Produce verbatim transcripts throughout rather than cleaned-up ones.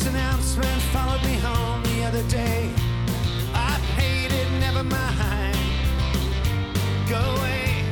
This announcement followed me home the other day. I paid it, never mind. Go away.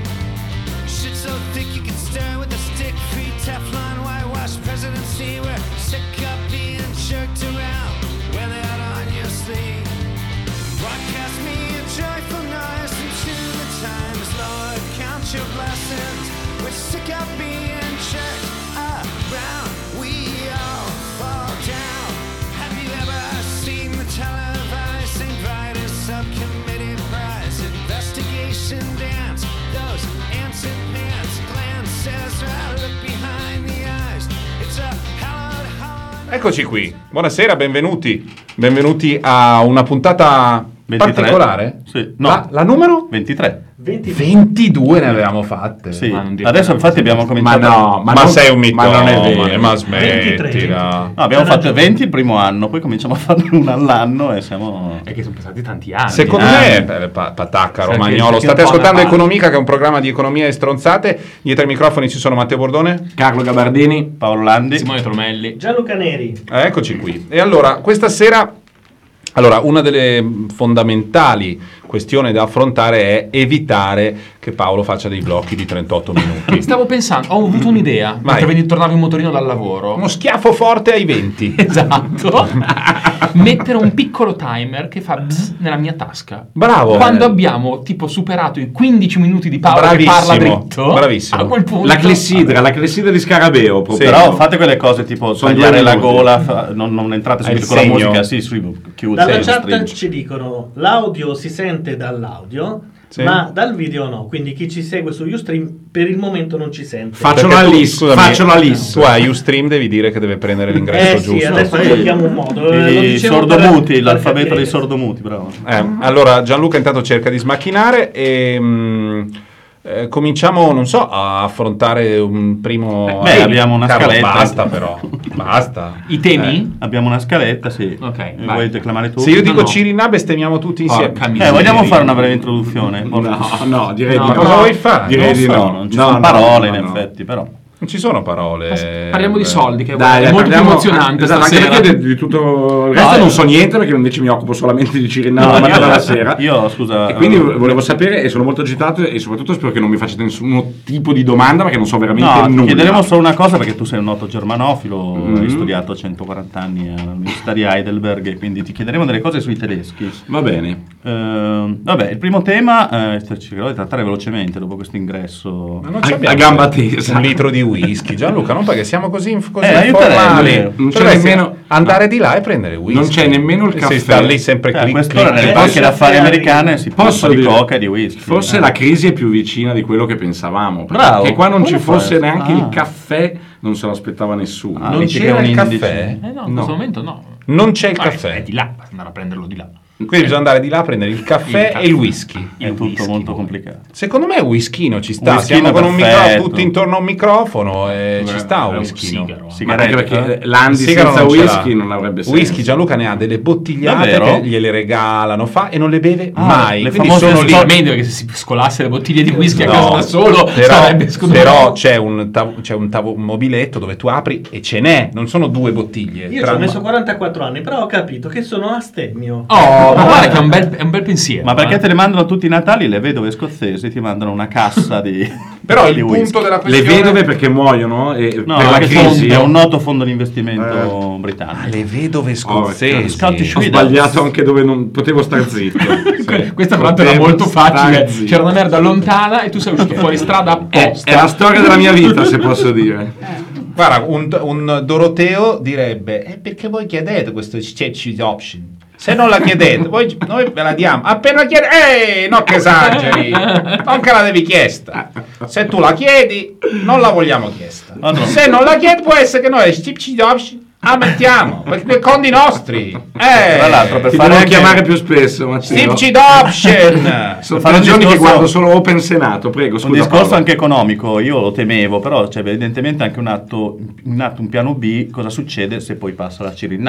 Shit so thick you can stir with a stick. Free Teflon, whitewash presidency. We're sick of being jerked around when they're out on your sleeve. Broadcast me a joyful noise into the times. Lord, count your blessings. We're sick of being jerked around. We all fall down. Have you ever seen the televised Saint Vitus subcommittee prize investigation dance? Those ants and pants glances right look behind the eyes. It's a hallowed hallowed. Eccoci qui, buonasera, benvenuti. Benvenuti a una puntata ventitré. Particolare? Sì. No. La, la numero? ventitré. ventidue ne avevamo fatte. Sì. Adesso infatti abbiamo cominciato. Ma no, ma, ma non, sei un mitone, ma non è vero, ma smettila. No, abbiamo fatto ragione. venti il primo anno, poi cominciamo a farne uno all'anno e siamo. È che sono passati tanti anni. Secondo eh. me, pa- Patacca, Romagnolo. State ascoltando Economica, che è un programma di economia e stronzate. Dietro ai microfoni ci sono Matteo Bordone, Carlo Gabardini, Paolo Landi, Simone Tromelli, Gianluca Neri. Eh, eccoci qui. E allora, questa sera, allora, una delle fondamentali questioni da affrontare è evitare che Paolo faccia dei blocchi di trentotto minuti. Stavo pensando, ho avuto un'idea mentre veni- tornavo in motorino dal lavoro. Uno schiaffo forte ai venti. Esatto. Mettere un piccolo timer che fa bzz nella mia tasca. Bravo. Quando abbiamo tipo superato i quindici minuti di Paolo Bravissimo, che parla dritto. Bravissimo. A quel punto la clessidra, la clessidra di Scarabeo. Sì, però fate quelle cose tipo Sono tagliare la minuti. gola, fa, non, non entrate subito con la segno. musica, sì, su, chiude. Dalla sì, chat stringi. ci dicono l'audio si sente dall'audio, Sì. ma dal video no, quindi chi ci segue su Ustream per il momento non ci sente. Faccio Perché la tu, list, scusami, faccio la list. Tu hai Ustream, devi dire che deve prendere l'ingresso Eh sì, giusto. adesso cerchiamo un modo. Eh, lo I dicevo sordomuti, per- l'alfabeto per dei capire. sordomuti, bravo. Eh, allora Gianluca intanto cerca di smacchinare e mh, eh, cominciamo, non so, a affrontare un primo. Beh, eh, abbiamo una Carlo, scaletta. Basta però, basta. I temi? Abbiamo una scaletta, sì. Ok, Eh, vai. Vuoi declamare tu? Se io dico no. Cirinà bestemmiamo tutti insieme. Porca Eh, miseria. vogliamo fare una breve introduzione? No, no, direi No, di Ma no. cosa vuoi fare? Direi Non di so, no. non ci No, sono no, parole no, in no. effetti, però. Non ci sono parole. Parliamo di soldi, che Dai, è dai, molto più parliamo- emozionante esatto, anche stasera. perché di, di tutto il resto No, non io- so niente, perché invece mi occupo solamente di Cirinà No, la mattina io- alla sera. io, scusa, E quindi eh, volevo sapere, e sono molto agitato, e soprattutto spero che non mi facciate nessun tipo di domanda, perché non so veramente No, ti nulla. chiederemo solo una cosa, perché tu sei un noto germanofilo, Mhm. hai studiato centoquaranta anni all'Università di Heidelberg, e quindi ti chiederemo delle cose sui tedeschi. Va bene. Eh, vabbè, il primo tema, eh, cercherò di trattare velocemente dopo questo ingresso. Ma non A- ci abbiamo a gamba tesa. un litro di whisky, Gianluca, non perché siamo così, così Eh, aiuterei, informali. non Non c'è Dovresti nemmeno- andare di là e prendere whisky. Non c'è nemmeno il E caffè. Si sta lì sempre Eh, a clic, quest'ora clic, nelle clic. banche d'affari americane si Posso parla di dire- coca e di whisky. Forse Eh. la crisi è più vicina di quello che pensavamo. Bravo. Perché qua non ci Come fosse fai? neanche Ah. il caffè, non se lo aspettava nessuno. Ah, Non metti che c'era è un il indice. caffè? Eh no, in No. questo momento no. Non c'è il Ma caffè. È di là, basta andare a prenderlo di là. Quindi bisogna andare di là a prendere il caffè Il e il whisky. È tutto whisky, molto poi. complicato. Secondo me il whiskino ci sta. Un whiskino Siamo con un perfetto. microfono tutti intorno a un microfono e ci sta un È un whiskino. sigaro. Ma Sigaretta. anche perché Landi Il sigaro senza non ce whisky l'ha. non avrebbe senso. Whisky Gianluca ne ha delle bottigliate Davvero? che gliele regalano fa e non le beve Ah, mai. le Quindi famose sono lì. sto- Meglio che se si scolasse le bottiglie di whisky a No, casa da solo però, sarebbe scomodo. però c'è un, tav- c'è un, tav- un mobiletto dove tu apri e ce n'è, non sono due bottiglie. Io ci Tra- ho messo quarantaquattro anni, però ho capito che sono astemio. Oh, ma guarda che è un bel, è un bel pensiero. Ma perché eh. te le mandano tutti i Natali? Le vedove scozzesi ti mandano una cassa di. Però il di punto whisky. della Le questione vedove perché muoiono e No, per la perché crisi. è un noto fondo di investimento Ah, britannico. le vedove Oh, scozzesi. Scottish Ho Widows. sbagliato anche dove non potevo star zitto. Que- Questa tra l'altro era Potevo molto facile. star zitto. C'era una merda lontana e tu sei uscito fuori strada È, apposta. è la storia della mia vita, se posso dire. Guarda, un, un Doroteo direbbe: eh, perché voi chiedete questo exchange option? Se non la chiedete, voi, noi ve la diamo. Appena chiedi, ehi, no che esageri, non che la devi chiesta. Se tu la chiedi, non la vogliamo chiesta. Ah, no. Se non la chiedi, può essere che noi exchange option la mettiamo, perché con i nostri. Eh, Tra l'altro, per Ti fare devo anche- chiamare più spesso, Matteo. exchange option. Sono fare tre un giorni che discorso- guardo solo Open Senato, prego, scusa Un discorso Paolo. anche economico, io lo temevo, però c'è evidentemente anche un atto, un atto, un piano B, cosa succede se poi passa la Cirinà.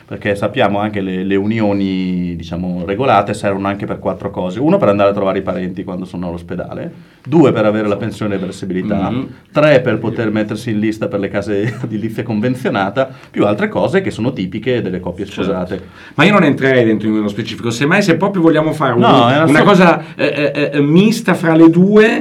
perché sappiamo anche le, le unioni, diciamo, regolate servono anche per quattro cose. Uno, per andare a trovare i parenti quando sono all'ospedale; due, per avere la pensione di reversibilità; Mm. tre, per poter mettersi in lista per le case di edilizia convenzionata, più altre cose che sono tipiche delle coppie sposate. Ma io non entrerei dentro in nello specifico, semmai se proprio vogliamo fare un- No, è una una so- cosa eh, eh, eh, mista fra le due,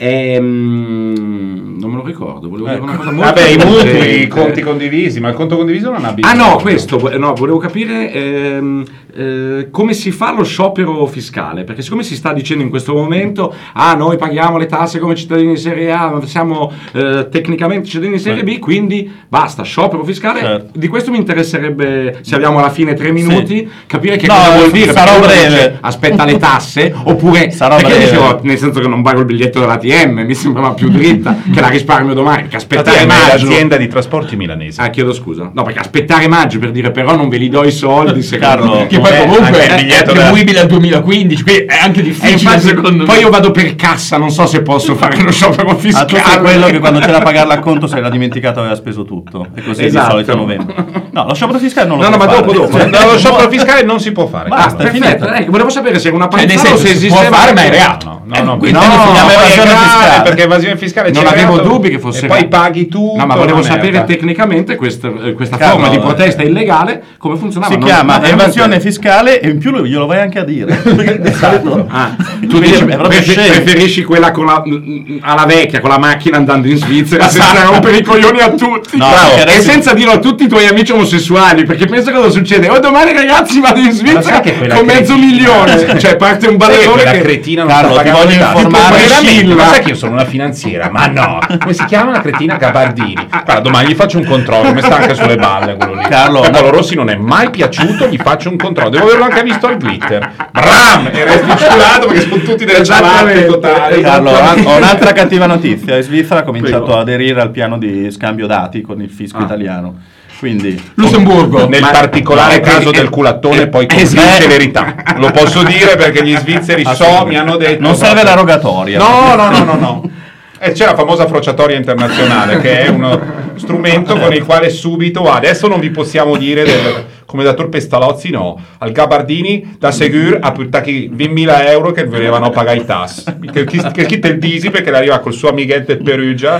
ehm, non me lo ricordo, volevo dire Ecco. una cosa molto Vabbè, i mutui, intelligente. i conti condivisi, ma il conto condiviso non ha bisogno. Ah no, questo, vo- no, volevo capire ehm, eh, come si fa lo sciopero fiscale, perché siccome si sta dicendo in questo momento, ah, noi paghiamo le tasse come cittadini di serie A, ma siamo eh, tecnicamente cittadini di serie B, quindi basta, sciopero fiscale. Certo. Di questo mi interesserebbe, se abbiamo alla fine tre minuti, capire che No, cosa vuol dire. sarò perché uno breve. dice, aspetta le tasse, oppure Sarò perché io breve. dicevo, nel senso che non pago il biglietto dell'A T M, mi sembrava più dritta che la risparmio domani, perché La aspettare T M è maggio. l'azienda di trasporti milanese. Ah, chiedo scusa. No, perché aspettare maggio per dire però non ve li do i soldi, secondo Carlo, me. Che poi Eh, comunque anche il è, è biglietto attribuibile al duemilaquindici, quindi è anche E difficile infatti, secondo poi me. io vado per cassa, non so se posso fare lo sciopero Ah, tu fiscale. sei quello che quando c'era a pagare l'acconto si era dimenticato e aveva speso tutto, e così Esatto. di solito a novembre. No, lo sciopero fiscale non lo No, no, può ma fare. dopo, dopo. Cioè, No, lo sciopero fiscale non si può fare. Basta, Ah, è perfetto. finita. Eh, volevo sapere se era una Cioè, nel panzana o senso, se si può esisteva fare, ma è anche- reato. No, no, no, quindi no, si chiama poi è evasione grave, fiscale. perché evasione fiscale Non c'è avevo reato, dubbi che fosse e poi reato. paghi tutto. No, ma volevo una sapere merda. tecnicamente questa, eh, questa Carlo, forma di eh, protesta illegale come funzionava. Si Non- chiama ma veramente- evasione fiscale e in più lo- glielo vai anche a dire. Perché di solito- Ah, tu Quindi dici, è proprio prefer- scemo. preferisci quella con la, mm, alla vecchia, con la macchina andando in Svizzera senza rompere i coglioni a tutti. No, Bravo. perché E adesso- senza dirlo a tutti i tuoi amici omosessuali, perché pensa cosa succede. Oh, domani ragazzi vado in Svizzera sai che quella con mezzo cretina- milione. Cioè parte un Sai che ballerone quella che... cretina non Carlo, sta ti pagando voglio le tasse? informare- Ma veramente, Scilla. ma sai che io sono una finanziera? Ma no, come si chiama la cretina Gabardini? Guarda, domani gli faccio un controllo, mi sta anche sulle balle quello lì. Carlo, a no. Paolo Rossi non è mai piaciuto, gli faccio un controllo. Devo averlo anche visto al glitter. Bram! Era svincolato perché sono tutti delle ciabatte Esattamente. totali. Carlo, ho un'altra cattiva notizia. In Svizzera ha cominciato Prego. ad aderire al piano di scambio dati con il fisco Ah. italiano. Quindi Lussemburgo. Nel Ma- particolare eh, caso eh, del culattone, eh, poi con eh, più sì. celerità. Lo posso dire perché gli svizzeri so, mi hanno detto. non serve la rogatoria. No, no, no, no, no. E c'è la famosa frociatoria internazionale, che è uno strumento con il quale subito, adesso non vi possiamo dire del, come dator Pestalozzi, no, al Gabardini da Segur ha portato ventimila euro che volevano pagare i tass. Che, che, che chi te il disi perché arriva col suo amichetto del Perugia.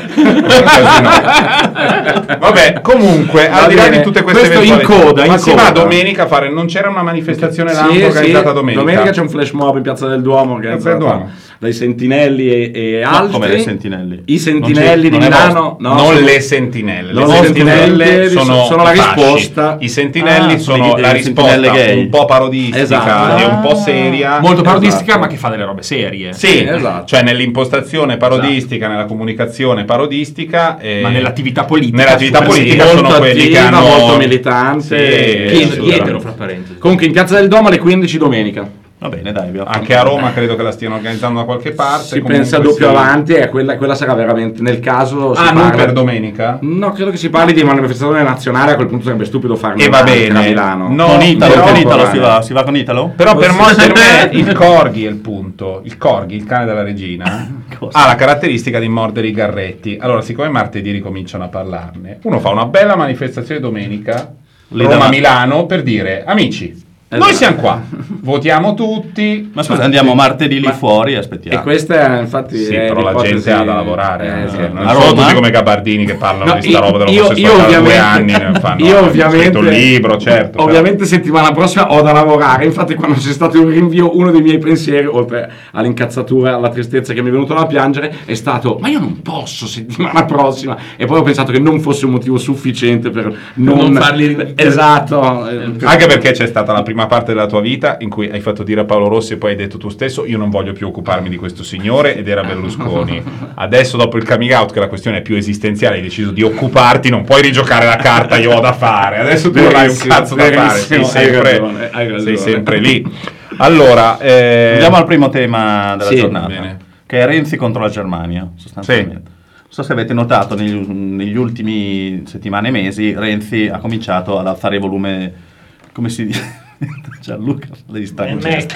Vabbè, comunque, Va al di là bene. di tutte queste Questo in eventualità, coda, in ma si va coda. domenica a fare, non c'era una manifestazione là Sì, organizzata sì, domenica? domenica c'è un flash mob in Piazza del Duomo organizzato Piazza del Duomo. dai sentinelli e, e No, altri. come le sentinelli? I sentinelli Non di c'è- non è Milano, no, non sono- le sentinelle, Non le le sentinelle sentinelle sono, sono la fasci. risposta. I sentinelli Ah, sono sono i- la le sentinelle risposta gay. un po' parodistica Esatto. e un po' seria. Molto parodistica, Esatto. ma che fa delle robe serie. Sì, Esatto. cioè nell'impostazione parodistica, nella comunicazione parodistica, e Ma nell'attività politica. nell'attività super politica seria. sono molto quelli che attiva, hanno molto militante, Sì, e- Pieno di assolutamente. etero, fra parentesi. Comunque in Piazza del Duomo alle quindici domenica. Va bene, dai, abbiamo Anche a Roma credo che la stiano organizzando da qualche parte. Si comunque pensa doppio sì. avanti e quella, quella sarà veramente nel caso si Ah, non parla- per domenica? No, credo che si parli di manifestazione nazionale, a quel punto sarebbe stupido farne E va un'altra bene. a Milano. No, con Italo, però- con Italo si va, si va con Italo? Però per, mo- Forse- per me il corgi è il punto. Il corgi, il cane della regina, Cosa? ha la caratteristica di mordere i garretti. Allora, siccome martedì ricominciano a parlarne, uno fa una bella manifestazione domenica, Lì Roma-Milano, per dire, amici, noi Esatto. siamo qua, votiamo tutti. Ma scusa, andiamo martedì lì Ma- fuori e aspettiamo. E questa infatti Sì, è però la l'ipotesi- gente ha da lavorare, eh, eh, sì. non A sono Roma? tutti come Gabardini che parlano No, di sta roba io- dell'omosessualità da due ovviamente- anni, ne fanno, io hanno ovviamente scritto un libro, certo. ovviamente settimana prossima ho da lavorare, infatti quando c'è stato un rinvio uno dei miei pensieri, oltre all'incazzatura, alla tristezza che mi è venuto da piangere, è stato ma io non posso settimana prossima, e poi ho pensato che non fosse un motivo sufficiente per non, non farli- esatto, eh, per- Anche perché c'è stata la prima parte della tua vita in cui hai fatto dire a Paolo Rossi e poi hai detto tu stesso io non voglio più occuparmi di questo signore, ed era Berlusconi. Adesso dopo il coming out, che la questione è più esistenziale, hai deciso di occuparti, non puoi rigiocare la carta io ho da fare, adesso tu non hai un Verissimo, cazzo da fare, sei verissimo, hai sempre, ragione, hai ragione. sei sempre lì. Allora eh, Andiamo al primo tema della Sì, giornata, bene. che è Renzi contro la Germania, sostanzialmente. Non so se avete notato, negli, negli ultimi settimane e mesi, Renzi ha cominciato ad alzare il volume, come si dice? Gianluca, le distrae. Mac.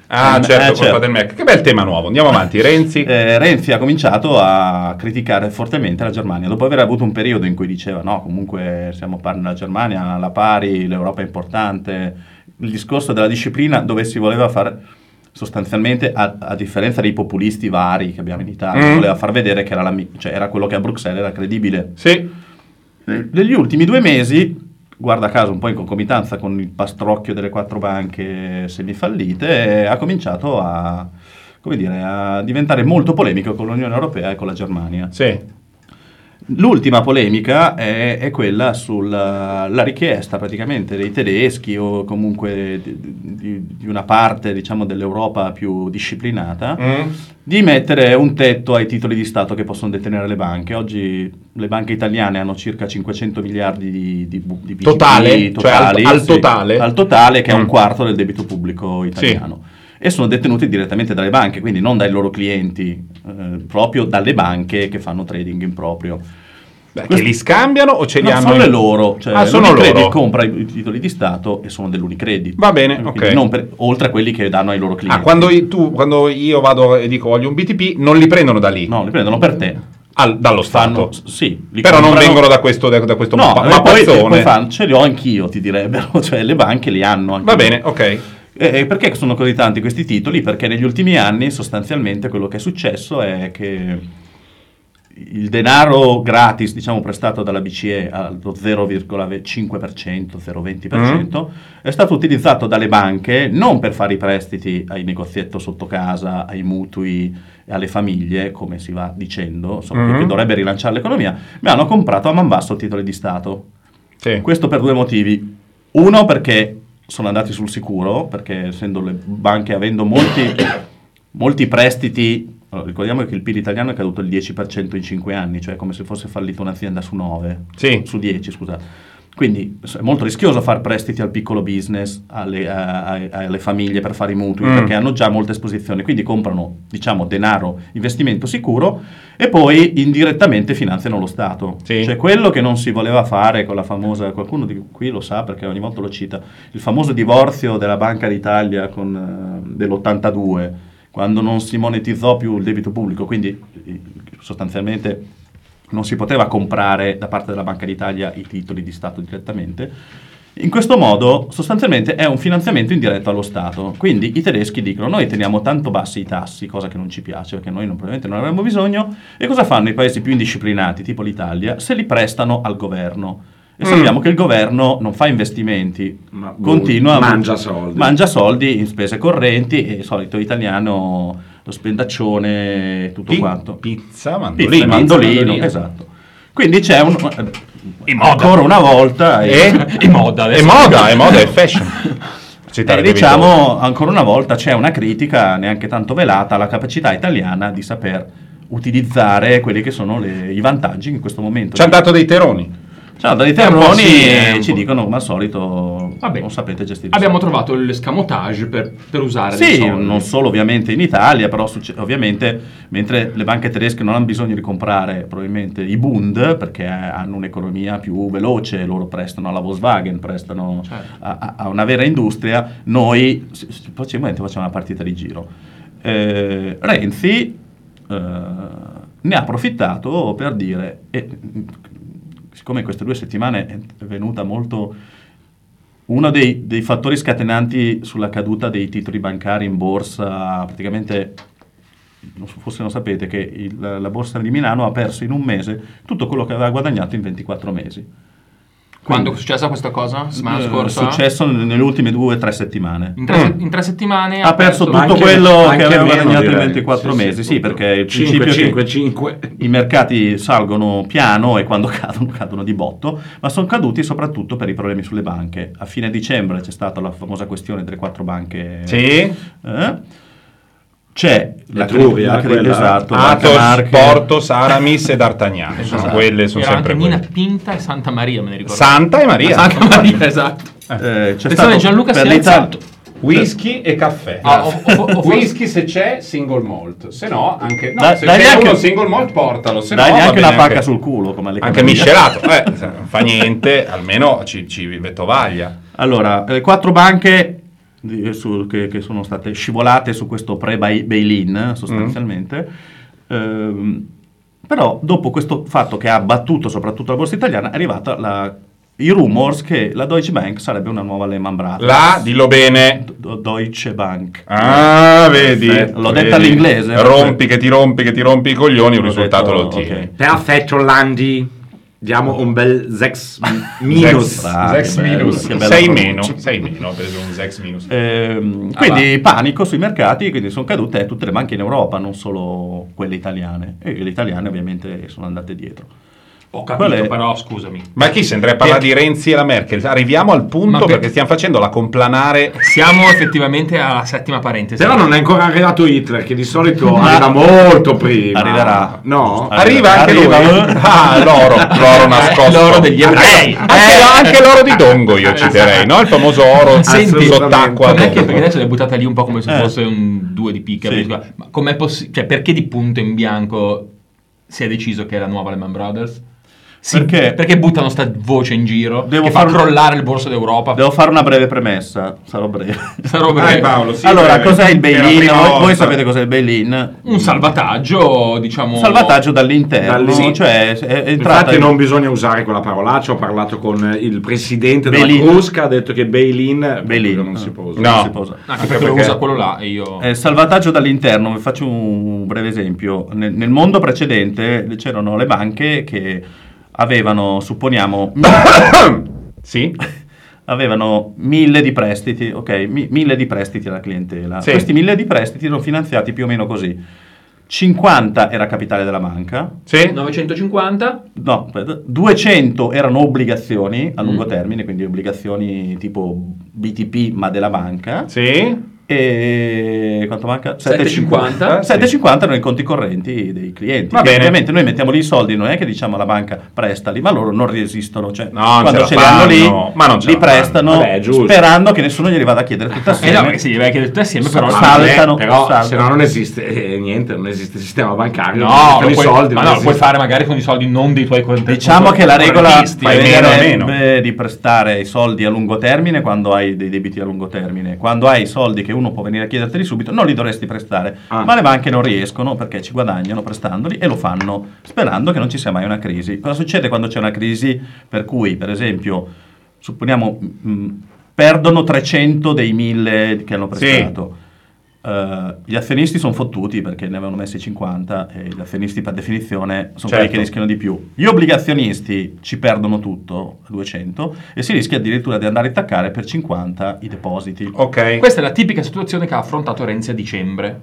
Ah, Eh, certo, eh, colpa certo. del Mac. Che bel tema nuovo. Andiamo avanti. Renzi. Eh, Renzi ha cominciato a criticare fortemente la Germania dopo aver avuto un periodo in cui diceva no, comunque siamo pari nella Germania, alla pari, l'Europa è importante, il discorso della disciplina dove si voleva fare sostanzialmente, a, a differenza dei populisti vari che abbiamo in Italia, Mm. voleva far vedere che era, la, mi- cioè, era quello che a Bruxelles era credibile. Sì. Negli ultimi due mesi, guarda caso un po' in concomitanza con il pastrocchio delle quattro banche semifallite, eh, ha cominciato a, come dire, a diventare molto polemico con l'Unione Europea e con la Germania. Sì. L'ultima polemica è, è quella sulla la richiesta praticamente dei tedeschi o comunque di, di- di una parte, diciamo, dell'Europa più disciplinata Mm. di mettere un tetto ai titoli di Stato che possono detenere le banche. Oggi le banche italiane hanno circa cinquecento miliardi di, di, bu- di B C P Totale? Cioè totali, al- al sì, totale? al totale, che è Mm. un quarto del debito pubblico italiano. E sono detenuti direttamente dalle banche, quindi non dai loro clienti, eh, proprio dalle banche che fanno trading in proprio. Beh, che li scambiano o ce li No, hanno? sono in- le loro, cioè Ah, sono l'Unicredit loro. compra i, i titoli di Stato e sono dell'Unicredit. Va bene, Quindi ok. non per- oltre a quelli che danno ai loro clienti. Ah, quando i- tu, quando io vado e dico voglio un B T P, non li prendono da lì? No, li prendono per te. Al- dallo Fanno, Stato? sì, li Però non comprano- vengono da questo, da, da questo No, ma- e poi, e mappazzone. poi fanno, ce li ho anch'io, ti direbbero, cioè le banche li hanno anche. Va bene, ok. E e perché sono così tanti questi titoli? Perché negli ultimi anni sostanzialmente quello che è successo è che il denaro gratis, diciamo, prestato dalla B C E allo zero virgola cinque per cento, zero virgola venti per cento, è stato utilizzato dalle banche non per fare i prestiti ai negozietto sotto casa, ai mutui e alle famiglie, come si va dicendo, insomma, Mhm. che dovrebbe rilanciare l'economia, ma hanno comprato a man basso titoli di Stato. Sì. Questo per due motivi. Uno, perché sono andati sul sicuro, perché essendo le banche avendo molti, molti prestiti, allora, ricordiamo che il P I L italiano è caduto il dieci per cento in cinque anni, cioè come se fosse fallita un'azienda su nove, Sì. su dieci, scusate. Quindi è molto rischioso fare prestiti al piccolo business, alle, a- a- alle famiglie per fare i mutui, Mm. perché hanno già molte esposizioni, quindi comprano, diciamo, denaro, investimento sicuro e poi indirettamente finanziano lo Stato. Sì. Cioè quello che non si voleva fare con la famosa, qualcuno di qui lo sa perché ogni volta lo cita, il famoso divorzio della Banca d'Italia con, eh, dell'ottantadue, quando non si monetizzò più il debito pubblico, quindi eh, sostanzialmente non si poteva comprare da parte della Banca d'Italia i titoli di Stato direttamente. In questo modo sostanzialmente è un finanziamento indiretto allo Stato, quindi i tedeschi dicono noi teniamo tanto bassi i tassi, cosa che non ci piace perché noi non, probabilmente non avremmo bisogno, e cosa fanno i paesi più indisciplinati tipo l'Italia? Se li prestano al governo. E Mm. sappiamo che il governo non fa investimenti, Ma continua a mangia soldi. mangia soldi in spese correnti, e il solito italiano, lo spendaccione, tutto Pi- quanto. Pizza, Pizza, mandolino. mandolino, mandolino. esatto. Quindi c'è un, E moda. ancora una volta E? E moda È adesso. moda, è moda, è fashion. e Citare David diciamo ancora una volta c'è una critica neanche tanto velata alla capacità italiana di saper utilizzare quelli che sono le- i vantaggi in questo momento. Bowie. Ci hanno dato dei terroni. Ciao, dai È un po' terroni sì, è un ci po'. dicono come al solito Vabbè. non sapete gestire. Abbiamo trovato l'escamotage per, per usare dei Sì, soldi. non solo ovviamente in Italia, però succe- ovviamente mentre le banche tedesche non hanno bisogno di comprare probabilmente i Bund perché hanno un'economia più veloce, loro prestano alla Volkswagen, prestano Certo. a, a- a una vera industria, noi s- s- facilmente facciamo una partita di giro. Eh, Renzi eh, ne ha approfittato per dire, e, siccome in queste due settimane è venuta molto uno dei, dei fattori scatenanti sulla caduta dei titoli bancari in borsa, praticamente, non so, forse non sapete, che il- la borsa di Milano ha perso in un mese tutto quello che aveva guadagnato in ventiquattro mesi. Quando è successa questa cosa? Settimana Eh, scorsa? È successo nelle ultime due o tre settimane. In tre, in tre settimane Ha perso tutto anche- quello anche che aveva meno, guadagnato in direi. ventiquattro Sì, sì, mesi, sì, proprio. perché il cinque, principio è che cinque, cinque. i mercati salgono piano e quando cadono, cadono di botto, ma sono caduti soprattutto per i problemi sulle banche. A fine dicembre c'è stata la famosa questione delle quattro banche. Sì. Eh? C'è la Etruria, la- quella- esatto, Banca Athos, Marche. Porto, Aramis e D'Artagnan. Sono Esatto. quelle, sono Era sempre anche Nina quelle. Pinta e Santa Maria, me ne ricordo. Santa e Maria. Santa Maria, esatto. Eh, c'è Attenzione, stato Gianluca per si è l'Italia- alzato. Whisky e caffè. Ah, o- o- o- Whisky se c'è, single malt. Se no, anche no, Dai- se dai c'è neanche- uno single malt, portalo. Se Dai no, neanche va una bene pacca anche- sul culo come alle Anche camelie. miscelato, eh, non fa niente, almeno ci, ci vetovaglia. Allora, le quattro banche di, su, che, che sono state scivolate su questo pre-bail-in sostanzialmente. Mm. Ehm, però dopo questo fatto che ha abbattuto soprattutto la borsa italiana è arrivata la, i rumors che la Deutsche Bank sarebbe una nuova Lehman Brothers. La, dillo bene. Do- Deutsche Bank. Ah, vedi. Perfetto. L'ho vedi. detta all'inglese. Rompi che ti rompi che ti rompi i coglioni, il L'ho risultato detto, lo ottieni. ok. Perfetto, Landi. Diamo un bel sex minus. Ah, Sex che bello, minus. che bella sei pronuncia. meno, sei meno, per un sex minus. Ehm, Ah, quindi panico sui mercati, quindi sono cadute tutte le banche in Europa, non solo quelle italiane. E le italiane ovviamente sono andate dietro. Ho capito, Qual è? però scusami. Ma chi se andrei a parlare di Renzi e la Merkel? Arriviamo al punto Ma per- perché stiamo facendo la complanare. Siamo effettivamente alla settima parentesi. Però non è ancora arrivato Hitler, che di solito arriva molto prima. Arriverà. No? Arriva anche lui. Arriva. Ah, l'oro, l'oro nascosto. L'oro degli ebrei. Anche, anche l'oro di Dongo io citerei, no? Il famoso oro Senti, sott'acqua. com'è che, Dongo. perché adesso l'hai buttata lì un po' come se Eh. fosse un due di picca. Sì. Ma com'è possi- cioè, perché di punto in bianco si è deciso che è la nuova Lehman Brothers? Sì, Perché? perché buttano sta voce in giro Devo che fare fa un- crollare il borso d'Europa. Devo fare una breve premessa, sarò breve. Sarò Dai, breve. Paolo, sì, allora, breve. cos'è il Per la bail-in? prima Voi, volta. voi sapete cos'è il bail-in? Un salvataggio, diciamo. Salvataggio dall'interno, Dall'in- cioè è, è entrata Infatti in- non bisogna usare quella parolaccia, ho parlato con il presidente della Bail-in. Crusca, ha detto che bail-in, Bail-in. non si può usare. No. non si può usare. Anche perché lo perché- usa quello là e io. Eh, salvataggio dall'interno, vi faccio un breve esempio. Nel, nel mondo precedente c'erano le banche che avevano, supponiamo, Sì? avevano mille di prestiti, ok, mi- mille di prestiti alla clientela. Sì. Questi mille di prestiti erano finanziati più o meno così. cinquanta era capitale della banca, Sì? novecentocinquanta? no, aspetta, duecento erano obbligazioni a lungo Mm. termine, quindi obbligazioni tipo B T P ma della banca. Sì? E quanto manca? settecentocinquanta. settecentocinquanta erano i conti correnti dei clienti. Va Che bene. Ovviamente noi mettiamo lì i soldi, non è che diciamo alla banca prestali, ma loro non resistono. Cioè, No, non quando ce ce la li hanno lì, fanno, ma non ce li la fanno. prestano Vabbè, giusto. sperando che nessuno glieli vada a chiedere tutti Eh assieme. no, perché si deve chiedere tutti assieme, però. Sa- Ah, saltano, beh, però saltano. se no non esiste eh, niente, non esiste il sistema bancario, non No, esistono lo i puoi, soldi, ma non no, lo puoi esiste. fare magari con i soldi non dei tuoi correnti. Diciamo che la regola correntisti. Fai meno e prevederebbe di prestare i soldi a lungo termine quando hai dei debiti a lungo termine. Quando hai i soldi che uno può venire a chiederteli subito, non li dovresti prestare. Ah. Ma le banche non riescono perché ci guadagnano prestandoli e lo fanno sperando che non ci sia mai una crisi. Cosa succede quando c'è una crisi per cui, per esempio, supponiamo mh, perdono trecento dei mille che hanno Sì. prestato? Eh, gli azionisti sono fottuti perché ne avevano messi cinquanta e gli azionisti per definizione sono Certo. quelli che rischiano di più. Gli obbligazionisti ci perdono tutto a duecento e si rischia addirittura di andare a intaccare per cinquanta i depositi. Ok. Questa è la tipica situazione che ha affrontato Renzi a dicembre.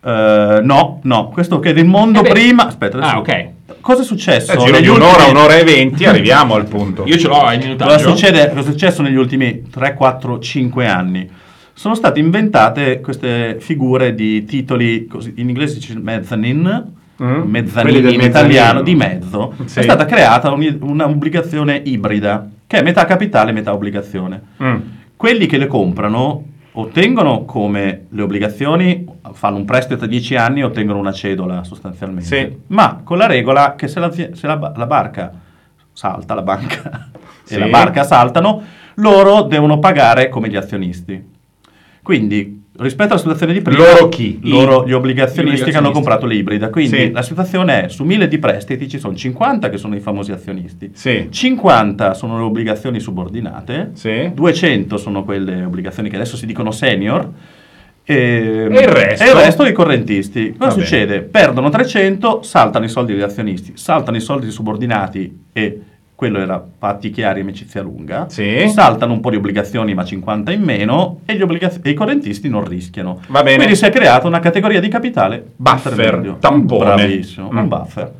Eh, no, no, questo che nel mondo Eh beh. prima... Aspetta, adesso- Ah, ok. Cosa è successo? A giro negli di un'ora, ultimi- un'ora e venti, arriviamo al punto. Io ce l'ho ai Cosa, minutaggio. succede, cosa è successo negli ultimi tre, quattro, cinque anni? Sono state inventate queste figure di titoli, così, in inglese si dice mezzanine, Mm. Quelli mezzanini del in italiano, mezzanino. di mezzo. Sì. È stata creata un- una obbligazione ibrida, che è metà capitale e metà obbligazione. Mm. Quelli che le comprano ottengono come le obbligazioni, fanno un prestito a dieci anni e ottengono una cedola sostanzialmente. Sì. Ma con la regola che se la, se la ba- la barca salta, la banca Sì. e la barca saltano, loro devono pagare come gli azionisti. Quindi, rispetto alla situazione di prima, Loro chi? loro I- gli obbligazionisti gli che hanno obbligazionisti. comprato l'ibrida. Quindi Sì. la situazione è, su mille di prestiti ci sono cinquanta che sono i famosi azionisti, Sì. cinquanta sono le obbligazioni subordinate, Sì. duecento sono quelle obbligazioni che adesso si dicono senior e, E il resto? e il resto i correntisti. Cosa Va bene. succede? Perdono trecento, saltano i soldi degli azionisti, saltano i soldi dei subordinati e quello era patti chiari e amicizia lunga, Sì. saltano un po' di obbligazioni ma cinquanta in meno e, gli obbligaz- e i correntisti non rischiano. Va bene. Quindi si è creata una categoria di capitale Buffer, intermedio. tampone. Bravissimo, Mm. un buffer.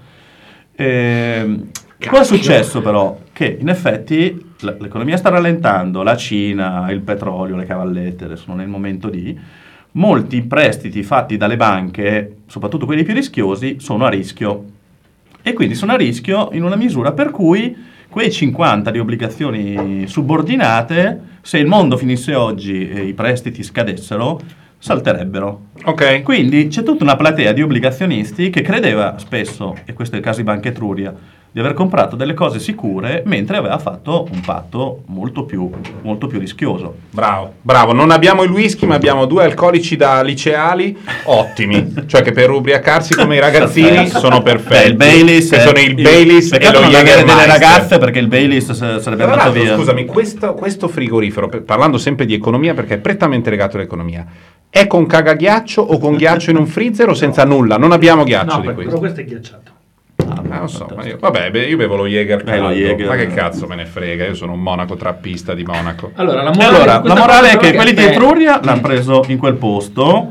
Ehm, cosa è successo però? Che in effetti l- l'economia sta rallentando, la Cina, il petrolio, le cavallette sono nel momento di... Molti prestiti fatti dalle banche, soprattutto quelli più rischiosi, sono a rischio. E quindi sono a rischio in una misura per cui quei cinquanta di obbligazioni subordinate, se il mondo finisse oggi e i prestiti scadessero, salterebbero. Ok. Quindi c'è tutta una platea di obbligazionisti che credeva spesso, e questo è il caso di Banca Etruria, di di aver comprato delle cose sicure mentre aveva fatto un patto molto più, molto più rischioso. Bravo, bravo. Non abbiamo il whisky, ma abbiamo due alcolici da liceali ottimi, cioè che per ubriacarsi come i ragazzini sono perfetti. Beh, il Baileys che è- sono il Baileys e peccato lo non avere delle Jägermeister. ragazze, perché il Baileys s- sarebbe Tra andato l'altro, via. scusami, questo, questo frigorifero, per- parlando sempre di economia, perché è prettamente legato all'economia, è con cagaghiaccio o con ghiaccio in un freezer o senza nulla? Non abbiamo ghiaccio No, di per- questo. però questo è ghiacciato. Ah, Eh, non so, ma fantastico. io, vabbè, beh, io bevo lo Jäger Eh, lo caldo, Jäger. ma che cazzo me ne frega, io sono un monaco trappista di Monaco. Allora, la E morale, allora, di la questa morale è cosa che però quelli di è- Etruria l'hanno preso in quel posto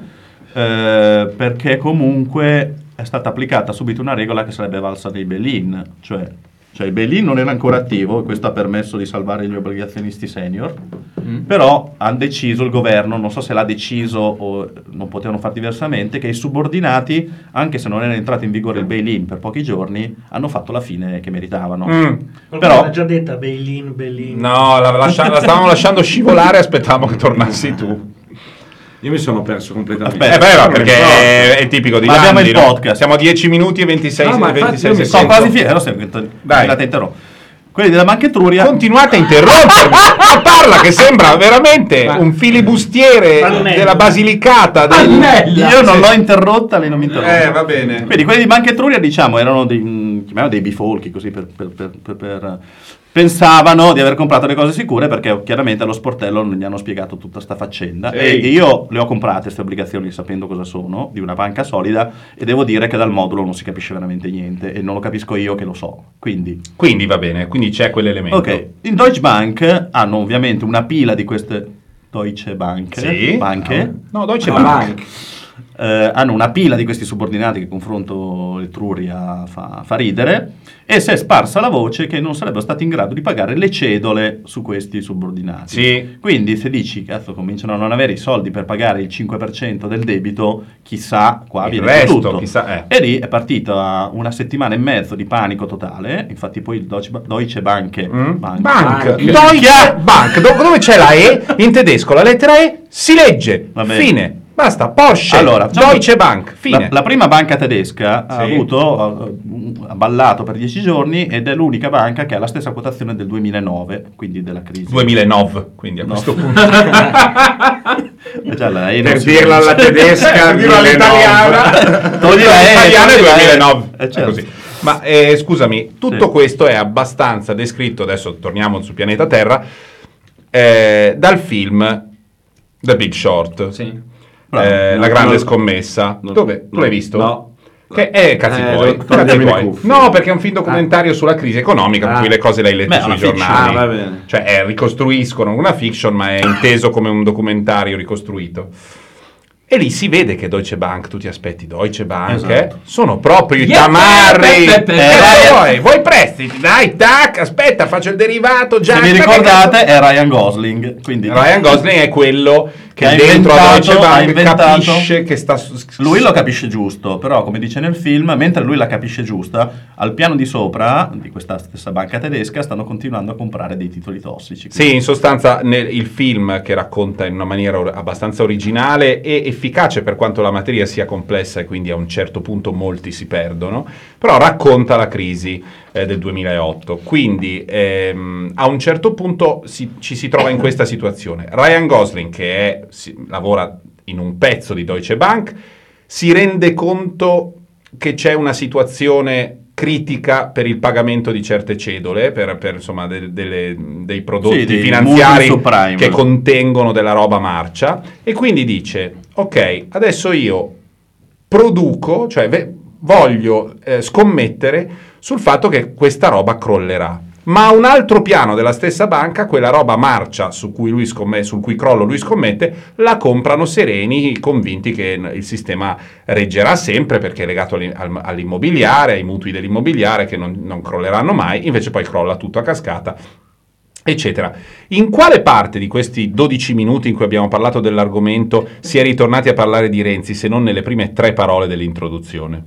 eh, perché comunque è stata applicata subito una regola che sarebbe valsa dei bail-in, cioè, cioè il bail-in non era ancora attivo e questo ha permesso di salvare gli obbligazionisti senior, Mm. però hanno deciso il governo, non so se l'ha deciso o non potevano far diversamente, che i subordinati, anche se non era entrato in vigore il bail-in per pochi giorni, hanno fatto la fine che meritavano. Mm. Qualcuno Però- l'ha già detta, Bailin, Bailin. No, la, lascia- la stavamo lasciando scivolare, aspettavamo che tornassi tu. Io mi sono perso completamente. Aspetta, Eh beh, ma Non mi perché ricordo. è, è tipico di Ma abbiamo Landi, il no? podcast. Siamo a dieci minuti e ventisei, No, ma infatti ventisei io mi secondi. Sono quasi finito, lo sai, Dai. te interrompo. Quelli della Banca Etruria Continuate a interrompermi. Ma parla che sembra veramente un filibustiere Pannella. della Basilicata. Del... Pannella. io non l'ho interrotta, lei non mi interrompe. Eh, va bene. Quindi quelli di Banca Etruria, diciamo, erano dei, mh, chiamiamoli dei bifolchi, così per, per- per- per- per- pensavano di aver comprato le cose sicure perché chiaramente allo sportello non gli hanno spiegato tutta sta faccenda. Sì. E, e io le ho comprate queste obbligazioni sapendo cosa sono, di una banca solida, e devo dire che dal modulo non si capisce veramente niente e non lo capisco io che lo so. Quindi, Quindi va bene, quindi c'è quell'elemento. ok, in Deutsche Bank hanno ovviamente una pila di queste Deutsche Bank, Sì. banche. No, Deutsche La Bank. banca. Eh, hanno una pila di questi subordinati che confronto Etruria fa, fa ridere, e si è sparsa la voce che non sarebbero stati in grado di pagare le cedole su questi subordinati. Sì. Quindi se dici, cazzo, cominciano a non avere i soldi per pagare il cinque per cento del debito, chissà, qua Il viene resto, tutto. chissà, eh. E lì è partita una settimana e mezzo di panico totale, infatti poi il Deutsche, Ba- Deutsche Bank, Mm? Bank- Bank. Bank. Deutsche Bank. Do- dove c'è la E? In tedesco la lettera E si legge. Va bene. Fine. Basta. Porsche. Allora, diciamo Deutsche Bank. Fine. La, la prima banca tedesca ha Sì. avuto, uh, ha ballato per dieci giorni ed è l'unica banca che ha la stessa quotazione del duemilanove, quindi della crisi. duemilanove, quindi a No. questo punto. Eh già, la E Per non si- dirla alla tedesca, Per dirlo all'italiana. Togli la E, Italiana è togli la E. duemilanove. Eh, È certo. così. Ma eh, scusami, tutto Sì. questo è abbastanza descritto, adesso torniamo sul pianeta Terra, eh, dal film The Big Short. Sì. Bravo. Eh, No, la grande no, scommessa. no, Dove? Tu no, l'hai visto? no. Che è cazzi Eh, tuoi. devo Cazzi togliermi le tuoi. cuffie. No, perché è un film documentario sulla crisi economica, per Ah. cui le cose le hai lette Beh, sui una fiction. giornali. Ah, va bene. Cioè, eh, ricostruiscono una fiction, ma è inteso come un documentario ricostruito. E lì si vede che Deutsche Bank, tu ti aspetti Deutsche Bank, Esatto. eh, sono proprio i Yeah, tamarri. pe- pe- pe- Eh, pe- vuoi, vuoi prestiti? Dai, tac, aspetta, faccio il derivato. Già, Se vi ma che ricordate cazzo- è Ryan Gosling, quindi Ryan Gosling è quello che Ha dentro a inventato- Deutsche ha Bank inventato- capisce che sta... lui lo capisce giusto, però come dice nel film, mentre lui la capisce giusta, al piano di sopra di questa stessa banca tedesca stanno continuando a comprare dei titoli tossici. Sì, in sostanza nel, il film che racconta in una maniera or- abbastanza originale e efficace per quanto la materia sia complessa e quindi a un certo punto molti si perdono, però racconta la crisi eh, del duemilaotto. Quindi ehm, a un certo punto si- ci si trova in questa situazione. Ryan Gosling, che è, si- lavora in un pezzo di Deutsche Bank, si rende conto che c'è una situazione critica per il pagamento di certe cedole, per, per, insomma de- delle- dei prodotti Sì, dei finanziari mutui subprime. che contengono della roba marcia, e quindi dice, ok, adesso io produco, cioè ve- voglio eh, scommettere sul fatto che questa roba crollerà. Ma a un altro piano della stessa banca, quella roba marcia su cui lui scommette, sul cui crollo lui scommette, la comprano sereni, convinti che il sistema reggerà sempre perché è legato all'i- al- all'immobiliare, ai mutui dell'immobiliare che non, non crolleranno mai, invece poi crolla tutto a cascata, eccetera. In quale parte di questi dodici minuti in cui abbiamo parlato dell'argomento si è ritornati a parlare di Renzi, se non nelle prime tre parole dell'introduzione?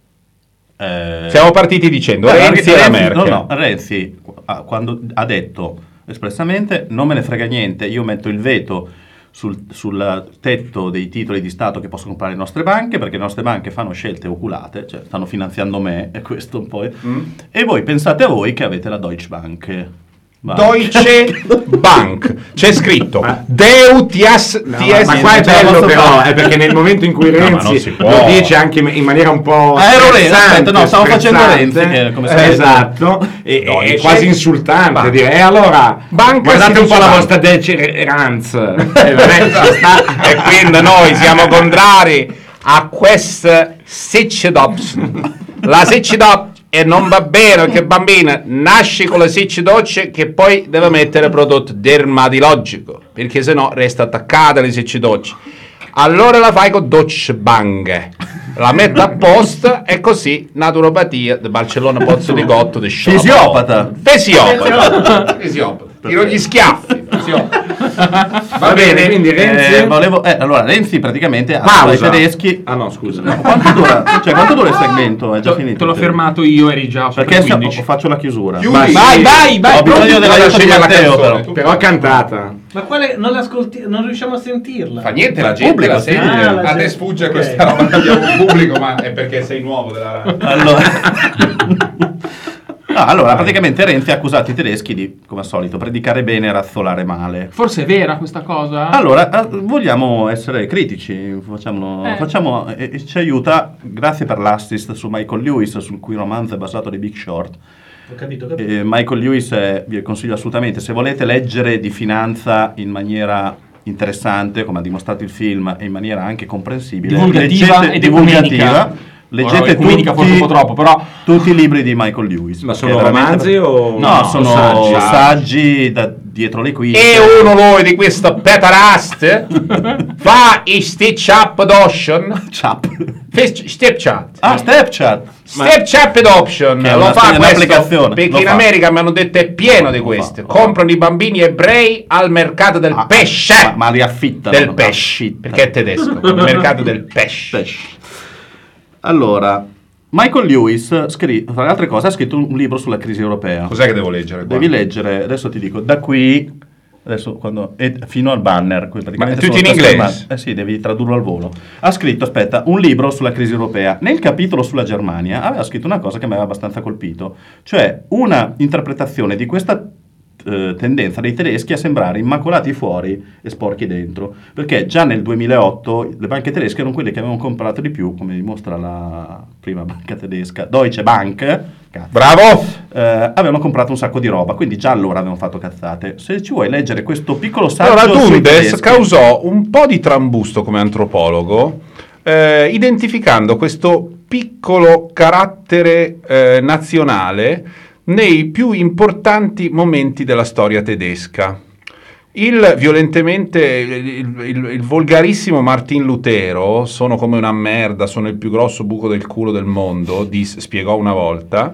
Eh, Siamo partiti dicendo Beh, Renzi e la Merkel. No, no, Renzi ah, quando ha detto espressamente non me ne frega niente, io metto il veto sul, sul tetto dei titoli di Stato che possono comprare le nostre banche, perché le nostre banche fanno scelte oculate, cioè stanno finanziando me, e questo un po'. È... Mm. E voi pensate a voi che avete la Deutsche Bank. Bank. Deutsche Bank, c'è scritto ma, Deutias no, T S. ma, ma qua è bello però, è perché nel momento in cui no, Renzi lo dice anche in maniera un po' ah, ero Renzi, aspetta, no, stavo facendo Renzi che, come eh, esatto, e, è quasi insultante Bank. Dire e allora Banca guardate un po' la vostra deceranza e, e quindi noi siamo contrari a questa switch option. La switch option e non va bene perché bambina nasce con la switch docce che poi deve mettere prodotto dermatologico perché sennò resta attaccata alle switch docce. Allora la fai con Deutsche Bank, la metto a posto e così naturopatia di Barcellona Pozzo di Gotto di Scioppo. Fisiopata. Fisiopata. Fisiopata. Tiro gli schiaffi. Fisiopata. Va, Va bene, bene, quindi Renzi eh, volevo, eh, allora Renzi praticamente ha i tedeschi. Ah no, scusa. No, quanto dura? Cioè, quanto dura il segmento? È già te, finito. Te l'ho fermato io, eri già perché siamo, faccio la chiusura. Chiudi. Vai, vai, vai, vai. Ho bisogno della scegliere scelta la Matteo, canzone, però. però cantata. Ma quale non l'ascolti, non riusciamo a sentirla. Fa niente, la gente pubblico, la sente. Ah, la a te gente. sfugge Okay. questa roba, abbiamo un pubblico, ma è perché sei nuovo della Allora, no, allora praticamente Renzi ha accusato i tedeschi di, come al solito, predicare bene e razzolare male. Forse è vera questa cosa? Allora, eh, vogliamo essere critici, facciamolo, Eh. facciamo, eh, ci aiuta, grazie per l'assist su Michael Lewis, sul cui romanzo è basato di Big Short. Ho capito, ho capito. Eh, Michael Lewis, eh, vi consiglio assolutamente, se volete leggere di finanza in maniera interessante, come ha dimostrato il film, e in maniera anche comprensibile, Divulgativa leggete, ed divulgativa, ecumenica. leggete ecumenica forse un po' troppo, però tutti i libri di Michael Lewis. Ma che sono è veramente- romanzi o No, sono saggi, saggi? da dietro le quinte. E uno lui di questo petarast fa i stitch up adoption, Chap. step chat. Ah, Snapchat. Step chat adoption Che è lo una fa specie di questo applicazione. perché Lo in fa. America mi hanno detto è pieno di Lo queste. fa, lo fa. Comprano i bambini ebrei al mercato del Ah, pesce. Ma, ma li affittano. del no? pesce, Affittano. perché è tedesco, il mercato del pesce. Pesce. Allora, Michael Lewis, scri- tra le altre cose, ha scritto un libro sulla crisi europea. Cos'è che devo leggere qua? Devi leggere, adesso ti dico, da qui adesso quando, e fino al banner. Qui praticamente Ma tutti sono in tre inglese? schermate. Eh sì, devi tradurlo al volo. Ha scritto, aspetta, un libro sulla crisi europea. Nel capitolo sulla Germania aveva scritto una cosa che mi aveva abbastanza colpito, cioè una interpretazione di questa eh, tendenza dei tedeschi a sembrare immacolati fuori e sporchi dentro, perché già nel duemilaotto le banche tedesche erano quelle che avevano comprato di più, come dimostra la prima banca tedesca, Deutsche Bank. Cazzo. Bravo! Eh, avevano comprato un sacco di roba, quindi già allora avevano fatto cazzate. Se ci vuoi leggere questo piccolo saggio Allora, sui Dundes tedeschi- causò un po' di trambusto come antropologo, eh, identificando questo piccolo carattere eh, nazionale nei più importanti momenti della storia tedesca. Il violentemente, il, il, il volgarissimo Martin Lutero, sono come una merda, sono il più grosso buco del culo del mondo, dis, spiegò una volta,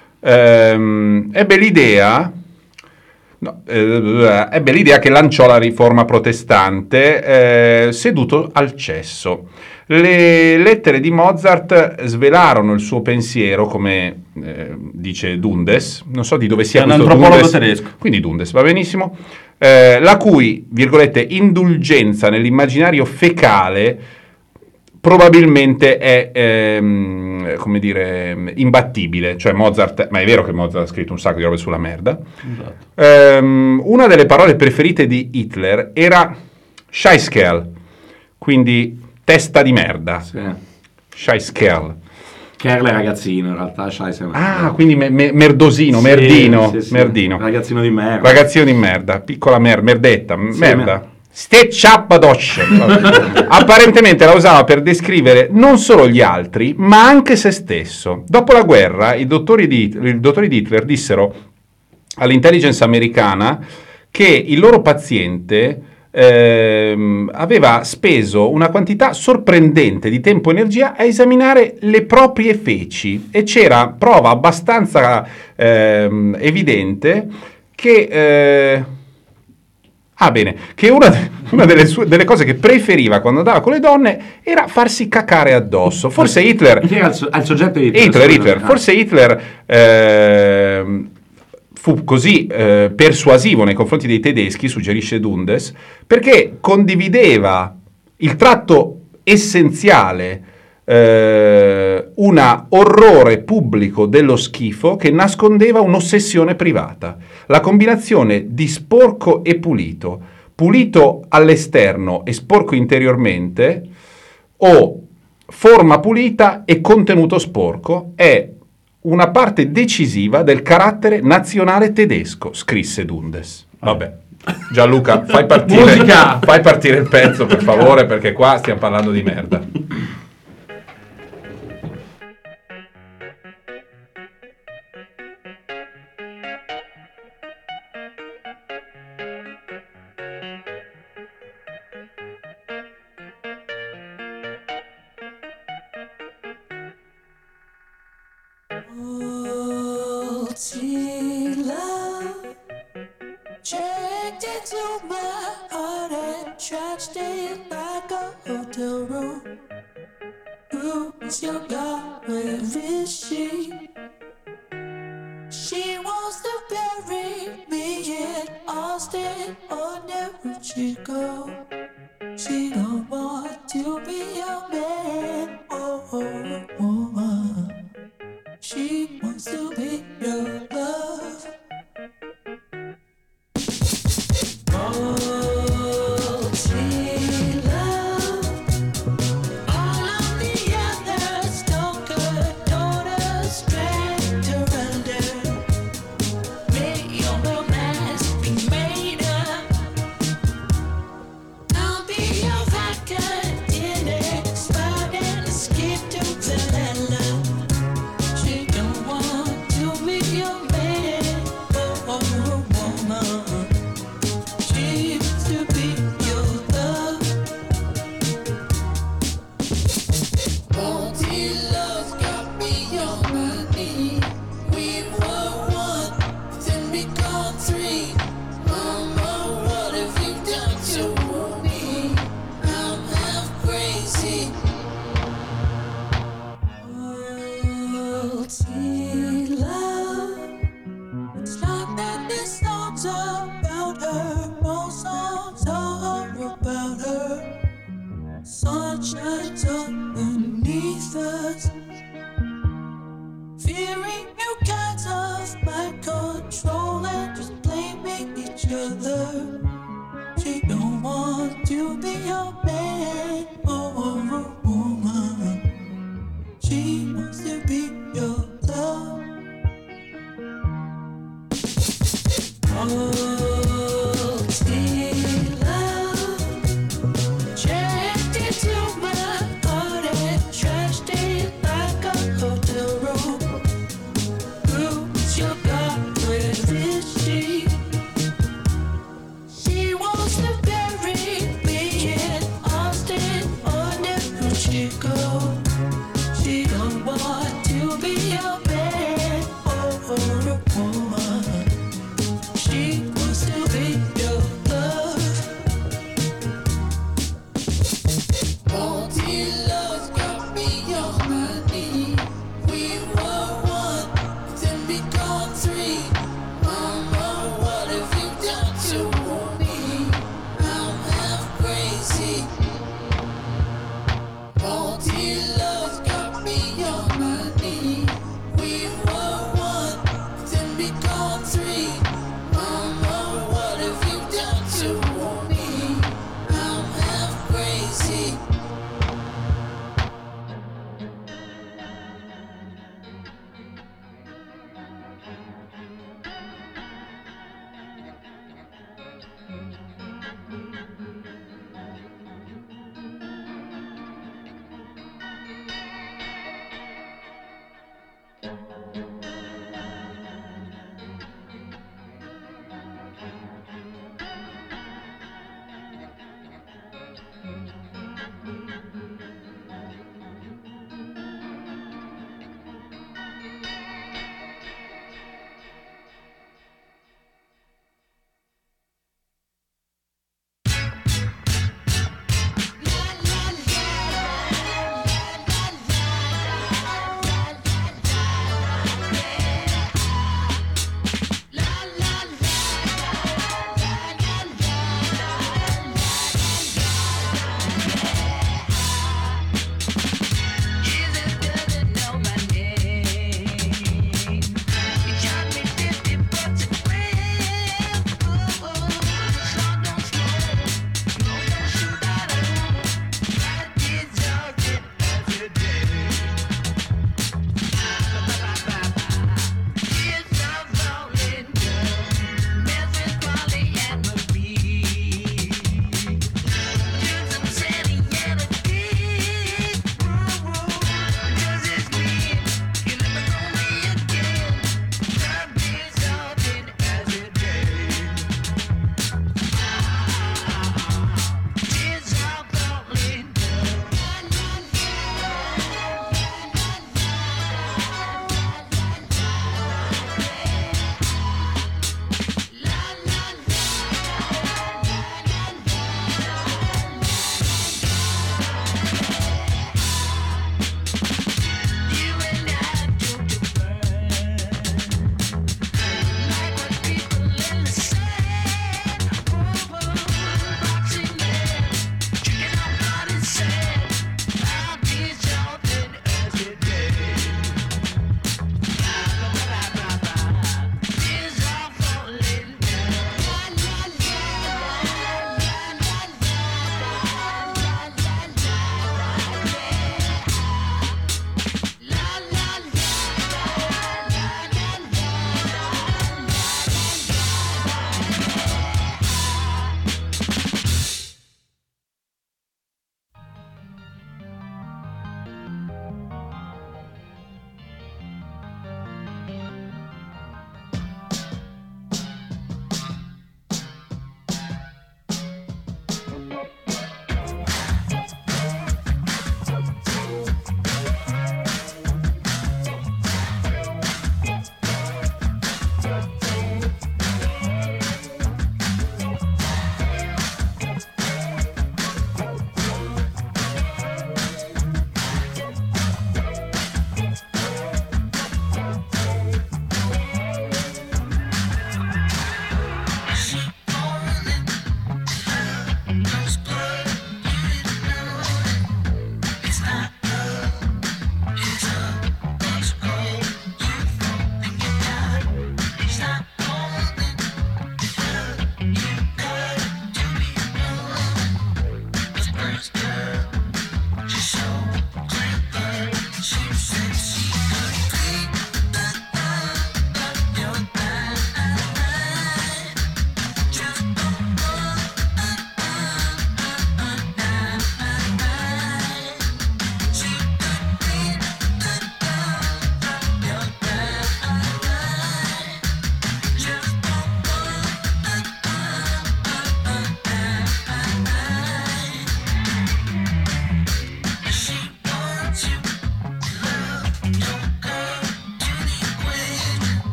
ehm, ebbe l'idea... No, eh, ebbe l'idea che lanciò la riforma protestante eh, seduto al cesso. Le lettere di Mozart svelarono il suo pensiero, come eh, dice Dundes, non so di dove sia È un questo antropologo Dundes, tedesco. quindi Dundes va benissimo, eh, la cui, virgolette, indulgenza nell'immaginario fecale probabilmente è, ehm, come dire, imbattibile. Cioè Mozart, ma è vero che Mozart ha scritto un sacco di robe sulla merda. Esatto. Ehm, una delle parole preferite di Hitler era Scheisskerl, quindi testa di merda. Sì. Scheisskerl. Kerl è ragazzino, in realtà Scheiße. Ah, quindi me- me- merdosino, Sì, merdino, sì, sì. merdino. Ragazzino di merda. Ragazzino di merda, piccola mer- merdetta, m- Sì, merda. Stecciappadosh. Apparentemente la usava per descrivere non solo gli altri, ma anche se stesso. Dopo la guerra, i dottori di, i dottori di Hitler dissero all'intelligence americana che il loro paziente ehm, aveva speso una quantità sorprendente di tempo e energia a esaminare le proprie feci e c'era prova abbastanza ehm, evidente che... Eh, Ah bene, che una, una delle, sue, delle cose che preferiva quando andava con le donne era farsi cacare addosso. Forse Hitler... Chi era il, so- il soggetto Hitler? Hitler, scusa. Hitler. Ah. Forse Hitler... ehm, fu così eh, persuasivo nei confronti dei tedeschi, suggerisce Dundes, perché condivideva il tratto essenziale, eh, un orrore pubblico dello schifo che nascondeva un'ossessione privata. La combinazione di sporco e pulito, pulito all'esterno e sporco interiormente, o forma pulita e contenuto sporco, è una parte decisiva del carattere nazionale tedesco, scrisse Dundes. Vabbè, Gianluca, fai partire, Musica! fai partire il pezzo per favore, perché qua stiamo parlando di merda. Guilty love checked into my heart and trashed it like a hotel room. Who is your God? Where is she? She wants to bury me in Austin or New Chico. She don't want to be a man or a woman. She wants to be your love. Guilty love. All of the others don't condone us, dragged around her. Make your romance be made up. I'll be your vodka, dinner, spot and escape to Valhalla. She don't want to be your man or a woman. She wants to be your love. Guilty love's got me on my knee. We were one, then become three. Mama, what have you done to me? I'm half crazy. Guilty love. It's not that this song's about her. Most songs are about her. Sun shines underneath us. Fearing new kinds of mind control and just blaming each other. She don't want to be a man or a woman. She wants to be your love. Guilty love checked into my heart and trashed it like a hotel room. Who's your God? Where is she? She wants to bury me in Austin or New Chico. She don't want to be a man or a woman. She wants to be your love. Guilty love's got me on my knee. We were one, then become three. Mama, what have you done to me? I'm half crazy. Guilty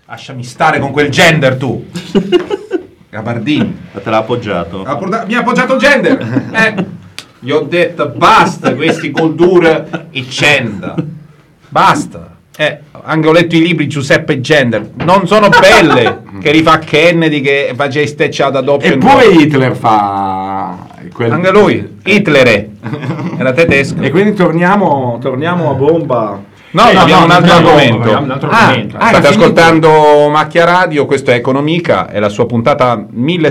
Lasciami stare con quel gender, tu. Gabardini. Te l'ha appoggiato. Ha porta- mi ha appoggiato il gender. Eh, gli ho detto basta questi culture e gender. Basta. Eh, anche ho letto i libri Giuseppe Gender. Non sono belle. Che rifà Kennedy, che faceva stecciato addoppio. Eppure Hitler fa quel... Anche lui. Hitler. Era tedesco. E quindi torniamo, torniamo a bomba. No, Eh, no, abbiamo no, un altro no, no, argomento. abbiamo un altro Ah, argomento. ah, State è finito? ascoltando Macchia Radio, questo è Economica, è la sua puntata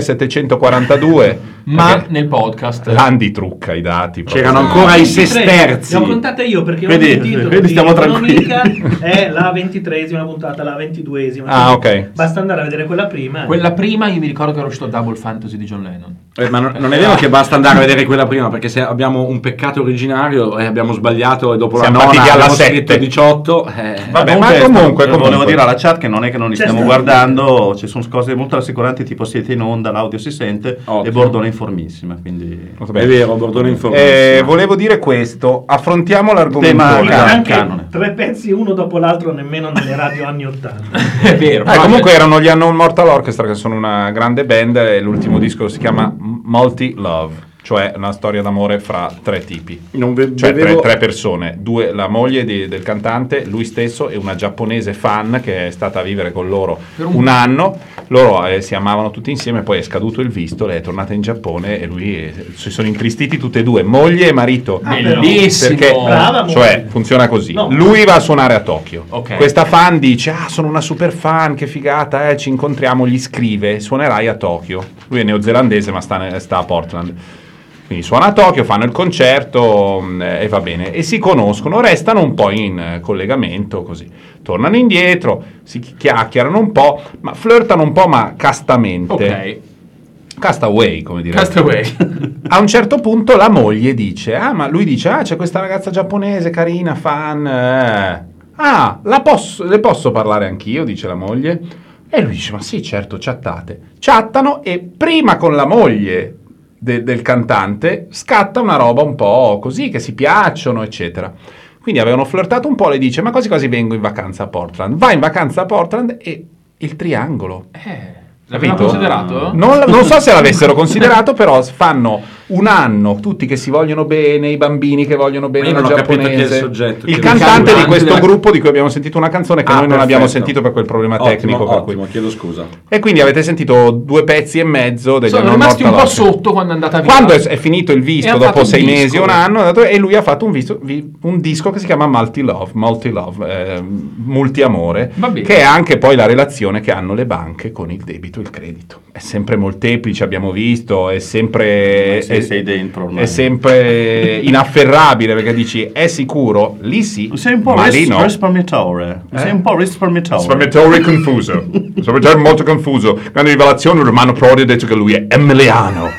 millesettecentoquarantadue. Ma perché nel podcast Landi trucca i dati. proprio. C'erano ancora i ventitré. sesterzi. Le ho contate io perché ho Vedi, il titolo vedi, di stiamo Economica è la ventitreesima puntata, la ventiduesima. Ah, Quindi ok. Basta andare a vedere quella prima. Quella prima io mi ricordo che era uscito Double Fantasy di John Lennon. Eh, ma non, non è vero che basta andare a vedere quella prima, perché se abbiamo un peccato originario e abbiamo sbagliato e dopo Siamo la nona partiti alla abbiamo scritto sette. diciotto, eh, Vabbè, ma comunque, volevo comunque. dire alla chat che non è che non li C'è stiamo stato. guardando, ci sono cose molto rassicuranti, tipo siete in onda, l'audio si sente Ottimo. e Bordone è informissima, quindi Molto è bene. vero, Bordone informato. Eh, volevo dire questo, affrontiamo l'argomento. Tema- Mica Canone, anche canone. tre pezzi uno dopo l'altro nemmeno nelle radio anni ottanta. È vero. Eh, comunque erano gli Unknown Mortal Orchestra, che sono una grande band, e l'ultimo disco si chiama Multi Love, cioè una storia d'amore fra tre tipi. Non ve- Cioè tre, vedevo- tre persone, due, la moglie di- del cantante, lui stesso e una giapponese fan che è stata a vivere con loro Per un- un anno. Loro eh, si amavano tutti insieme, poi è scaduto il visto, lei è tornata in Giappone e lui eh, si sono intristiti tutte e due, moglie e marito. Ah, però. Bellissimo. Perché Brava moglie. cioè funziona così. No. Lui va a suonare a Tokyo. Ok. Questa fan dice: "Ah, sono una super fan, che figata, eh, ci incontriamo", gli scrive: "Suonerai a Tokyo". Lui è neozelandese, ma sta, ne- sta a Portland. Quindi suona a Tokyo, fanno il concerto mh, e va bene. E si conoscono, restano un po' in eh, collegamento così. Tornano indietro, si chiacchierano un po', ma flirtano un po', ma castamente. Ok. Castaway, come dire. Castaway. A un certo punto la moglie dice: "Ah, ma lui dice, ah, c'è questa ragazza giapponese, carina, fan. eh. Ah, la posso, le posso parlare anch'io", dice la moglie. E lui dice: "Ma sì, certo, chattate". Chattano e prima con la moglie de- del cantante scatta una roba un po' così, che si piacciono, eccetera. Quindi avevano flirtato un po', le dice: "Ma quasi quasi vengo in vacanza a Portland". Va in vacanza a Portland e il triangolo. Eh, l'avevano Capito? considerato? Non, non so se l'avessero considerato, però fanno un anno tutti che si vogliono bene, i bambini che vogliono bene Ma io la non ho capito giapponese. chi è il soggetto, chi il è il cantante di cantante questo della- gruppo di cui abbiamo sentito una canzone che Ah, noi non abbiamo perfetto. sentito per quel problema Ottimo, tecnico. per ottimo, cui- chiedo scusa. E quindi avete sentito due pezzi e mezzo degli Sono Unknown rimasti un po' Mortal Orchestra. sotto quando è andata via. Quando è, è finito il E visto, ha dopo fatto un sei disco. mesi, un anno, è andato- e lui ha fatto un, visto- vi- un disco che si chiama Multi Love, Multi Love, eh, multiamore, Va bene. che è anche poi la relazione che hanno le banche con il debito e il credito. È sempre molteplice, abbiamo visto, è sempre... Sì, è, sei dentro ormai. è sempre inafferrabile, perché dici, è sicuro? Lì sì, Sei un po' ma lì ris- no. risparmiatore. Sei un po' risparmiatore. Risparmiatore confuso. Risparmiatore molto confuso. Grande rivelazione, Romano Prodi ha detto che lui è emiliano.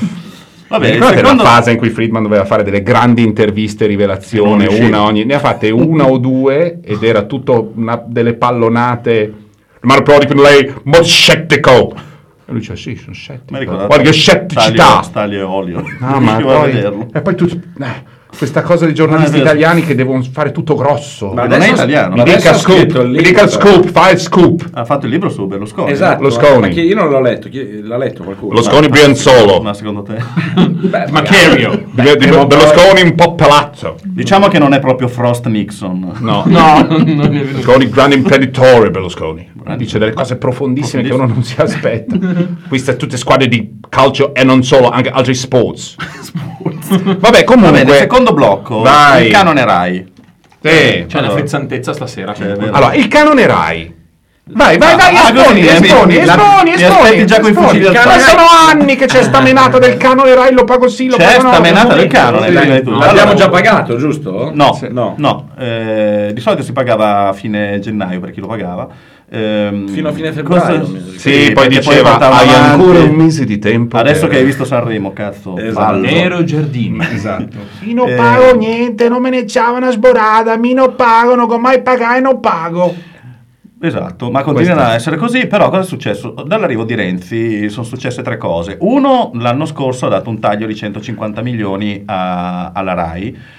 Vabbè, Mi ricordate secondo... la fase in cui Friedman doveva fare delle grandi interviste rivelazione, Non riusciva. una ogni, ne ha fatte una o due ed era tutto una, delle pallonate. Romano Prodi con lei molto scettico. E lui dice: "Sì, sono scettico". Mi ricordate? Guarda che scetticità. Taglio, taglio e olio. Ah, ma Riuscivo a poi, vederlo. e poi tu, eh, questa cosa dei giornalisti Ah, è vero. italiani che devono fare tutto grosso. Ma non è adesso- italiano. mi adesso dica ha scoop, scritto il mi libro, dica il però. scoop, fai il scoop. Ha fatto il libro su Berlusconi. Esatto, Lo Sconi. ma chi- io non l'ho letto, chi- l'ha letto qualcuno? Lo Sconi Brianzolo. Ma secondo te? Beh, Macario. Beh, Di- prima o dello poi- Sconi un po' palazzo. Diciamo che non è proprio Frost Nixon. No. No, non è venuto. Berlusconi, grande imprenditore Berlusconi. Dice delle cose profondissime che uno non si aspetta. Queste tutte squadre di calcio e non solo, anche altri sports. Vabbè, comunque. Vabbè, nel secondo blocco, Vai. il canone Rai. Sì. C'è la Allora. frizzantezza stasera. Cioè, comunque. vero. Allora, il canone Rai. Vai, vai, vai, Ah, esponi, così, esponi, mi- la- esponi, mi esponi. aspetti già coi esponi. fucili Ma d'assalto. sono anni che c'è sta menata del canone Rai, lo pago sì, lo C'è pago no. sta menata del Sì. canone. Dai, prima di tutto. l'abbiamo Allora, già pagato, giusto? No, Sì. no, no. Eh, di solito si pagava a fine gennaio per chi lo pagava. Ehm, Fino a fine febbraio, cosa- mi sa. Sì, sì, poi perché diceva, portava hai avanti. ancora un mese di tempo. Adesso per- che hai visto Sanremo, cazzo, Esatto. fallo. Nero Giardini. Esatto. Io non Eh. pago niente, non me ne c'ha una sborada, mi non pago, non mai pagare, non pago. Esatto, ma continuerà Questo. a essere così, però cosa è successo? Dall'arrivo di Renzi sono successe tre cose. Uno, l'anno scorso ha dato un taglio di centocinquanta milioni a- alla RAI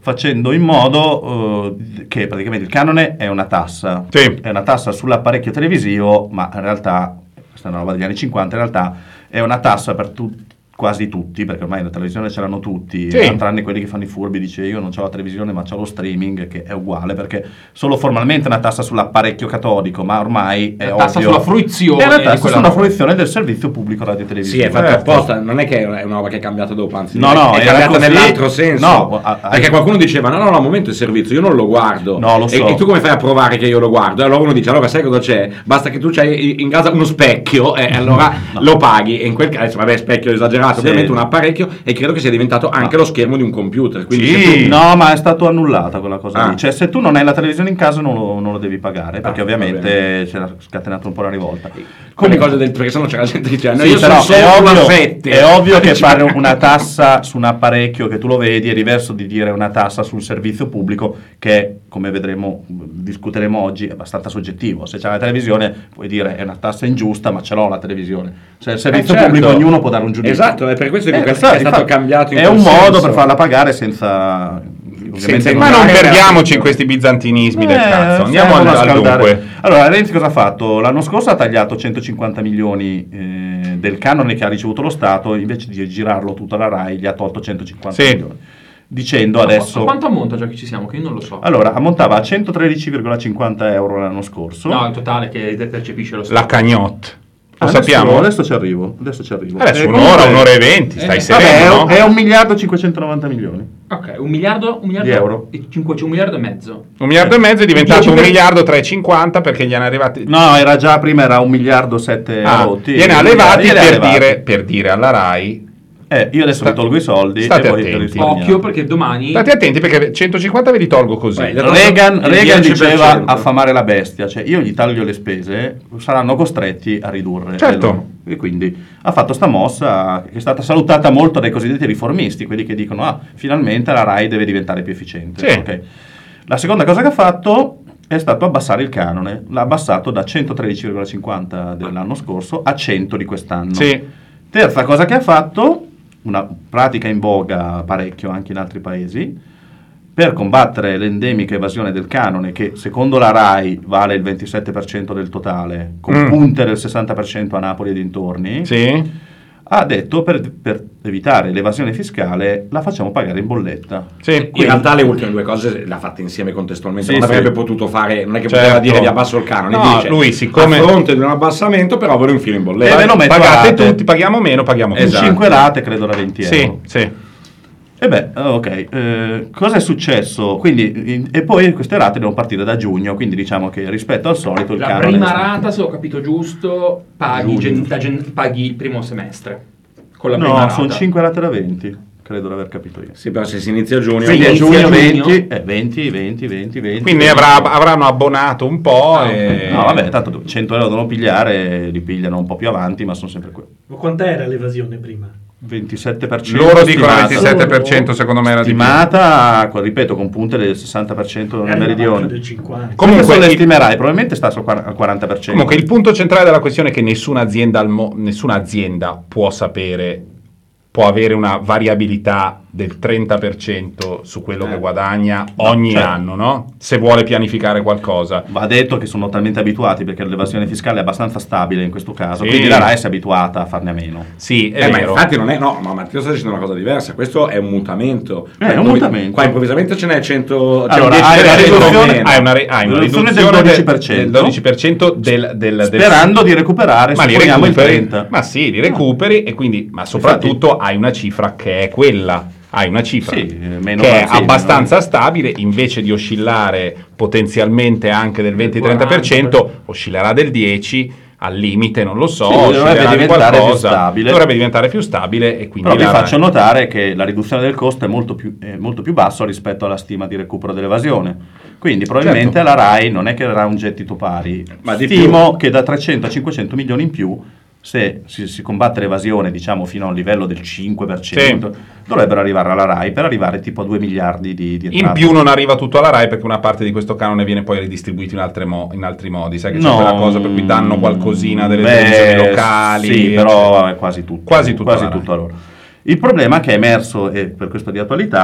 facendo in modo uh, che praticamente il canone è una tassa, Sì. è una tassa sull'apparecchio televisivo, ma in realtà, questa è una roba degli anni cinquanta, in realtà è una tassa per tutti, quasi tutti, perché ormai la televisione ce l'hanno tutti, Sì. tranne quelli che fanno i furbi, dice io non ho la televisione ma ho lo streaming, che è uguale, perché solo formalmente è una tassa sull'apparecchio catodico, ma ormai è La tassa ovvio, sulla fruizione è una di tassa quella sulla roba. fruizione del servizio pubblico radiotelevisivo. Sì, è fatto Certo. apposta, non è che è una roba che è cambiata dopo, anzi No, no, è era cambiata così. nell'altro senso. No, a- a- perché qualcuno diceva no, no, no, al momento il servizio, io non lo guardo. No, lo so. E, e tu come fai a provare che io lo guardo? E allora uno dice, allora sai cosa c'è? Basta che tu c'hai in casa uno specchio e allora lo paghi. E in quel caso, vabbè, specchio esagerato, Sì. ovviamente un apparecchio, e credo che sia diventato anche lo schermo di un computer. Quindi se Sì, tu- no, ma è stato annullata quella cosa Ah. lì. Cioè, se tu non hai la televisione in casa non lo, non lo devi pagare, perché Ah, va ovviamente c'era scatenato un po' la rivolta. quelle cose del, perché sennò c'era gente che diceva no, Sì, io sono però solo è una ovvio, fette. è ovvio che fare una tassa su un apparecchio che tu lo vedi è diverso di dire una tassa su un servizio pubblico che, come vedremo, discuteremo oggi, è abbastanza soggettivo. Se c'è la televisione puoi dire è una tassa ingiusta, ma ce l'ho la televisione. Se è il servizio Eh, certo. pubblico ognuno può dare un giudizio. Esatto, è per questo che Eh, è sa, stato infatti, cambiato in è quel un modo senso. per farla pagare senza, ovviamente Senza Ma non Eh, perdiamoci in questi bizantinismi del Eh, cazzo. Andiamo al, stiamo a al scaldare. dunque. Allora, Renzi cosa ha fatto? L'anno scorso ha tagliato centocinquanta milioni eh, del canone che ha ricevuto lo Stato, invece di girarlo tutto alla RAI gli ha tolto centocinquanta Sì. milioni. Dicendo A adesso... quanto ammonta già che ci siamo? Che io non lo so. Allora, ammontava a centotredici virgola cinquanta euro l'anno scorso. No, in totale che percepisce lo La Stato. cagnotte. Lo Ah, adesso- sappiamo? Adesso ci arrivo. Adesso ci arrivo. Adesso Eh, un'ora, comunque- un'ora e venti, stai Eh, sereno, Vabbè, è, no? un- è un miliardo e cinquecentonovanta milioni. Ok, un miliardo, un miliardo Di euro. e cinque, un miliardo e mezzo. Un miliardo e mezzo è diventato dieci un per- miliardo trecentocinquanta perché gli hanno arrivati... No, era già prima era un miliardo sette Ah, rotti. gliene ha Un levati miliardo, per gliene ha levati. dire, per dire alla RAI Eh, io adesso Sta- vi tolgo i soldi state e voi attenti. risparmiate. Occhio perché domani... state attenti perché centocinquanta ve li tolgo così. Beh, Reagan, Il Reagan dieci per diceva cento. affamare la bestia, cioè io gli taglio le spese, saranno costretti a ridurre. Certo. le loro. E quindi ha fatto sta mossa che è stata salutata molto dai cosiddetti riformisti, quelli che dicono ah, finalmente la RAI deve diventare più efficiente. Sì. Ok. La seconda cosa che ha fatto è stato abbassare il canone, l'ha abbassato da centotredici virgola cinquanta dell'anno scorso a cento di quest'anno. Sì. Terza cosa che ha fatto, una pratica in voga parecchio anche in altri paesi, per combattere l'endemica evasione del canone, che secondo la RAI vale il ventisette per cento del totale, con Mm. punte del sessanta per cento a Napoli e dintorni, Sì? ha detto per, per evitare l'evasione fiscale la facciamo pagare in bolletta. Sì. In realtà le ultime due cose le ha fatte insieme contestualmente, Sì, non avrebbe sì. potuto fare, non è che Certo. poteva dire vi abbasso il canone, No, dice lui siccome- a fronte di un abbassamento però ve lo infilo in bolletta. Eh, ve lo metto Pagate a rate. tutti, paghiamo meno, paghiamo più. In Esatto. cinque rate credo da venti Sì, euro. sì. E beh, ok, eh, cosa è successo? Quindi, in- e poi queste rate devono partire da giugno, quindi diciamo che rispetto al solito il La canone... prima rata, se ho capito giusto, paghi, Giugno. gen- da gen- paghi il primo semestre. Con la prima No, rata. sono cinque rate da venti, credo di aver capito io. Sì, però se si inizia a giugno, Quindi a inizia giugno a giugno? venti, eh, venti, venti, venti, venti. Quindi avrà- avranno abbonato un po' Ah, e... No, vabbè, tanto cento euro devono pigliare, li pigliano un po' più avanti, ma sono sempre quelli. Ma quant'era l'evasione prima? ventisette per cento Loro dicono stimata. ventisette per cento, secondo me era di più. Stimata, co- ripeto, con punte del sessanta per cento nel Eh, meridione. del cinquanta. Comunque Comunque, le il- stimerai, probabilmente sta sul quar- al quaranta per cento. Comunque il punto centrale della questione è che nessuna azienda, al mo- nessuna azienda può sapere, può avere una variabilità del trenta per cento su quello che guadagna ogni certo. anno, no? Se vuole pianificare qualcosa. Va detto che sono talmente abituati perché l'evasione fiscale è abbastanza stabile in questo caso, Sì. quindi la RAI si è abituata a farne a meno. Sì, è Eh, ma vero. infatti non è, no, ma Matteo sta dicendo una cosa diversa, questo è un mutamento. Eh, è un Qua- mutamento. Qua improvvisamente ce n'è cento, c'è Allora, un hai la dieci per cento riduzione- meno. Hai una, re- hai una Riduzione riduzione del del dodici per cento. del dodici per cento del, del, del- Sperando di recuperare, ma li supponiamo il recuperi, trenta. ma sì, li recuperi e quindi, ma soprattutto hai una cifra che è quella, hai una cifra Sì, eh, meno che è sì, abbastanza meno- stabile, invece di oscillare potenzialmente anche del venti-trenta per cento, oscillerà del dieci, al limite non lo so, Sì, dovrebbe oscillerà di diventare più qualcosa, stabile. dovrebbe diventare più stabile e quindi Però vi la- faccio notare che la riduzione del costo è molto più, è molto più basso rispetto alla stima di recupero dell'evasione. Quindi probabilmente Certo. la RAI non è che avrà un gettito pari, Ma di stimo che da trecento a cinquecento milioni in più, se si, si combatte l'evasione diciamo fino a un livello del cinque per cento, dovrebbero arrivare alla RAI per arrivare tipo a due miliardi di, di in entrate. più non arriva tutto alla RAI perché una parte di questo canone viene poi ridistribuito in, altre mo- in altri modi, sai che c'è No, quella cosa per cui danno qualcosina delle beh, televisioni locali, sì, però è quasi tutto. Quasi tutto quasi alla tutto a loro. Il problema che è emerso, e per questo di attualità,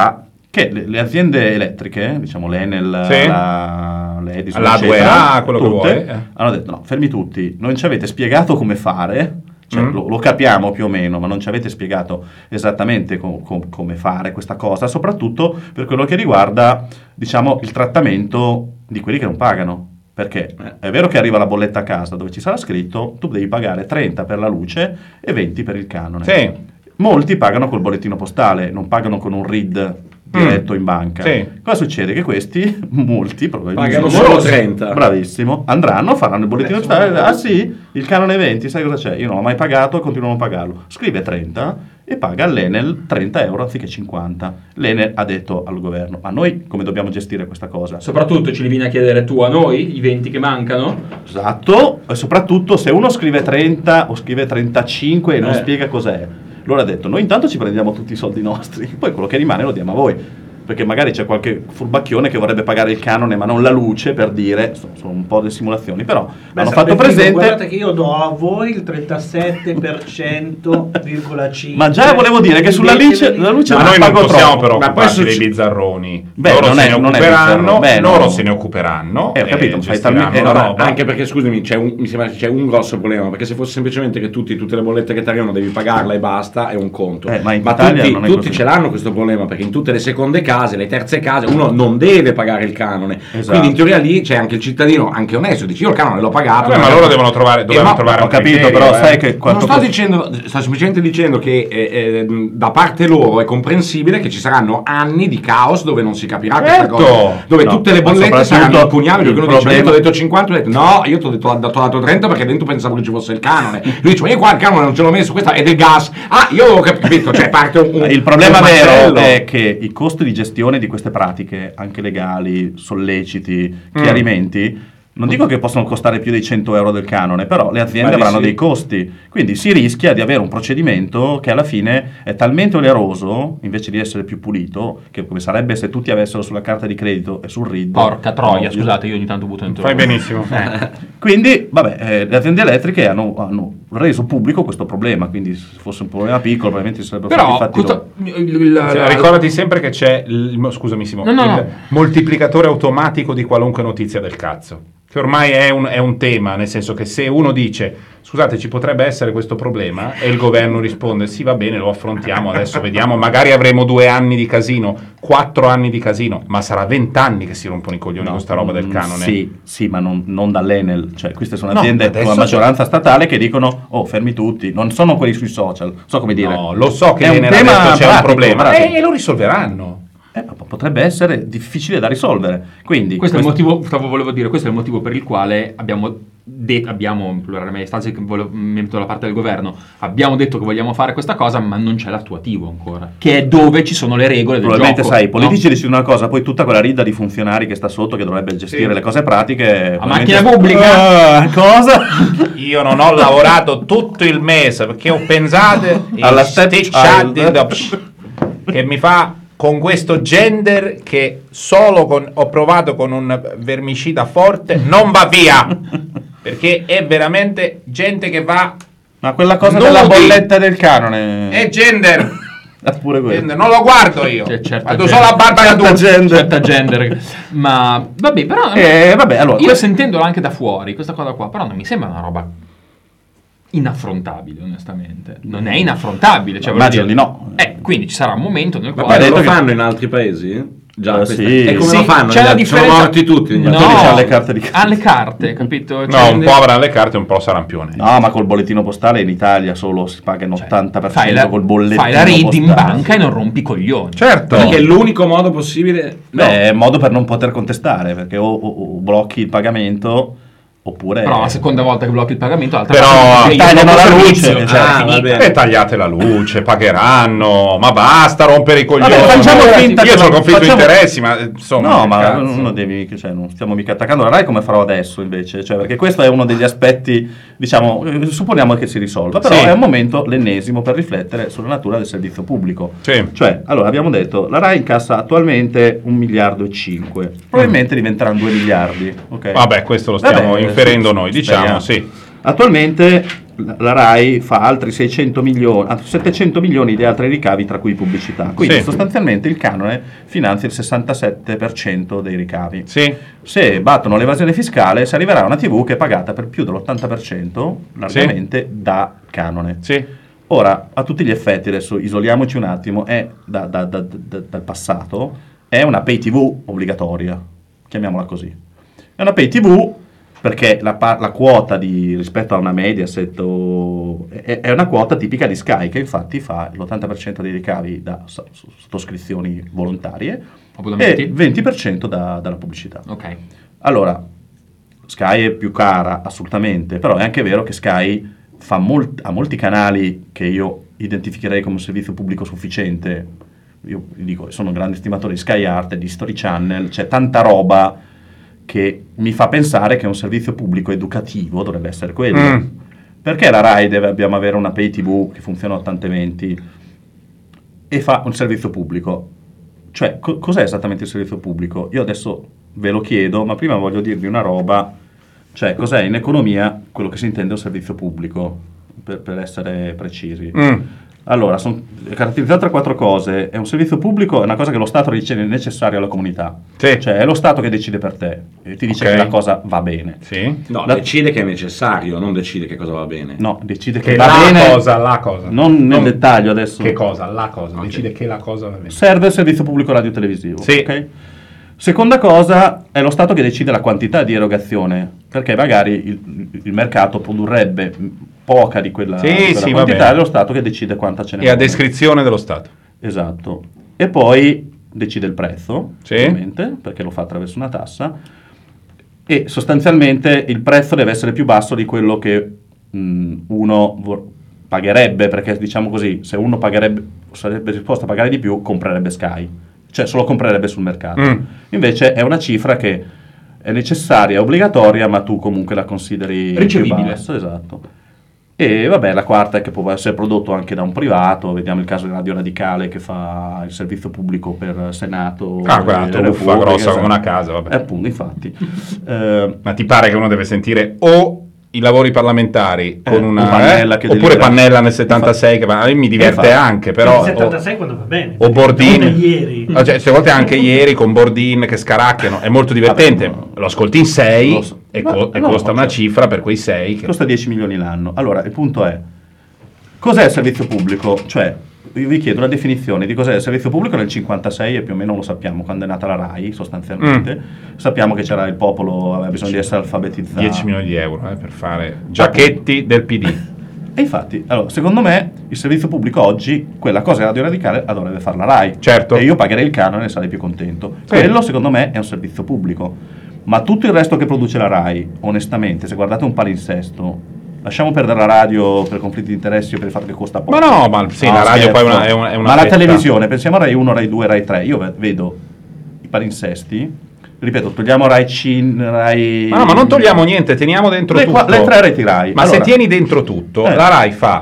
che le, le aziende elettriche, diciamo l'Enel, Sì. la, l'Edison, La eccetera, due A, quello che tutte, vuoi, eh. hanno detto no, fermi tutti, non ci avete spiegato come fare, cioè, Mm. lo, lo capiamo più o meno, ma non ci avete spiegato esattamente co- co- come fare questa cosa, soprattutto per quello che riguarda, diciamo, il trattamento di quelli che non pagano. Perché è vero che arriva la bolletta a casa dove ci sarà scritto tu devi pagare trenta per la luce e venti per il canone. Sì. Molti pagano col bollettino postale, non pagano con un R I D diretto in banca. Sì. Cosa succede? Che questi, molti probabilmente, Pagano solo trenta. Bravissimo, andranno, faranno il bollettino postale, ah sì, il canone venti, sai cosa c'è? Io non l'ho mai pagato e continuo a non pagarlo. Scrive trenta e paga all'Enel trenta euro anziché cinquanta. L'Enel ha detto al governo, ma noi come dobbiamo gestire questa cosa? Soprattutto ce li vieni a chiedere tu a noi, i venti che mancano? Esatto, e soprattutto se uno scrive trenta o scrive trentacinque e non Eh. spiega cos'è. Loro ha detto, noi intanto ci prendiamo tutti i soldi nostri, poi quello che rimane lo diamo a voi. Perché magari c'è qualche furbacchione che vorrebbe pagare il canone ma non la luce, per dire, sono, sono un po' di simulazioni, però Beh, hanno sarebbe fatto figo, presente... guardate che io do a voi il trentasette per cento virgola cinque. Ma già volevo dire che sulla luce, la luce Ma non noi non pago possiamo troppo. però Ma poi occuparci succe- dei bizzarroni. Beh, loro non se è- ne non è occuperanno, bizzarro. Beh, loro no. se ne occuperanno. Eh, ho capito, e ma fai gestiranno talmente- la eh, no, roba. Anche perché, scusami, c'è un, mi sembra che c'è un grosso problema, perché se fosse semplicemente che tutti, tutte le bollette che ti arrivano devi pagarla e basta, è un conto. Eh, ma in Italia tutti, non è tutti così. ce l'hanno questo problema, perché in tutte le seconde case, le terze case, uno non deve pagare il canone. Esatto. Quindi in teoria lì c'è anche il cittadino, anche onesto, dice io il canone l'ho pagato. Vabbè, ma loro devono trovare, dovevano ma- trovare Ho un capito, criterio, però eh. sai che Non quanto sto costa- dicendo, sto semplicemente dicendo che eh, eh, da parte loro è comprensibile che ci saranno anni di caos dove non si capirà Certo! questa cosa, dove No, tutte le ma bollette saranno soprattutto impugnabili. il Perché uno dice, io problema- ti ho detto cinquanta, ho detto no, io ti ho detto, ho dato, ho dato trenta perché dentro pensavo che ci fosse il canone. Lui dice, ma io qua il canone non ce l'ho messo, questa è del gas. Ah, io ho capito, cioè parte un, un Il problema un vero macello. è che i costi di gestione di queste pratiche, anche legali, solleciti, chiarimenti, non dico che possono costare più dei cento euro del canone, però le aziende Ma di avranno sì. dei costi. Quindi si rischia di avere un procedimento che alla fine è talmente oneroso, invece di essere più pulito, che come sarebbe se tutti avessero sulla carta di credito e sul R I D. Porca troia, ovvio. scusate, io ogni tanto butto dentro. Fai benissimo. Quindi, vabbè, eh, le aziende elettriche hanno, hanno reso pubblico questo problema, quindi se fosse un problema piccolo probabilmente si sarebbero Però, stati fatti cosa- loro. il- il- Sì, la- ricordati sempre che c'è il, scusami Simo, No, no, il no. moltiplicatore automatico di qualunque notizia del cazzo. Che ormai è un, è un tema, nel senso che se uno dice scusate ci potrebbe essere questo problema e il governo risponde sì va bene lo affrontiamo adesso vediamo magari avremo due anni di casino, quattro anni di casino, ma sarà vent'anni che si rompono i coglioni con questa roba del mm, canone. Sì, sì, ma non, non dall'Enel, cioè queste sono No, aziende adesso con la maggioranza statale che dicono oh fermi tutti, non sono quelli sui social, so come dire. No, lo so che È un Enel ha tema detto c'è un pratico, problema pratico. e lo risolveranno. Eh, ma potrebbe essere difficile da risolvere. Quindi Questo è il motivo, stavo volevo dire, questo è il motivo per il quale abbiamo detto, abbiamo in plurale maestranza che volevo- mi metto dalla parte del governo, abbiamo detto che vogliamo fare questa cosa, ma non c'è l'attuativo ancora, che è dove ci sono le regole del probabilmente gioco. sai, i no? politici decidono una cosa, poi tutta quella rida di funzionari che sta sotto che dovrebbe gestire Sì. le cose pratiche. A probabilmente- macchina pubblica? Ah, cosa? Io non ho lavorato tutto il mese perché ho pensato Alla in step sti child. chat che mi fa con questo gender che solo con, ho provato con un vermicida forte non va via perché è veramente gente che va Ma quella cosa Nudi. della bolletta del canone è gender, è pure quello. gender, non lo guardo io C'è certa guardo gente. solo la barba da Certa adulto. gente. Certa gender. Ma vabbè, però Eh, vabbè, allora, io questo- sentendola anche da fuori, questa cosa qua, però non mi sembra una roba inaffrontabile, onestamente. Non è inaffrontabile, cioè, voglio immagino dire- di no. Eh, quindi ci sarà un momento nel Ma quale poi detto lo che- fanno in altri paesi? Già, Eh, questa- sì. E come Sì, lo fanno? c'è la Sono differenza- morti tutti. negli No, altri Quelli paesi. c'hanno le carte di credito. alle carte, capito? No, Cioè, un po' avrà le carte e un po' sarà un pione. No, ma col bollettino postale in Italia solo si paga il ottanta per cento fai la, col bollettino fai la read in postale. banca e non rompi i coglioni. Certo. Perché è l'unico modo possibile. No. Beh, è un modo per non poter contestare, perché o, o- o blocchi il pagamento oppure... Però la seconda volta che blocchi il pagamento, l'altra Però volta che io tagliano blocco la il luce, servizio, cioè, è ah, finita. va bene. E tagliate la luce, pagheranno, ma basta rompere i coglioni. Vabbè, facciamo finta Io che- ho conflitto di facciamo- interessi, ma eh, insomma. No, che ma cazzo. non devi, cioè, non stiamo mica attaccando la RAI come farò adesso invece, cioè, perché questo è uno degli aspetti, diciamo, eh, supponiamo che si risolva, però Sì. è un momento, l'ennesimo, per riflettere sulla natura del servizio pubblico. Sì. Cioè, allora abbiamo detto, la RAI incassa attualmente un miliardo e cinque, probabilmente diventeranno due miliardi, ok? Vabbè, questo lo stiamo Vabbè, inferendo sì, noi, diciamo, speriamo. sì. Attualmente la Rai fa altri seicento milioni, settecento milioni di altri ricavi, tra cui pubblicità. Quindi Sì. sostanzialmente il canone finanzia il sessantasette per cento dei ricavi. Sì. Se battono l'evasione fiscale, si arriverà a una tivù che è pagata per più dell'ottanta per cento largamente da canone. Sì. Ora, a tutti gli effetti, adesso isoliamoci un attimo, è da- da- da- da- dal passato, è una pay tivù obbligatoria, chiamiamola così. È una pay tivù perché la, pa- la quota di, rispetto a una Mediaset o- è, è una quota tipica di Sky, che infatti fa l'ottanta per cento dei ricavi da so- sottoscrizioni volontarie Abbonamenti? e venti per cento da- dalla pubblicità. Ok. Allora, Sky è più cara assolutamente, però è anche vero che Sky fa molt- ha molti canali che io identificherei come un servizio pubblico sufficiente. Io dico, sono un grande stimatore di Sky Art, di History Channel, c'è tanta roba che mi fa pensare che un servizio pubblico educativo dovrebbe essere quello. Mm. Perché la Rai deve dobbiamo avere una pay tivù che funziona a ottanta venti e fa un servizio pubblico? Cioè, co- cos'è esattamente il servizio pubblico? Io adesso ve lo chiedo, ma prima voglio dirvi una roba, cioè cos'è in economia quello che si intende un servizio pubblico, per, per essere precisi. Mm. Allora, sono caratterizzate da quattro cose. È un servizio pubblico, è una cosa che lo Stato ritiene necessaria alla comunità. Sì. Cioè è lo Stato che decide per te e ti dice Ok. che la cosa va bene. Sì. No, La- decide che è necessario, non decide che cosa va bene. No, decide che, Che va la bene, cosa, la cosa. non nel dettaglio adesso. Che cosa? La cosa. Decide che la cosa va bene. Serve il servizio pubblico radiotelevisivo. Sì. Ok? Seconda cosa, è lo Stato che decide la quantità di erogazione, perché magari il, il mercato produrrebbe poca di quella, Sì, di quella sì, va quantità, bene. è lo Stato che decide quanta ce ne E a vuole. descrizione dello Stato. Esatto. E poi decide il prezzo, Sì. ovviamente, perché lo fa attraverso una tassa, e sostanzialmente il prezzo deve essere più basso di quello che mh, uno vor- pagherebbe, perché diciamo così, se uno pagherebbe, sarebbe disposto a pagare di più, comprerebbe Sky, cioè solo comprerebbe sul mercato. Mm. Invece è una cifra che è necessaria, obbligatoria, ma tu comunque la consideri più Ricevibile. basso, esatto. E vabbè, la quarta è che può essere prodotto anche da un privato, vediamo il caso di Radio Radicale che fa il servizio pubblico per Senato. Ah, e quella le truffa Repubbliche, grossa esatto. come una casa, vabbè. Eh, appunto, infatti. Eh, Ma ti pare che uno deve sentire o i lavori parlamentari con Eh, una o Pannella eh, che oppure delibera. Pannella nel settantasei che va- a me mi diverte Infatti. anche, però il settantasei quando va bene. o Bordin, Come ieri. Ah, cioè, queste volte anche ieri con Bordin che scaracchiano, è molto divertente. Vabbè, no. Lo ascolti in sei Lo so. e, Ma- co- e no, costa una certo. cifra per quei sei che... costa dieci milioni l'anno. Allora, il punto è, cos'è il servizio pubblico? Cioè, io vi chiedo una definizione di cos'è il servizio pubblico nel cinquantasei, e più o meno lo sappiamo, quando è nata la RAI, sostanzialmente. Mm. Sappiamo che c'era il popolo, aveva bisogno di essere alfabetizzato. dieci milioni di euro eh, per fare giacchetti del P D. E infatti, allora, secondo me, il servizio pubblico oggi, quella cosa Radio Radicale la dovrebbe fare la RAI. Certo. E io pagherei il canone e sarei più contento. Sì. Quello, secondo me, è un servizio pubblico. Ma tutto il resto che produce la RAI, onestamente, se guardate un palinsesto, lasciamo perdere la radio per conflitti di interessi o per il fatto che costa poco. Ma no, ma sì, la radio poi è una- è una- è una Ma la fetta. televisione, pensiamo a Rai uno, Rai due, Rai tre. Io ve- vedo i palinsesti, ripeto, togliamo Rai Cin, Rai... Ma no, ma non togliamo niente, teniamo dentro le, tutto. qua- le tre reti Rai. Ma Allora, se tieni dentro tutto, Eh. la RAI fa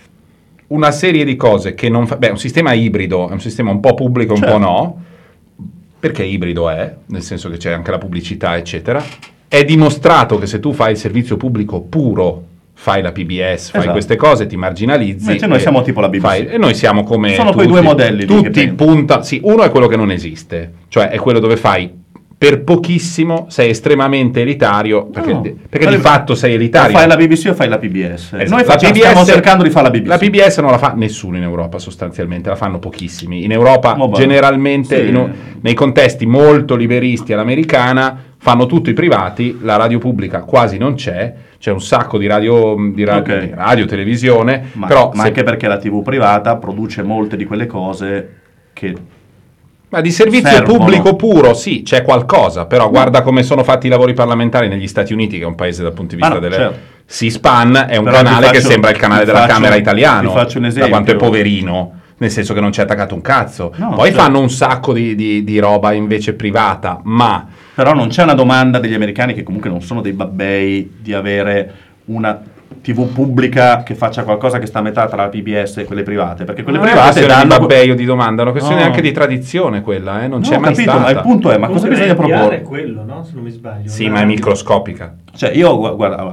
una serie di cose che non fa... Beh, è un sistema ibrido, è un sistema un po' pubblico, un Certo. po' no, perché ibrido è, nel senso che c'è anche la pubblicità, eccetera. È dimostrato che se tu fai il servizio pubblico puro, fai la P B S, fai Esatto. queste cose, ti marginalizzi. Invece noi e siamo tipo la B B C. fai- e noi siamo come Sono quei tutti, due modelli lì che tutti penso. punta... Sì, uno è quello che non esiste, cioè è quello dove fai per pochissimo sei estremamente elitario, perché, No. perché Ma di le- fatto sei elitario. O fai la B B C o fai la P B S. Esatto. Noi La facciamo, P B S stiamo cercando di fare la B B C. La P B S non la fa nessuno in Europa sostanzialmente, la fanno pochissimi. In Europa Ma va. generalmente, Sì. in- nei contesti molto liberisti all'americana, fanno tutto i privati, la radio pubblica quasi non c'è, c'è un sacco di radio, di radio, Ok. di radio, televisione, Ma, però ma se- anche perché la tivù privata produce molte di quelle cose che... ma di servizio servono. pubblico puro sì, c'è qualcosa, però guarda come sono fatti i lavori parlamentari negli Stati Uniti, che è un paese dal punto di vista Ah, no, delle... certo. C-SPAN è un Però canale vi che faccio- sembra il canale vi della faccio- Camera italiano, vi faccio un da esempio. quanto è poverino, nel senso che non ci è attaccato un cazzo. No, Poi certo. fanno un sacco di, di- di roba invece privata, ma Però non c'è una domanda degli americani, che comunque non sono dei babbei, di avere una tivù pubblica che faccia qualcosa che sta a metà tra la P B S e quelle private, perché quelle non è una private questione di danno... babbei o di domanda, è una questione No. anche di tradizione quella, eh? non No, c'è ho mai capito, stata. ma il punto è, ma cosa Comunque bisogna la N P R proporre? è quello, no? Se non mi sbaglio. Sì, La ma è radio. microscopica. Cioè io, gu- guarda, allora,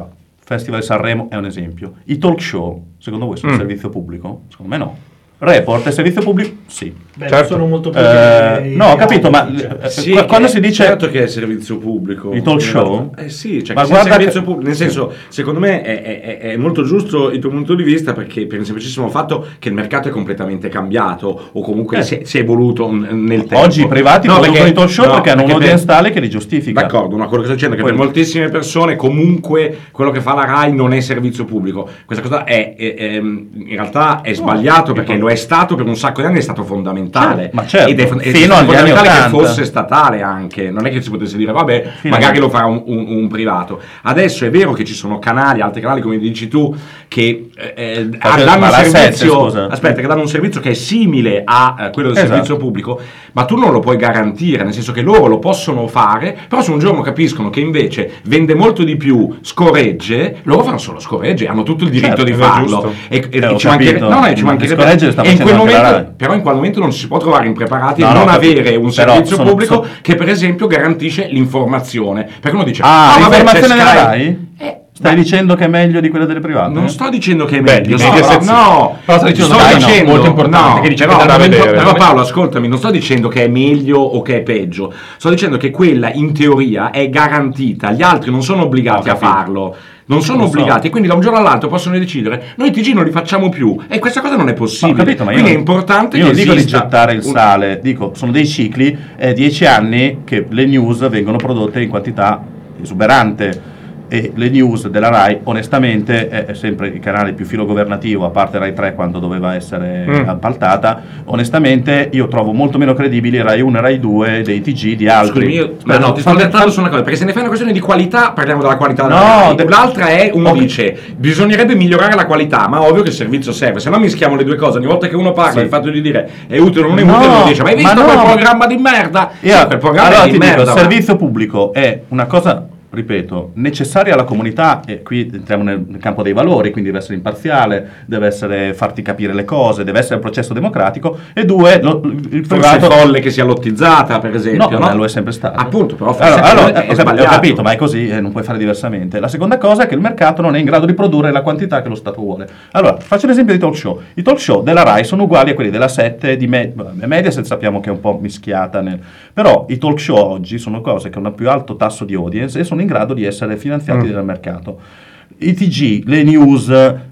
Festival di Sanremo è un esempio. I talk show, secondo voi sono Mm. servizio pubblico? Secondo me no. Report è servizio pubblico? Sì. Beh, Certo. sono molto più Eh, che- no, ho capito, ma cioè. eh, Sì, qu- che- quando si dice certo che è servizio pubblico, i talk show? eh sì, cioè Ma che sia guarda servizio che- pubblico, nel senso, secondo me è, è- è molto giusto il tuo punto di vista, perché per il semplicissimo fatto che il mercato è completamente cambiato, o comunque Eh. si, è, si è evoluto n- nel tempo. oggi i privati No, producono perché- i talk show no, perché hanno perché un'audience per- tale che li giustifica. D'accordo, ma quello che sto dicendo è che Poi- per moltissime persone comunque quello che fa la RAI non è servizio pubblico. Questa cosa è, è- è- in realtà è sbagliato, perché lo è stato per un sacco di anni, è stato fondamentale. Certo, ma certo, ed è, fon- è fino stato agli anni fondamentale che ottanta. fosse statale anche, non è che si potesse dire vabbè, Fino magari agli- lo farà un, un- un privato. Adesso è vero che ci sono canali, altri canali come dici tu, che eh, eh, Vabbè, danno ma un la sette, servizio, scusa. aspetta, che danno un servizio che è simile a eh, quello del Esatto. servizio pubblico, ma tu non lo puoi garantire, nel senso che loro lo possono fare, però se un giorno capiscono che invece vende molto di più scoregge, loro fanno solo scoregge, hanno tutto il diritto Certo, di è farlo. giusto. E, e- Eh, ho ci mancherebbe, capito. no, no, ci Ma mancherebbe- scoregge le sta e in quel facendo anche la momento, Rai. però in quel momento non ci si può trovare impreparati No, a no, non ho capito. avere un Però servizio sono- pubblico sono- che per esempio garantisce l'informazione, perché uno dice Ah, vabbè, l'informazione c'è della Sky. Rai? Eh, Stai ma- dicendo che è meglio di quella delle private? non sto dicendo che è Beh, meglio, di sto- Mediaset sì. no, Però sto dicendo sto Sky no, dicendo molto importante, no, che dice però, che è da non- vedere. però Paolo, ascoltami, non sto dicendo che è meglio o che è peggio, sto dicendo che quella in teoria è garantita, gli altri non sono obbligati Ho a capito. farlo. Non sono Lo so. obbligati, quindi da un giorno all'altro possono decidere noi T G non li facciamo più, e questa cosa non è Ma ho possibile. capito, ma io quindi non- è importante io che non dico di esista gettare il un- sale, dico sono dei cicli, è dieci anni che le news vengono prodotte in quantità esuberante, e le news della Rai onestamente è, è sempre il canale più filogovernativo, a parte Rai tre quando doveva essere Mm. appaltata. Onestamente io trovo molto meno credibili Rai uno e Rai due dei T G di altri. Scusami, io Beh, no, no, ti sto fan- allattando su una cosa, perché se ne fai una questione di qualità, parliamo della qualità della No, Rai. de- L'altra è, uno Ok. dice, bisognerebbe migliorare la qualità, ma ovvio che il servizio serve, se no mischiamo le due cose, ogni volta che uno parla Sì. del fatto di dire è utile o non è No, utile, uno dice, ma hai visto ma quel no. programma di merda? Io- Sì, quel programma allora è ti di dico, merda. il ma- servizio pubblico è una cosa, ripeto, necessaria alla comunità, e qui entriamo nel, nel campo dei valori, quindi deve essere imparziale, deve essere farti capire le cose, deve essere un processo democratico, e due, lo- il Forse è privato... folle che sia lottizzata, per esempio, No, no? lo è sempre stato. Appunto, però forse allora, allora, è ho, capi- sbagliato. ho capito, ma è così, eh, non puoi fare diversamente. La seconda cosa è che il mercato non è in grado di produrre la quantità che lo Stato vuole. Allora, faccio l'esempio dei talk show. I talk show della Rai sono uguali a quelli della sette, di Me- Mediaset sappiamo che è un po' mischiata, nel... però i talk show oggi sono cose che hanno un più alto tasso di audience e sono in grado di essere finanziati Mm. dal mercato. I T G, le news...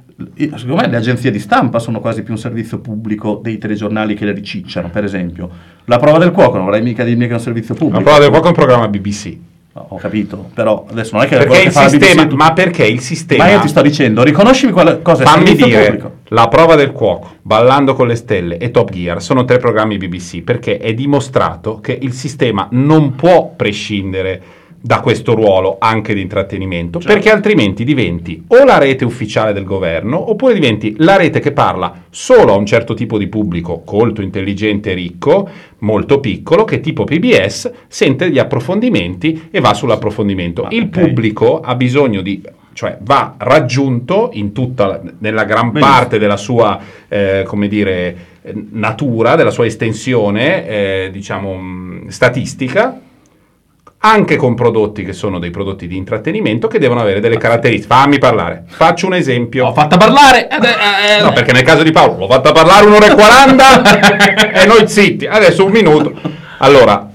i- Secondo me le agenzie di stampa sono quasi più un servizio pubblico dei telegiornali che le ricicciano, per esempio. La prova del cuoco non vorrei mica dirmi che è un servizio La pubblico. prova del cuoco è un programma B B C. No, ho capito, però adesso non è che Perché quello il che fa la B B C sistema, tu- ma perché il sistema... Ma io ti sto dicendo, riconoscimi quale cosa è Fammi servizio dire, pubblico. La prova del cuoco, Ballando con le stelle e Top Gear sono tre programmi B B C, perché è dimostrato che il sistema non può prescindere da questo ruolo anche di intrattenimento, perché altrimenti diventi o la rete ufficiale del governo oppure diventi la rete che parla solo a un certo tipo di pubblico colto, intelligente, ricco, molto piccolo, che tipo P B S sente gli approfondimenti e va sull'approfondimento. Ah, Il ok. pubblico ha bisogno di, cioè va raggiunto in tutta la- nella gran Benissimo. parte della sua eh, come dire eh, natura, della sua estensione eh, diciamo mh, statistica, anche con prodotti che sono dei prodotti di intrattenimento che devono avere delle caratteristiche. Fammi parlare, faccio un esempio. Ho fatta parlare. eh, eh, eh, No, perché nel caso di Paolo l'ho fatta parlare un'ora e quaranta e noi zitti, adesso un minuto. Allora,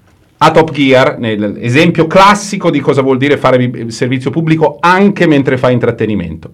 a Top Gear, nell'esempio classico di cosa vuol dire fare bi- servizio pubblico anche mentre fai intrattenimento.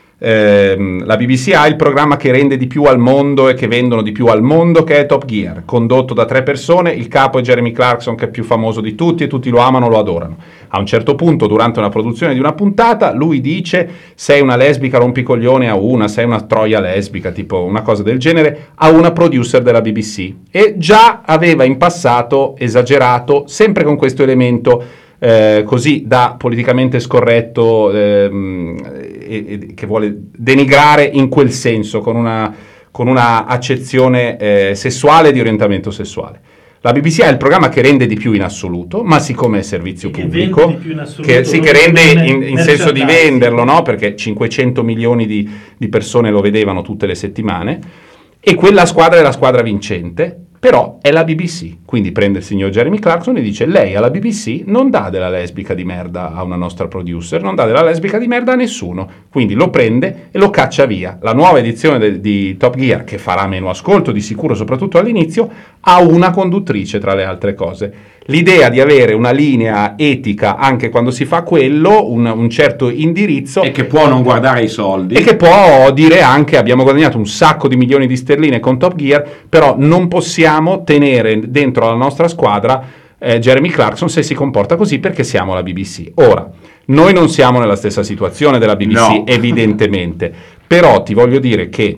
Ehm, la B B C ha il programma che rende di più al mondo e che vendono di più al mondo, che è Top Gear, condotto da tre persone. Il capo è Jeremy Clarkson, che è più famoso di tutti e tutti lo amano, lo adorano. A un certo punto, durante una produzione di una puntata, lui dice: sei una lesbica rompicoglione a una, sei una troia lesbica, tipo una cosa del genere, a una producer della B B C. E già aveva in passato esagerato, sempre con questo elemento Eh, così da politicamente scorretto, ehm, e, e, che vuole denigrare in quel senso, con una, con una accezione eh, sessuale, di orientamento sessuale. La B B C ha il programma che rende di più in assoluto, ma siccome è servizio Che pubblico, vende di più in assoluto, che, sì, non che rende come in, in senso di merchandising. venderlo, no? Perché cinquecento milioni di, di persone lo vedevano tutte le settimane, e quella squadra è la squadra vincente, Però è la B B C, quindi prende il signor Jeremy Clarkson e dice: lei alla B B C non dà della lesbica di merda a una nostra producer, non dà della lesbica di merda a nessuno, quindi lo prende e lo caccia via. La nuova edizione de- di Top Gear, che farà meno ascolto di sicuro, soprattutto all'inizio, ha una conduttrice tra le altre cose. L'idea di avere una linea etica anche quando si fa quello, un, un certo indirizzo, E che può non guardare i soldi. e che può dire anche: abbiamo guadagnato un sacco di milioni di sterline con Top Gear, però non possiamo tenere dentro la nostra squadra eh, Jeremy Clarkson se si comporta così, perché siamo la B B C. Ora, noi non siamo nella stessa situazione della B B C, No. evidentemente, però ti voglio dire che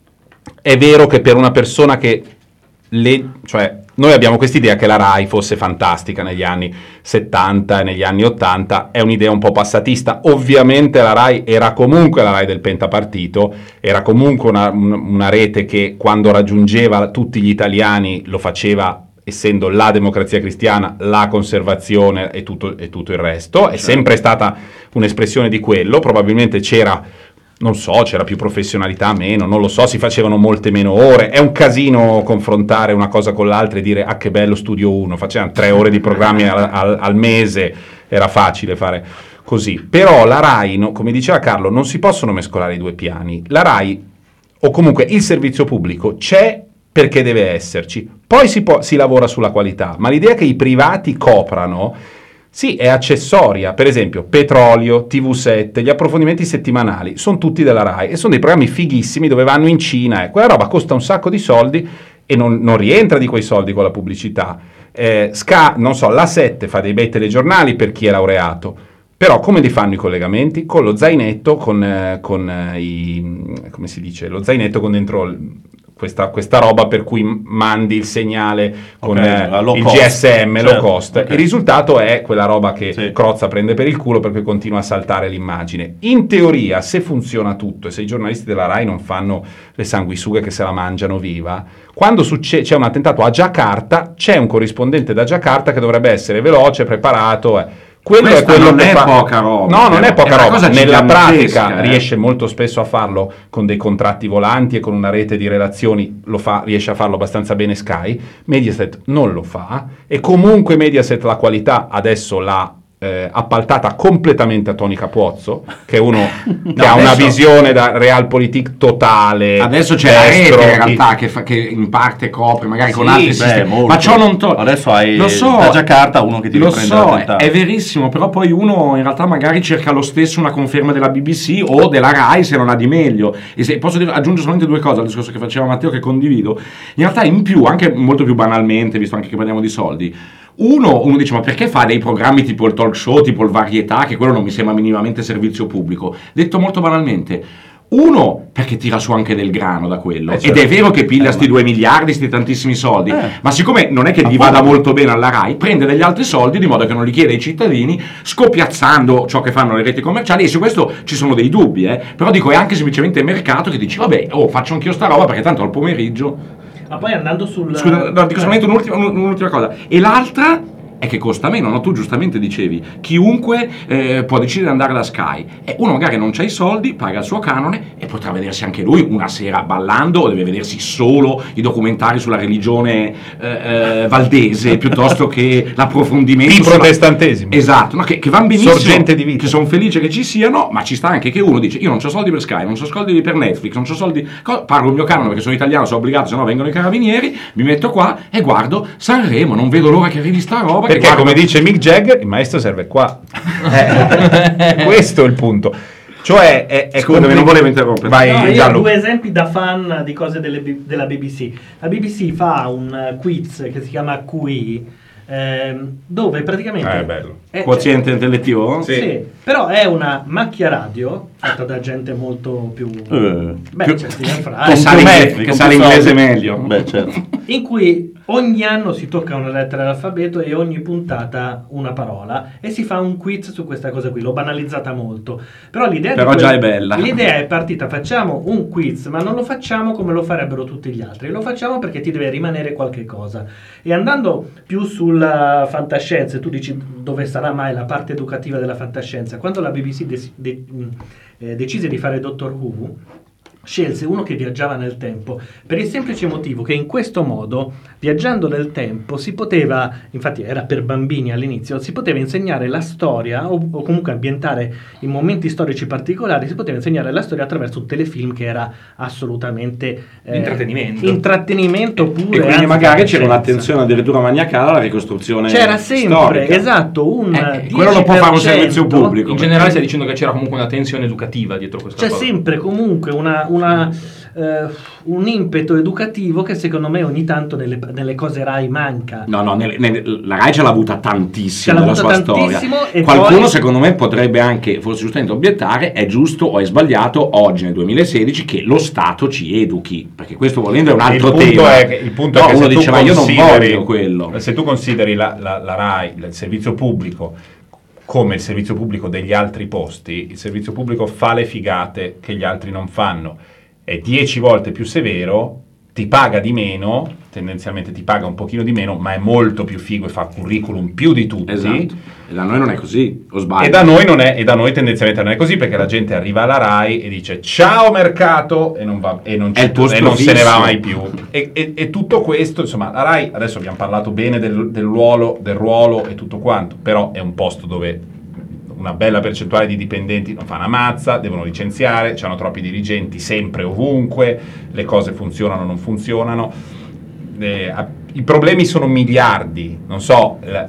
è vero che per una persona che le, cioè noi abbiamo quest'idea che la Rai fosse fantastica negli anni settanta e negli anni ottanta, è un'idea un po' passatista. Ovviamente la Rai era comunque la Rai del pentapartito, era comunque una, una rete che quando raggiungeva tutti gli italiani lo faceva essendo la Democrazia Cristiana, la conservazione e tutto, e tutto il resto. È sempre stata un'espressione di quello. Probabilmente c'era, non so, c'era più professionalità, meno, non lo so, si facevano molte meno ore. È un casino confrontare una cosa con l'altra e dire: ah, che bello Studio uno, facevano tre ore di programmi al, al, al mese, era facile fare così. Però la Rai, no, come diceva Carlo, non si possono mescolare i due piani. La Rai, o comunque il servizio pubblico, c'è perché deve esserci, poi si, può, si lavora sulla qualità, ma l'idea che i privati coprano, sì, è accessoria. Per esempio Petrolio, T V sette, gli approfondimenti settimanali sono tutti della Rai e sono dei programmi fighissimi dove vanno in Cina, e quella roba costa un sacco di soldi e non, non rientra di quei soldi con la pubblicità. eh, Ska, non so, la sette fa dei bei telegiornali per chi è laureato, però come li fanno i collegamenti? Con lo zainetto, con, eh, con eh, i, come si dice, lo zainetto con dentro il, Questa, questa roba per cui mandi il segnale con Okay, eh, la low il cost. G S M low Certo, cost. ok. Il risultato è quella roba che Sì. Crozza prende per il culo perché continua a saltare l'immagine. In teoria, se funziona tutto e se i giornalisti della Rai non fanno le sanguisughe che se la mangiano viva, quando succe- c'è un attentato a Giacarta, c'è un corrispondente da Giacarta che dovrebbe essere veloce, preparato. Eh. Quello Questa è quello non che è fa... poca roba, No, non però. è poca È una roba. cosa Nella gigantesca, pratica eh. riesce molto spesso a farlo con dei contratti volanti e con una rete di relazioni, lo fa, riesce a farlo abbastanza bene Sky. Mediaset non lo fa, e comunque Mediaset la qualità adesso l'ha eh, appaltata completamente a Tony Capozzo, che è uno che ha una adesso- visione da realpolitik totale. Adesso c'è la rete destro, in chi- realtà che, fa, che in parte copre magari con Sì, altri beh, sistemi, molto. ma ciò non toglie. Adesso hai lo so, da Giacarta uno che ti lo riprende so, l'attentato. è verissimo, però poi uno in realtà magari cerca lo stesso una conferma della B B C o della Rai se non ha di meglio. E se posso dire, aggiungo solamente due cose al discorso che faceva Matteo, che condivido. In realtà in più, anche molto più banalmente, visto anche che parliamo di soldi, Uno, uno dice: ma perché fa dei programmi tipo il talk show, tipo il varietà, che quello non mi sembra minimamente servizio pubblico? Detto molto banalmente, uno, perché tira su anche del grano da quello, Eh, certo. ed è vero che piglia Eh, sti ma- due miliardi, sti tantissimi soldi, Eh. ma siccome non è che gli Appunto. vada molto bene alla Rai, prende degli altri soldi di modo che non li chiede ai cittadini, scoppiazzando ciò che fanno le reti commerciali. E su questo ci sono dei dubbi, eh. Però dico, è anche semplicemente il mercato che dice: vabbè, oh, faccio anch'io sta roba perché tanto al pomeriggio. Ma poi andando sul... Scusa, no, dico solamente un'ultima, un'ultima cosa. E l'altra è che costa meno, no? Tu giustamente dicevi, chiunque eh, può decidere di andare da Sky, e uno magari non c'ha i soldi, paga il suo canone e potrà vedersi anche lui una sera ballando, o deve vedersi solo i documentari sulla religione eh, eh, valdese piuttosto che l'approfondimento Il sulla- protestantesimo. Esatto, no? che, che vanno benissimo, Sorgente di vita. che sono felice che ci siano, ma ci sta anche che uno dice: io non ho soldi per Sky, non ho soldi per Netflix, non ho soldi, co- pago il mio canone perché sono italiano, sono obbligato, se no vengono i carabinieri, mi metto qua e guardo Sanremo, non vedo l'ora che arrivi sta roba. che Perché, guardo- come dice Mick Jagger, il maestro serve qua. Eh, questo è il punto. Cioè, è, è Scusami, non volevo interrompere. Vai, No, io ho Gianlu. due esempi da fan di cose delle B- della B B C. La B B C fa un eh, quiz che si chiama Q I, ehm, dove praticamente... Eh, è bello. è- Quoziente intellettivo? Sì. Sì, però è una macchia radio fatta da gente molto più... Eh, Beh, più- c'è Steven Fry, Che sa più l'inglese- metri, che con sa più l'inglese soldi. meglio. Beh, certo. in cui ogni anno si tocca una lettera dell'alfabeto e ogni puntata una parola, e si fa un quiz su questa cosa qui. L'ho banalizzata molto, però l'idea Però di già è bella. l'idea è partita: facciamo un quiz, ma non lo facciamo come lo farebbero tutti gli altri, lo facciamo perché ti deve rimanere qualche cosa. E andando più sulla fantascienza, tu dici dove sarà mai la parte educativa della fantascienza, quando la B B C dec- de- mh, eh, decise di fare Doctor Who, scelse uno che viaggiava nel tempo per il semplice motivo che in questo modo, viaggiando nel tempo, si poteva, infatti era per bambini all'inizio, si poteva insegnare la storia o, o comunque ambientare in momenti storici particolari, si poteva insegnare la storia attraverso un telefilm che era assolutamente eh, Intrattenimento. intrattenimento pure. E quindi anzi, magari c'era fantascienza. un'attenzione addirittura maniacale alla ricostruzione C'era sempre, storica. esatto, un Eh, dieci quello lo può fare un per cento. servizio pubblico. In generale stai dicendo che c'era comunque una tensione educativa dietro questa C'è cosa. sempre comunque una, una, eh, un impeto educativo che secondo me ogni tanto nelle, nelle cose Rai manca. No, no, nel- nel- la Rai ce l'ha avuta tantissimo Ce l'ha nella avuta sua tantissimo storia. e Qualcuno poi- secondo me potrebbe anche, forse giustamente, obiettare è giusto o è sbagliato oggi nel duemilasedici che lo Stato ci educhi, perché questo volendo è un altro il punto tema. è che, il punto No, è che uno se tu dice ma io non consideri- voglio quello. se tu consideri la, la, la RAI, il servizio pubblico, come il servizio pubblico degli altri posti, il servizio pubblico fa le figate che gli altri non fanno, è dieci volte più severo, ti paga di meno, tendenzialmente ti paga un pochino di meno, ma è molto più figo e fa curriculum più di tutti. Esatto. E da noi non è così, o sbaglio? E da noi non è, e da noi tendenzialmente non è così, perché la gente arriva alla RAI e dice ciao mercato e non, va, e non, È il ci- posto e non se ne va fisso. mai più. E, e- e tutto questo, insomma, la RAI, adesso abbiamo parlato bene del, del ruolo, del ruolo e tutto quanto, però è un posto dove una bella percentuale di dipendenti non fa una mazza, devono licenziare, c'hanno troppi dirigenti sempre ovunque, le cose funzionano o non funzionano. Eh, a- I problemi sono miliardi, non so, la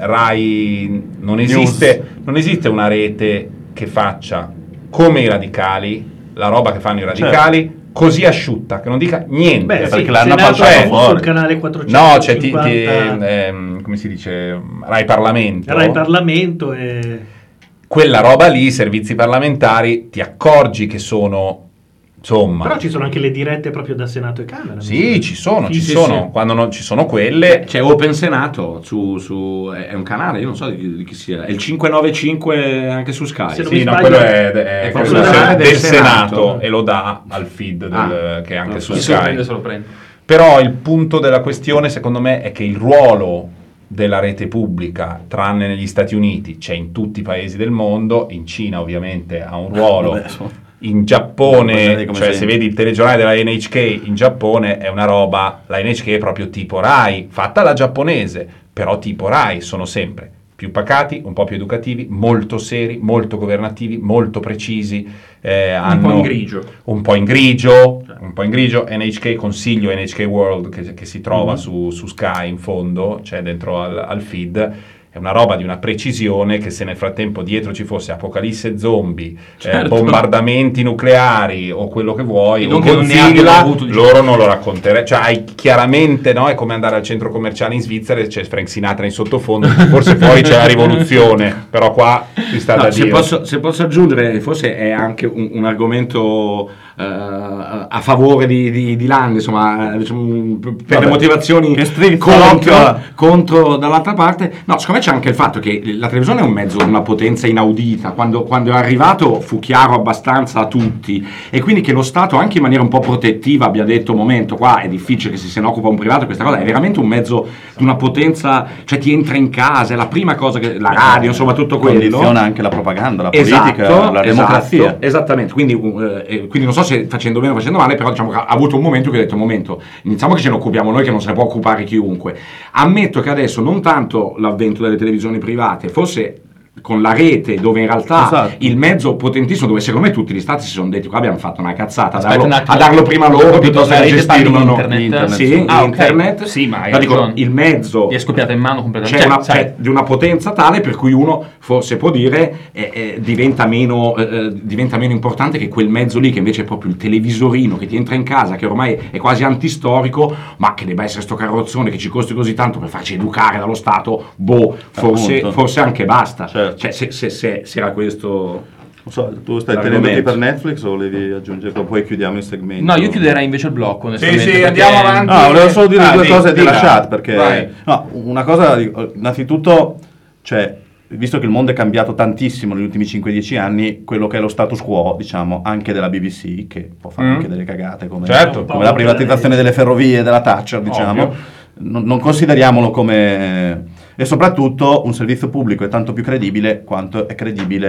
RAI non esiste, non esiste una rete che faccia come i radicali, la roba che fanno i radicali, così asciutta, che non dica niente. Beh, perché sì, l'hanno Senato fatto fu fuori. sul canale No, quattrocentocinquanta c'è ti, ti- ehm, come si dice, Rai Parlamento. Rai Parlamento e Quella roba lì, i servizi parlamentari, ti accorgi che sono, insomma... però ci sono anche le dirette proprio da Senato e Camera. Sì, ci sono, ci Sì, sono. sì. Quando non ci sono quelle... C'è Open Senato, su, su- è un canale, io non so di, di chi sia, è il cinquecentonovantacinque anche su Sky. Se non Sì, mi no, sbaglio, quello è, è, è quello proprio del, del- del del Senato, Senato. e lo dà al feed del, Ah, che è anche non su so. Chi se lo Sky. prende se lo prende. Però il punto della questione, secondo me, è che il ruolo della rete pubblica, tranne negli Stati Uniti, c'è in tutti i paesi del mondo, in Cina ovviamente ha un ruolo, Vabbè, insomma. in Giappone, Come cioè se sempre. vedi il telegiornale della N H K in Giappone è una roba, la N H K è proprio tipo Rai, fatta alla giapponese, però tipo Rai, sono sempre più pacati, un po' più educativi, molto seri, molto governativi, molto precisi, eh, Un hanno po' in grigio. un po' in grigio, un po' in grigio. N H K, consiglio N H K World che, che si trova su, su Sky in fondo, cioè dentro al, al feed. È una roba di una precisione che se nel frattempo dietro ci fosse apocalisse zombie, Certo. eh, bombardamenti nucleari o quello che vuoi, E o non che non ne Godzilla, abbiano avuto, diciamo. loro non lo racconterebbero. Cioè hai chiaramente, no? È come andare al centro commerciale in Svizzera e c'è Frank Sinatra in sottofondo, forse fuori c'è la rivoluzione, però qua si sta No, da se, Dio. posso, se posso aggiungere, forse è anche un, un argomento eh, a favore di, di, di Landi, insomma, eh, diciamo, per Vabbè, le motivazioni che strizza contro, l'occhio. contro dall'altra parte. No, secondo me c'è anche il fatto che la televisione è un mezzo di una potenza inaudita. Quando, quando è arrivato fu chiaro abbastanza a tutti, e quindi che lo Stato, anche in maniera un po' protettiva, abbia detto: momento, qua è difficile che si se ne occupa un privato, questa cosa è veramente un mezzo di una potenza, cioè ti entra in casa, è la prima cosa che la radio, insomma, tutto quello Condiziona anche la propaganda, la Esatto, politica, la democrazia. esatto, esattamente, quindi, uh, eh, quindi non so se facendo bene o facendo male, però diciamo che ha avuto un momento che ho detto: momento, iniziamo che ce ne occupiamo noi, che non se ne può occupare chiunque. Ammetto che adesso non tanto l'avvento delle televisioni private, forse con la rete, dove in realtà Esatto. il mezzo potentissimo, dove secondo me tutti gli stati si sono detti: qua abbiamo fatto una cazzata, a Aspetta darlo, un attimo. a darlo prima loro Ho capito, piuttosto la che rete parli gestirlo di no. internet? Internet, Sì, Ah, ok. internet. Sì, ma hai Ma dico, ragione. il mezzo Gli è scoppiata in mano completamente. c'è Cioè, una, sai, c'è di una potenza tale per cui uno forse può dire eh, eh, diventa, meno, eh, eh, diventa meno importante che quel mezzo lì, che invece è proprio il televisorino che ti entra in casa, che ormai è quasi antistorico, ma che debba essere sto carrozzone che ci costi così tanto per farci educare dallo Stato. Boh, forse, Appunto. forse anche basta. Certo. Cioè, se, se, se, se era questo. Non so, tu stai L'argomento. tenendoti per Netflix o volevi aggiungere? Poi chiudiamo il segmento. No, io chiuderei invece il blocco, onestamente. sì, perché- andiamo avanti. No, volevo solo dire Ah, due di- cose di della là. chat, perché Vai. no, una cosa, dico, innanzitutto, cioè, visto che il mondo è cambiato tantissimo negli ultimi cinque dieci anni, quello che è lo status quo, diciamo, anche della B B C, che può fare Mm. anche delle cagate, come, Certo. come la privatizzazione delle ferrovie della Thatcher, diciamo, Ovvio. non, non consideriamolo come... E soprattutto un servizio pubblico è tanto più credibile quanto è credibile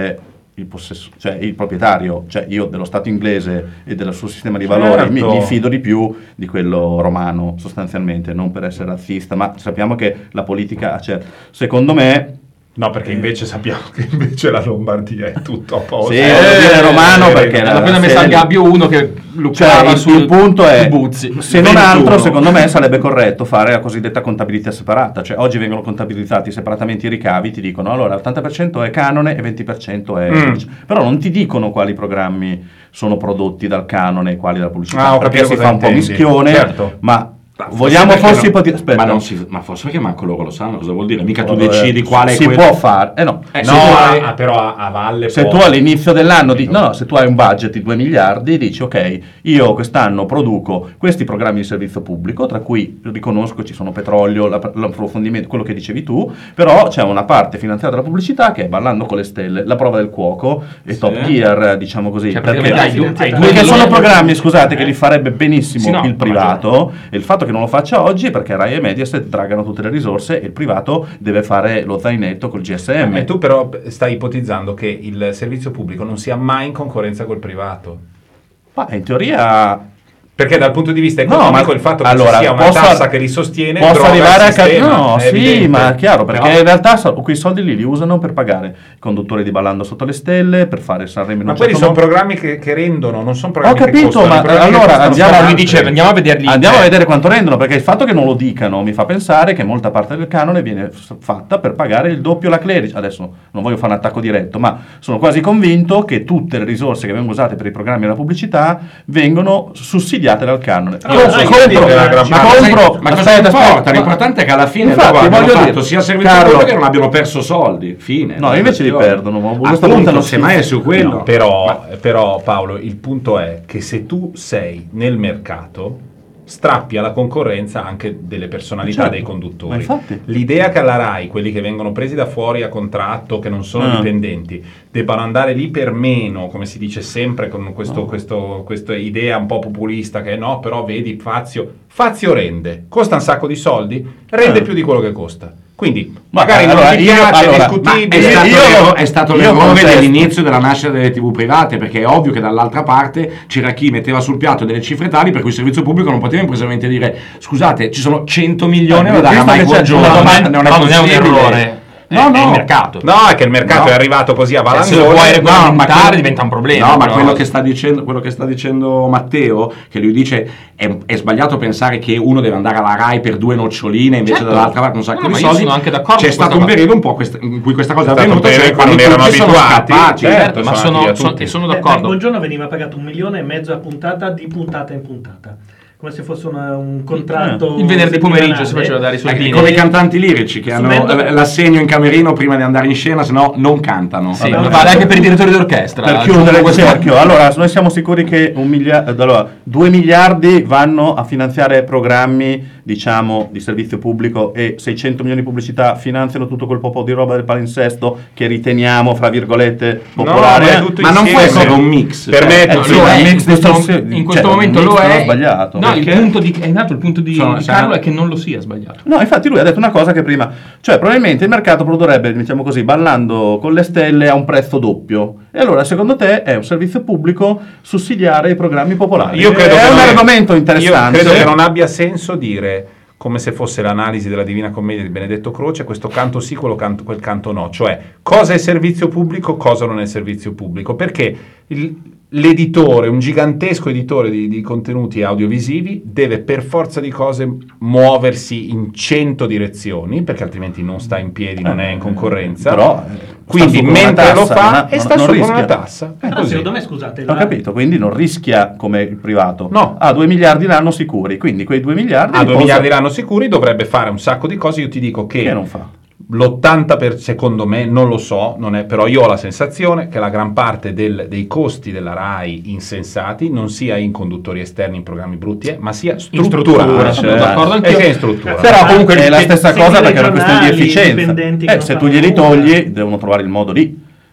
il possesso, cioè il proprietario, cioè io dello Stato inglese e del suo sistema di valori mi, Certo. mi fido di più di quello romano, sostanzialmente, non per essere razzista, ma sappiamo che la politica, cioè, secondo me. No, perché invece sappiamo che invece la Lombardia è tutto a posto. Sì, voglio dire romano Eh, perché eh, la- L'ha appena messo se- al gabbio uno che luccava Cioè, il, sul il punto è, Buzzi. se non ventuno. altro, secondo me sarebbe corretto fare la cosiddetta contabilità separata. Cioè, oggi vengono contabilizzati separatamente i ricavi, ti dicono allora l'ottanta per cento è canone e venti per cento è Mm. però non ti dicono quali programmi sono prodotti dal canone e quali dalla pubblicità, Ah, ho perché capito si cosa fa un po' intendi. mischione, Certo. ma Ma forse vogliamo perché forse no- ipoti- aspetta. ma, non si, ma forse perché manco loro lo sanno cosa vuol dire, mica tu Eh, decidi quale è si quello. può fare, eh no, Eh, se No, tu hai- ah, però a, a valle se può. tu all'inizio dell'anno di, no, no, se tu hai un budget di due miliardi, dici ok, io quest'anno produco questi programmi di servizio pubblico, tra cui riconosco ci sono petrolio, la- l'approfondimento, quello che dicevi tu, però c'è una parte finanziata dalla pubblicità che è Ballando con le stelle, La prova del cuoco e Sì. Top Gear, diciamo così, Cioè, perché, praticamente hai due- hai due perché sono milioni- programmi, scusate, che li farebbe benissimo Sì, no, il privato, e il fatto che non lo faccia oggi è perché Rai e Mediaset dragano tutte le risorse e il privato deve fare lo zainetto col G S M. E tu però stai ipotizzando che il servizio pubblico non sia mai in concorrenza col privato. Ma in teoria Perché dal punto di vista No, economico ma- il fatto che allora, ci sia una posso- tassa che li sostiene posso droga arrivare il a cap- sistema, no, è sì, evidente. ma è chiaro, perché Però- in realtà so- quei soldi lì li usano per pagare i conduttori di Ballando sotto le stelle, per fare Sanremo in Ma un quelli certo sono modo. programmi che, che rendono, non sono Ho programmi che capito, costano, ma i programmi che allora costano andiamo, sono lui altri. dice andiamo a vederli. andiamo cioè, a vedere quanto rendono, perché il fatto che non lo dicano mi fa pensare che molta parte del canone viene f- fatta per pagare il doppio la clerici. Adesso non voglio fare un attacco diretto, ma sono quasi convinto che tutte le risorse che vengono usate per i programmi della pubblicità vengono sussidiate dal canone. Ah, Io sì, compro, sì, la gran ma parte. compro, Ma cosa aspetta, importa? aspetta, L'importante è che alla fine infatti, loro abbiano voglio fatto dire, sia servizio Carlo- pubblico che non abbiano perso soldi. Fine. No, invece li perdono, ma questa volta Appunto, non semmai è su quello. No, però, però Paolo, il punto è che se tu sei nel mercato strappi alla concorrenza anche delle personalità Certo, dei ma conduttori. infatti. L'idea che alla Rai, quelli che vengono presi da fuori a contratto, che non sono Ah. dipendenti, debbano andare lì per meno, come si dice sempre con questo, No. questo, questa idea un po' populista che no, però vedi Fazio, Fazio rende, costa un sacco di soldi, rende Ah. più di quello che costa. Quindi Ma, magari allora, non ti io- piace, allora, Ma discutibile. è stato, io- l'erro- è stato io l'errore contesto. dell'inizio della nascita delle tivù private, perché è ovvio che dall'altra parte c'era chi metteva sul piatto delle cifre tali per cui il servizio pubblico non poteva improvvisamente dire scusate, ci sono cento milioni da Eh, dare a visto che Michael c'è Jordan, una domanda- non è no, non è un possibile. errore. No, è, no. è il mercato. No, è che il mercato No. è arrivato così a se Valanzone. lo vuoi No, regolamentare ma quello- diventa un problema. No, ma però- quello che, sta dicendo, quello che sta dicendo Matteo, che lui dice è, è sbagliato pensare che uno deve andare alla Rai per due noccioline invece Certo. dall'altra parte un sacco No, di ma io soldi. sono anche d'accordo C'è con stato questa un periodo un po' questa- in cui questa cosa è È stato avvenuta, un periodo cioè in cui quando non tutti erano sono abituati. scappati. Certo, Certo, ma sono sono, anche sono- tutti. e sono Beh, d'accordo. Buongiorno veniva pagato un milione e mezzo a puntata di puntata in puntata, come se fosse una- un contratto Il venerdì pomeriggio si settimanale. faceva dare i Ecco, soldini. come i cantanti lirici che hanno Subendo- l- l'assegno in camerino prima di andare in scena, se no non cantano. Sì, Vabbè, ma vabbè. vale anche per i direttori d'orchestra. Per Aggiungo chiudere il questo- cerchio, allora noi siamo sicuri che un miliardo, allora, due miliardi vanno a finanziare programmi, diciamo, di servizio pubblico e seicento milioni di pubblicità finanziano tutto quel po' di roba del palinsesto che riteniamo, fra virgolette, popolare. ma è tutto Ma non può insieme. essere un mix. Per me cioè, è No, tutto lo è, il in mix questo, distorsione- in questo cioè, momento il mix lo non è. è sbagliato. No, Perché? il punto di, è nato il punto di, Sono- di sarà- Carlo è che non lo sia sbagliato. No, infatti lui ha detto una cosa che prima, cioè probabilmente il mercato produrrebbe, diciamo così, Ballando con le stelle a un prezzo doppio. E allora secondo te è un servizio pubblico sussidiare i programmi popolari? Io credo è che un non argomento interessante. Io credo che non abbia senso dire, come se fosse l'analisi della Divina Commedia di Benedetto Croce, questo canto sì, quello canto, quel canto no. Cioè, cosa è servizio pubblico, cosa non è servizio pubblico. Perché il- l'editore, un gigantesco editore di, di contenuti audiovisivi, deve per forza di cose muoversi in cento direzioni, perché altrimenti non sta in piedi, non è in concorrenza. Però, eh, Quindi sta su con una mentre lo tassa, fa, non ha- e non- sta non su con rischia. una tassa. È Però così. secondo me, scusate, Ho la- capito, quindi non rischia come il privato. No. Ha due miliardi l'anno sicuri, quindi quei due miliardi... A li due posa- miliardi l'anno sicuri dovrebbe fare un sacco di cose. Io ti dico che, Che non fa? l'ottanta per cento, secondo me, non lo so, non è, però io ho la sensazione che la gran parte del- dei costi della RAI insensati non sia in conduttori esterni, in programmi brutti, eh, ma sia In strutturale. struttura, sono cioè, d'accordo E anch'io. che è in struttura. Però comunque è la Se- stessa se cosa i perché è una questione di regionali efficienza. indipendenti che Eh, non se tu fanno glieli nulla. togli devono trovare il modo di...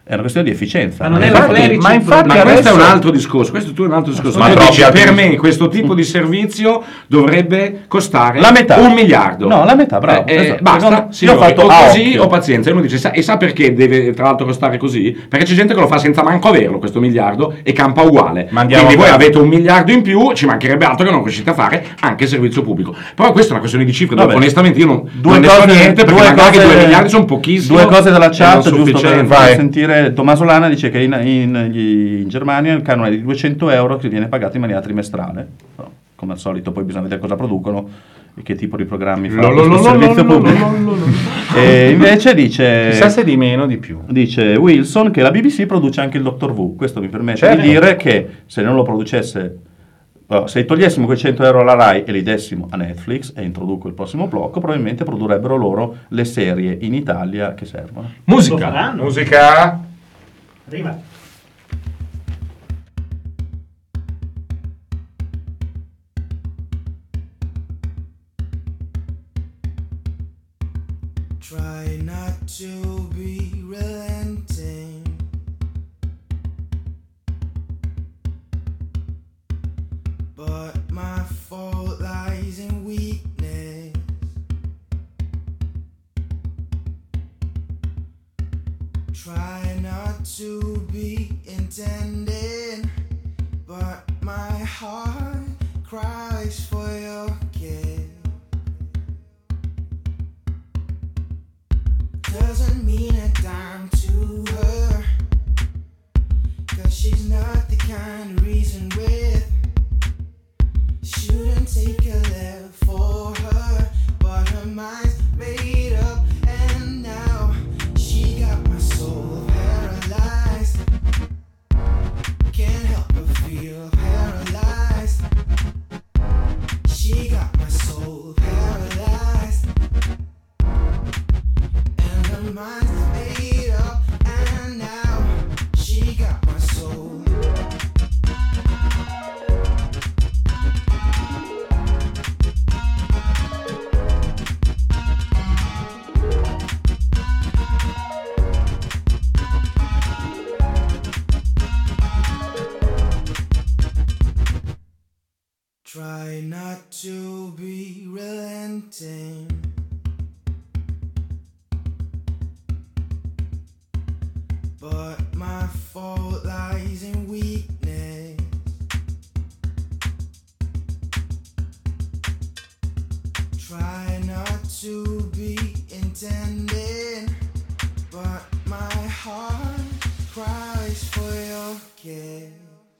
È una questione di efficienza. Ma non è Infatti- la Clerici ma il infatti Ma problema. questo è un adesso- altro discorso, questo tu è un altro discorso. Ma Tu troppi dici, altri per discorsi. me questo tipo di servizio dovrebbe costare La metà. un miliardo. No, la metà, bravo. Eh, eh, Esatto. basta, Secondo- signori, io ho fatto o a così occhio. o pazienza. E uno dice, sa- e sa perché deve tra l'altro costare così? Perché c'è gente che lo fa senza manco averlo questo miliardo e campa uguale. Mandiamo Quindi voi a- avete un miliardo in più, ci mancherebbe altro che non riuscite a fare anche il servizio pubblico. Però questa è una questione di cifre, dove Vabbè. onestamente io non, Due non ne so cose- niente, perché due magari cose- due miliardi sono pochissimi. Due cose dalla e non chat, giusto per sufficienti. far Vai. sentire. Tommaso Lana dice che in, in- in Germania il canone è di duecento euro che viene pagato in maniera trimestrale. No, come al solito poi bisogna vedere cosa producono e che tipo di programmi fa Lo, lo, questo lo, lo, servizio lo, lo, pubblico. lo, lo, lo. E invece dice... Chissà se di meno o di più. Dice Wilson che la B B C produce anche il Doctor Who. Questo mi permette Certo. di dire che se non lo producesse, oh, se togliessimo quei cento euro alla Rai e li dessimo a Netflix, e introduco il prossimo blocco, probabilmente produrrebbero loro le serie in Italia che servono. Lo Musica. faranno. Musica. Arriva. Try not to be relenting. But my fault lies in weakness. Try not to be intending. But my heart cries for your kiss. Doesn't mean a dime to her, 'cause she's not the kind to reason with. Shouldn't take a left for her, but her mind's made up, and now she got my soul paralyzed. Can't help but feel paralyzed. She got my soul paralyzed. And her mind's made up, and now she got my soul. Try not to be relenting. But my fault lies in weakness. Try not to be intending, but my heart cries for your kiss.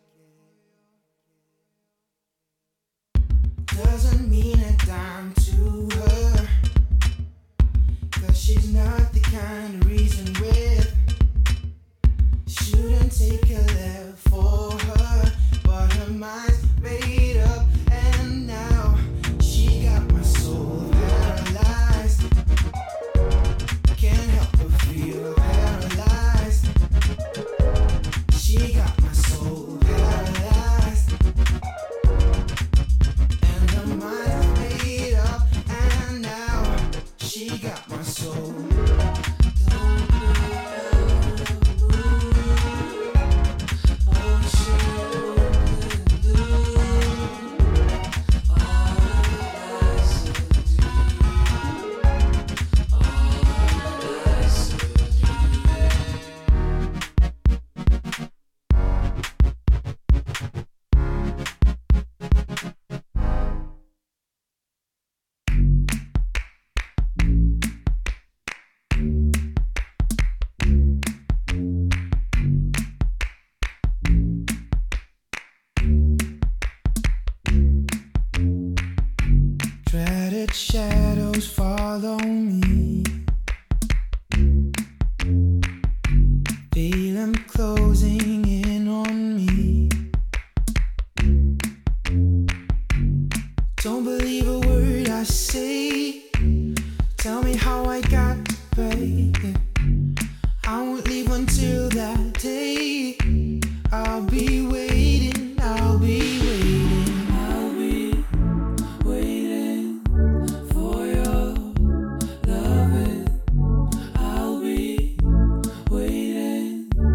Doesn't mean a dime to her, 'cause she's not the kind to reason with. Shouldn't take a left for her, but her mind's made up, and now she got my soul paralyzed. Can't help but feel paralyzed. She got my soul paralyzed, and her mind's made up, and now she got my soul. Dreaded shadows follow me. Feel them closing in on me. Don't believe a word I say. Tell me how I got to pay. I won't leave until that day. I'll be waiting, I'll be waiting, I'll be waiting for your loving. I'll be waiting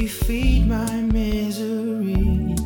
you feed my misery.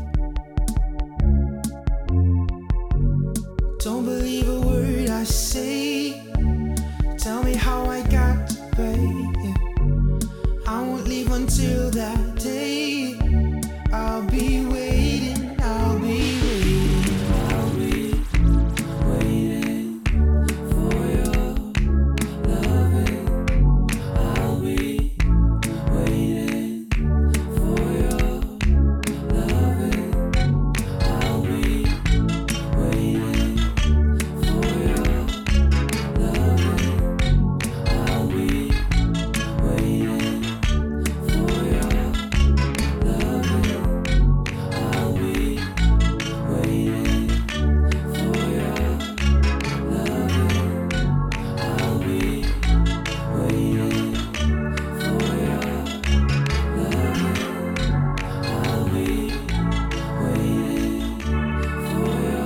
Don't believe a word I say. Tell me how I got to pay. I won't leave until that day. I'll be waiting, I'll be waiting, I'll be waiting for your loving. I'll be waiting for your loving. I'll be waiting for your loving. I'll be waiting for your loving. I'll be waiting for your loving. I'll be waiting for your loving. I'll be waiting for your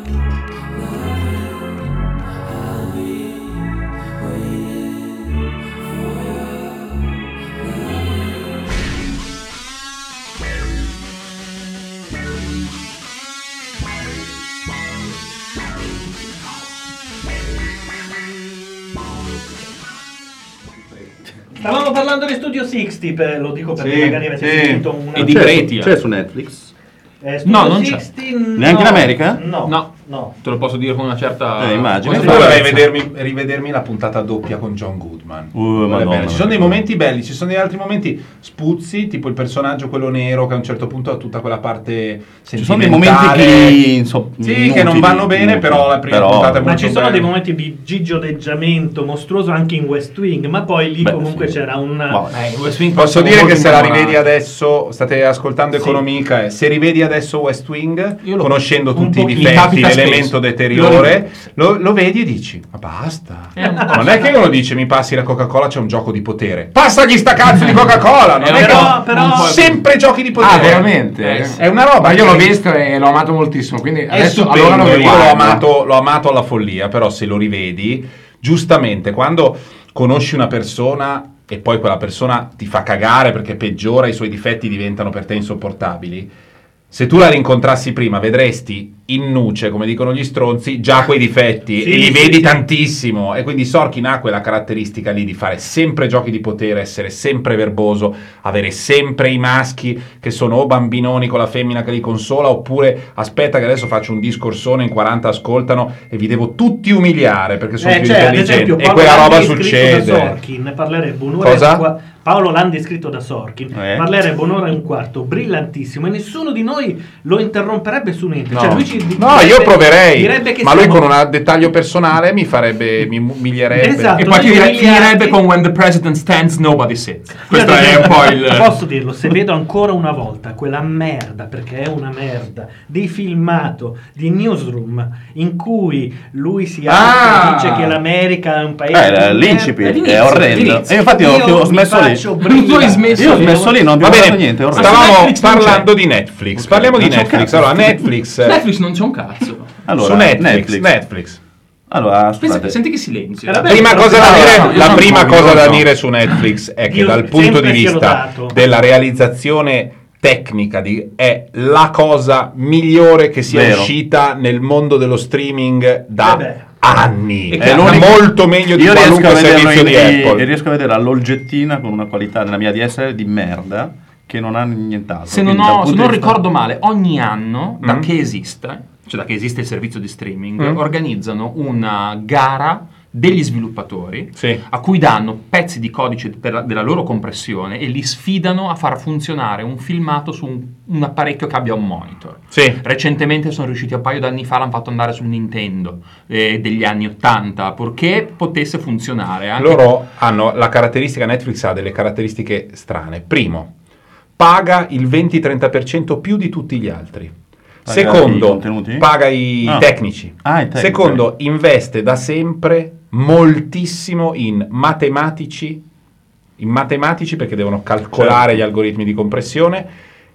Stavamo parlando di Studio sessanta, per- lo dico perché Sì, magari avete sì. sentito una... E di C'è- Preti, C'è eh. su Netflix? Eh, Studio No, non c'è. sessanta, no. Neanche in America? No, No. no. Te lo posso dire con una certa... Eh, immagino. con Io una dovrei certa- vedermi, rivedermi la puntata doppia con John Goodman. Uh, Quella è Madonna, bella. Ci sono dei Madonna. momenti belli, ci sono degli altri momenti spuzzi, tipo il personaggio quello nero che a un certo punto ha tutta quella parte Ci sono dei sentimentale. momenti che inso- Sì, inutili, che non vanno bene, inutili. però la prima Però- puntata è Ma molto ci sono bella. dei momenti di gigiodeggiamento mostruoso anche in West Wing, ma poi lì Beh, comunque sì. c'era un... Vabbè. Eh, West Wing Posso siamo dire che molto se la innamorati. rivedi adesso, state ascoltando Sì. Economica, eh, se rivedi adesso West Wing, Io lo- conoscendo un tutti i po' mi difetti, capita l'elemento spesso. deteriore, lo, lo vedi e dici, ma basta. È un po' Non è che uno dice mi passi la Coca-Cola, c'è un gioco di potere. Passagli sta cazzo di Coca-Cola! Non Eh, è che però- però- sempre giochi di potere. Ah, veramente? Eh, sì. È una roba. Ma io l'ho che- visto e l'ho amato moltissimo, quindi È adesso stupendo, allora non io mi l'ho guardo. amato, l'ho amato alla follia, però se lo rivedi, giustamente, quando conosci una persona e poi quella persona ti fa cagare perché peggiora, i suoi difetti diventano per te insopportabili, se tu la rincontrassi prima vedresti in nuce, come dicono gli stronzi, già quei difetti Sì, e li sì, vedi sì. tantissimo, e quindi Sorkin ha quella caratteristica lì di fare sempre giochi di potere, essere sempre verboso, avere sempre i maschi che sono o bambinoni con la femmina che li consola, oppure aspetta che adesso faccio un discorsone, in quaranta ascoltano e vi devo tutti umiliare perché sono Eh, più cioè, ad intelligenti, esempio, e Paolo quella roba Landi scritto da succede. Sorkin, ne parlerebbe un'ora Cosa? e un qua- Paolo Landi scritto da Sorkin, Eh. parlerebbe un'ora e un quarto, brillantissimo, e nessuno di noi lo interromperebbe su niente. No, Cioè, lui ci di- No, direbbe- io proverei, direbbe che ma lui siamo- con un dettaglio personale mi farebbe, mi umilierebbe. Esatto. E poi Noi finire- umiliati- finirebbe con When the President stands, nobody sits. Questo Io ad è un esempio, po' il... Posso dirlo, se vedo ancora una volta quella merda, perché è una merda, di filmato di Newsroom in cui lui si Ah! alza e dice che l'America è un paese Eh, di merda, l'incipit l'inizio, è orrendo. l'inizio. E infatti ho, io ho smesso mi lì. faccio Io brillare. Tu hai smesso ho smesso lì, non Va abbiamo bene, fatto niente. è orrendo. stavamo Netflix non parlando c'è. di Netflix, Ok, parliamo di non c'è un Netflix. cazzo. Allora, Netflix, Netflix non c'è un cazzo. Allora, su Netflix, Netflix. Netflix. Allora, Pensa, scusate. senti che silenzio. Eh, La vabbè, prima però- cosa da no, dire, no, io la sono prima convinto, cosa da no. dire su Netflix è che Io dal punto sempre di gliel'ho vista dato. della realizzazione tecnica di, è la cosa migliore che sia Vero. uscita nel mondo dello streaming da Eh beh. anni. E È che l'unico- l'unico- molto meglio di Io riesco a qualunque vederlo servizio in, di e- Apple. e riesco a vedere l'oggettina con una qualità nella mia D S L di merda che non ha nient'altro. Se non, Quindi, dal ho- se punto non di vista- ricordo male, ogni anno, da Mm. che esiste, cioè da che esiste il servizio di streaming, Mm. organizzano una gara degli sviluppatori Sì. a cui danno pezzi di codice per la- della loro compressione e li sfidano a far funzionare un filmato su un, un apparecchio che abbia un monitor. Sì. Recentemente sono riusciti, un paio d'anni fa l'hanno fatto andare sul Nintendo eh, degli anni ottanta, purché potesse funzionare. Anche Loro hanno la caratteristica, Netflix ha delle caratteristiche strane. Primo, paga il venti-trenta per cento più di tutti gli altri. Paga i Secondo, contenuti? paga i Ah. tecnici. Ah, i tecnici. Secondo, investe da sempre moltissimo in matematici, in matematici perché devono calcolare Certo. gli algoritmi di compressione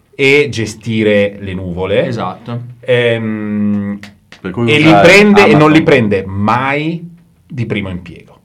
e gestire le nuvole. Esatto. Ehm, Per cui e li usare prende e non Amazon. li prende mai di primo impiego.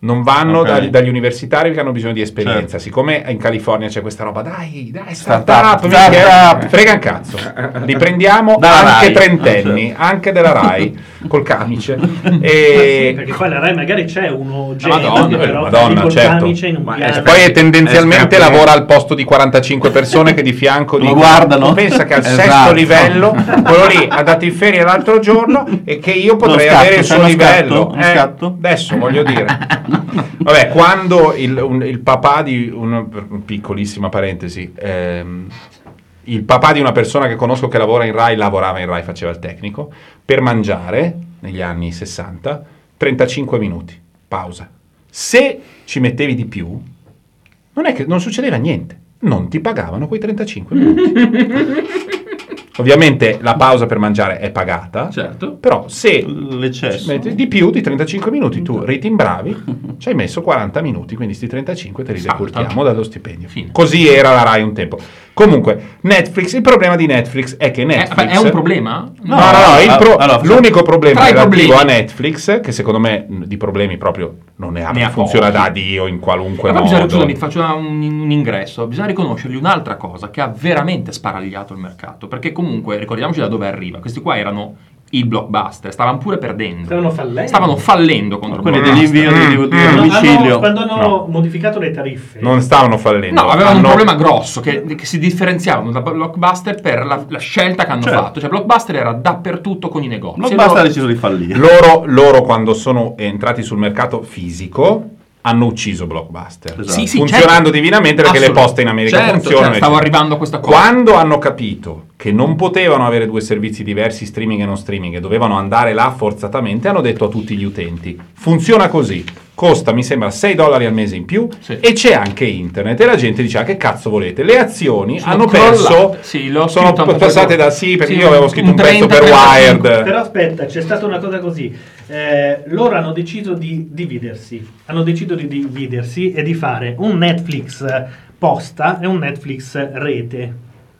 Non vanno Ok. dagli, dagli universitari che hanno bisogno di esperienza. Certo. Siccome in California c'è questa roba, dai, dai, Startup, startup, startup. minchia, frega un cazzo. Li prendiamo Dalla anche Rai. trentenni, Certo. anche della Rai, col camice. Ma sì, E perché poi la Rai magari c'è uno genio, Madonna, però Madonna, col certo. camice in un Ma piano. è- poi tendenzialmente È scappato. lavora al posto di quarantacinque persone che di fianco Lo dicono, guardano. "Tu pensa che al Esatto. sesto livello quello lì è andato in ferie l'altro giorno e che io potrei scatto, avere il c'è suo uno livello. scatto? Uno Eh, scatto? adesso voglio dire, vabbè, quando il, un- il papà di una piccolissima parentesi, ehm, il papà di una persona che conosco che lavora in Rai, lavorava in Rai, faceva il tecnico, per mangiare negli anni sessanta, trentacinque minuti, pausa. Se ci mettevi di più, non è che non succedeva niente, non ti pagavano quei trentacinque minuti. Ovviamente la pausa per mangiare è pagata, Certo. però se L'eccesso. metti di più di trentacinque minuti, tu ritimbravi, ci hai messo quaranta minuti, quindi sti trentacinque te li Salta. decurtiamo dallo stipendio. Fine. Così era la Rai un tempo. Comunque, Netflix, il problema di Netflix è che Eh, Netflix... vabbè, è un problema? No, no, no, il pro- allora, l'unico problema tra i relativo problemi. a Netflix, che secondo me mh, di problemi proprio non ne ha, Ne ha funziona pochi. da Dio in qualunque Ma poi modo. bisogna, scusami, ti faccio una- un, un ingresso. Bisogna riconoscergli un'altra cosa che ha veramente sparagliato il mercato. Perché comunque, ricordiamoci da dove arriva. Questi qua erano i blockbuster, stavano pure perdendo. Stavano fallendo. Stavano fallendo contro Quelli il dell'invio blockbuster. di D V D a Quando domicilio. hanno, quando hanno No. modificato le tariffe, Non stavano fallendo. No, avevano hanno- un problema grosso che, che si differenziavano da Blockbuster per la, la scelta che hanno Certo. fatto. Cioè, Blockbuster era dappertutto con i negozi. Blockbuster Loro- ha deciso di fallire. Loro, loro quando sono entrati sul mercato fisico hanno ucciso Blockbuster. Esatto. Sì, sì, funzionando certo. divinamente perché le Assolut- poste in America certo, funzionano. certo, stavo eccetera. arrivando a questa cosa. Quando hanno capito che non potevano avere due servizi diversi, streaming e non streaming, e dovevano andare là forzatamente, hanno detto a tutti gli utenti: funziona così, costa mi sembra sei dollari al mese in più, Sì. e c'è anche internet. E la gente dice: ah, che cazzo volete? Le azioni Sono hanno crollate. perso, Sì, l'ho sono scritto anche passate per- da sì, perché sì, io avevo scritto un, un pezzo trenta, per trentacinque. Wired. Però aspetta, c'è stata una cosa così. Eh, loro hanno deciso di dividersi. Hanno deciso di dividersi e di fare un Netflix posta e un Netflix rete.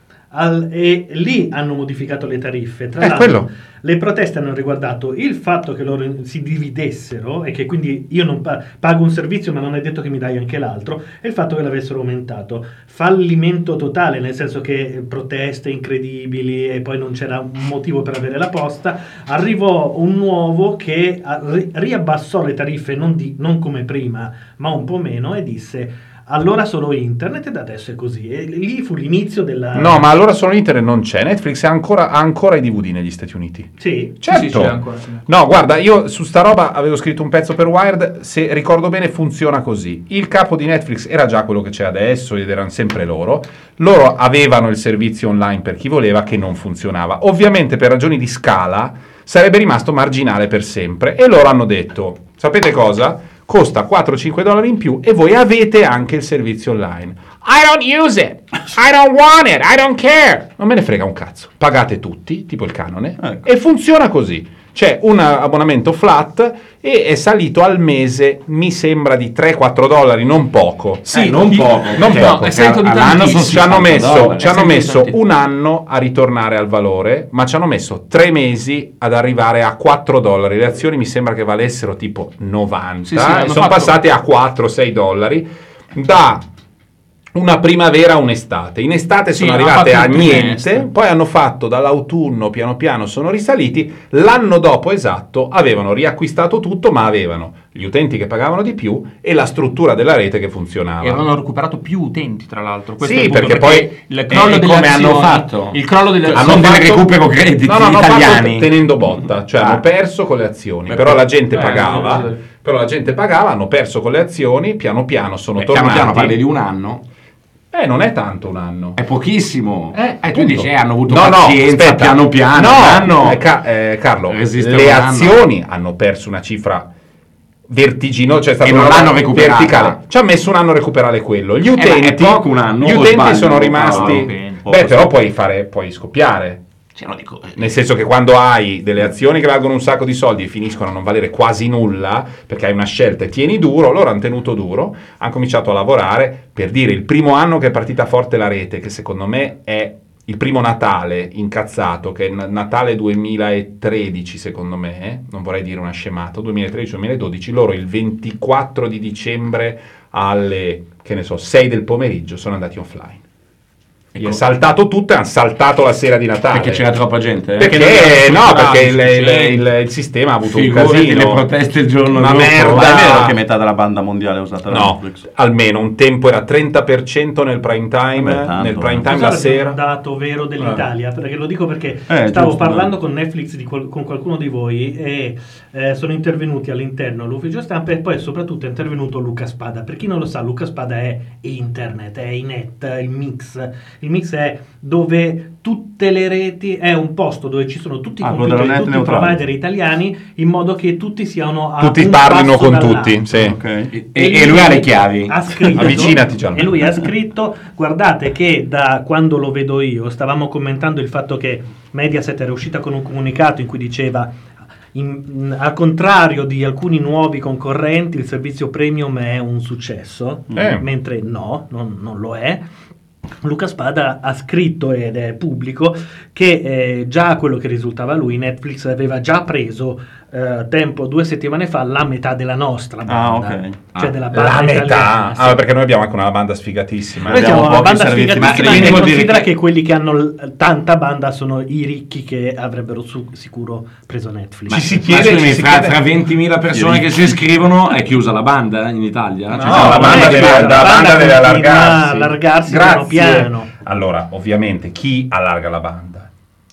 Al- e lì hanno modificato le tariffe. Tra Eh, l'altro, quello. le proteste hanno riguardato il fatto che loro si dividessero e che quindi io non pa- pago un servizio ma non è detto che mi dai anche l'altro, e il fatto che l'avessero aumentato. Fallimento totale, nel senso che proteste incredibili e poi non c'era un motivo per avere la posta. Arrivò un nuovo che a- ri- riabbassò le tariffe, non, di- non come prima ma un po' meno, e disse: allora solo internet, ed adesso è così. E lì fu l'inizio della... No, ma allora solo internet non c'è. Netflix ha ancora, ha ancora i D V D negli Stati Uniti. Sì. Certo. Sì, sì, c'è ancora, sì. No, guarda, io su sta roba avevo scritto un pezzo per Wired, se ricordo bene funziona così. Il capo di Netflix era già quello che c'è adesso ed erano sempre loro. Loro avevano il servizio online per chi voleva, che non funzionava. Ovviamente per ragioni di scala sarebbe rimasto marginale per sempre, e loro hanno detto: sapete cosa? Costa quattro cinque dollari in più e voi avete anche il servizio online. I don't use it, I don't want it, I don't care. Non me ne frega un cazzo. Pagate tutti, tipo il canone, Ecco. e funziona così. C'è un abbonamento flat e è salito al mese, mi sembra, di tre quattro dollari, non poco. Sì, non sì, poco. non perché poco. è salito di all'anno tantissimo. sono Ci hanno sessanta messo, dollari. ci hanno Sì, sì, messo sì. un anno a ritornare al valore, ma ci hanno messo tre mesi ad arrivare a quattro dollari. Le azioni mi sembra che valessero tipo novanta, Sì, sì, e hanno sono fatto- passate a quattro sei dollari da una primavera a un'estate. In estate Sì, sono hanno arrivate fatto a il trimestre. niente, poi hanno fatto dall'autunno piano piano sono risaliti. L'anno dopo esatto avevano riacquistato tutto, ma avevano gli utenti che pagavano di più e la struttura della rete che funzionava. E avevano recuperato più utenti, tra l'altro. Questo Sì, è il punto, perché poi- il crollo e delle come hanno azioni- fatto? Il crollo delle Hanno azioni. delle fatto- recupero crediti no, no, hanno italiani. fatto tenendo botta, cioè Ah. hanno perso con le azioni, Beh, però la gente eh, pagava, sì, sì. però la gente pagava, hanno perso con le azioni, piano piano sono Beh, piano tornati. piano parli di un anno. Eh, non è tanto un anno. È pochissimo. Eh, tu appunto. dici, eh, hanno avuto No, no, pazienza, aspetta. piano piano. No, un anno. eh, Ca- eh, Carlo, Resiste le un anno. azioni hanno perso una cifra vertiginosa, cioè è stata E una non roba l'hanno recuperata. verticale. Ci ha messo un anno a recuperare quello. Gli ma è utenti, poco un anno, gli o utenti sbaglio? sono No, rimasti. no, Beh, poco, però sì. puoi fare, puoi scoppiare. Cioè, no, dico, eh, Nel senso che quando hai delle azioni che valgono un sacco di soldi e finiscono a non valere quasi nulla, perché hai una scelta e tieni duro, loro hanno tenuto duro, hanno cominciato a lavorare, per dire, il primo anno che è partita forte la rete, che secondo me è il primo Natale incazzato, che è il Natale duemilatredici secondo me, eh? non vorrei dire una scemata, duemilatredici duemiladodici, loro il ventiquattro di dicembre alle, che ne so, sei del pomeriggio sono andati offline. Gli è saltato tutto e hanno saltato la sera di Natale. Perché c'era troppa gente? Eh? Perché, perché no, perché il, il, il, il sistema ha avuto Figurati un casino. le proteste il giorno una dopo. merda. Ma è vero che metà della banda mondiale è usata da No, Netflix? almeno un tempo era trenta per cento nel prime time, Vabbè, tanto, nel prime eh. time Cosa la è sera. un dato vero dell'Italia, perché lo dico perché Eh, stavo giusto, parlando no. con Netflix di qual- con qualcuno di voi e eh, sono intervenuti all'interno l'ufficio stampa e poi soprattutto è intervenuto Luca Spada. Per chi non lo sa, Luca Spada è internet, è i net, il mix. Il mix è dove tutte le reti, è un posto dove ci sono tutti i Ah, computer quello di della tutti i net neutrale. provider italiani in modo che tutti siano a Tutti un parlino passo con dall'altro. tutti, sì. Ok. E, e lui ha le chiavi. Ha scritto, Avvicinati, Gianni. e lui ha scritto: guardate che da quando lo vedo io, stavamo commentando il fatto che Mediaset era uscita con un comunicato in cui diceva in- in- al contrario di alcuni nuovi concorrenti il servizio premium è un successo, Eh. mentre no, non, non lo è. Luca Spada ha scritto, ed è pubblico, che eh, già quello che risultava a lui, Netflix aveva già preso eh, tempo, due settimane fa, la metà della nostra Ah, banda, ok. cioè Ah, della banda La metà, italiana, sì. ah, perché noi abbiamo anche una banda sfigatissima. Noi abbiamo siamo una pochi banda servizi, sfigatissima, ma quindi e vuol dire considera che- che quelli che hanno l- tanta banda sono i ricchi che avrebbero su- sicuro preso Netflix. Ci si Ma chiede, scusami, ci si fra, chiede- fra ventimila persone che si iscrivono è chiusa la banda in Italia? No, Cioè, la non banda è deve, chiusa, la la banda banda deve continua allargarsi. a allargarsi piano piano. Allora, ovviamente, chi allarga la banda?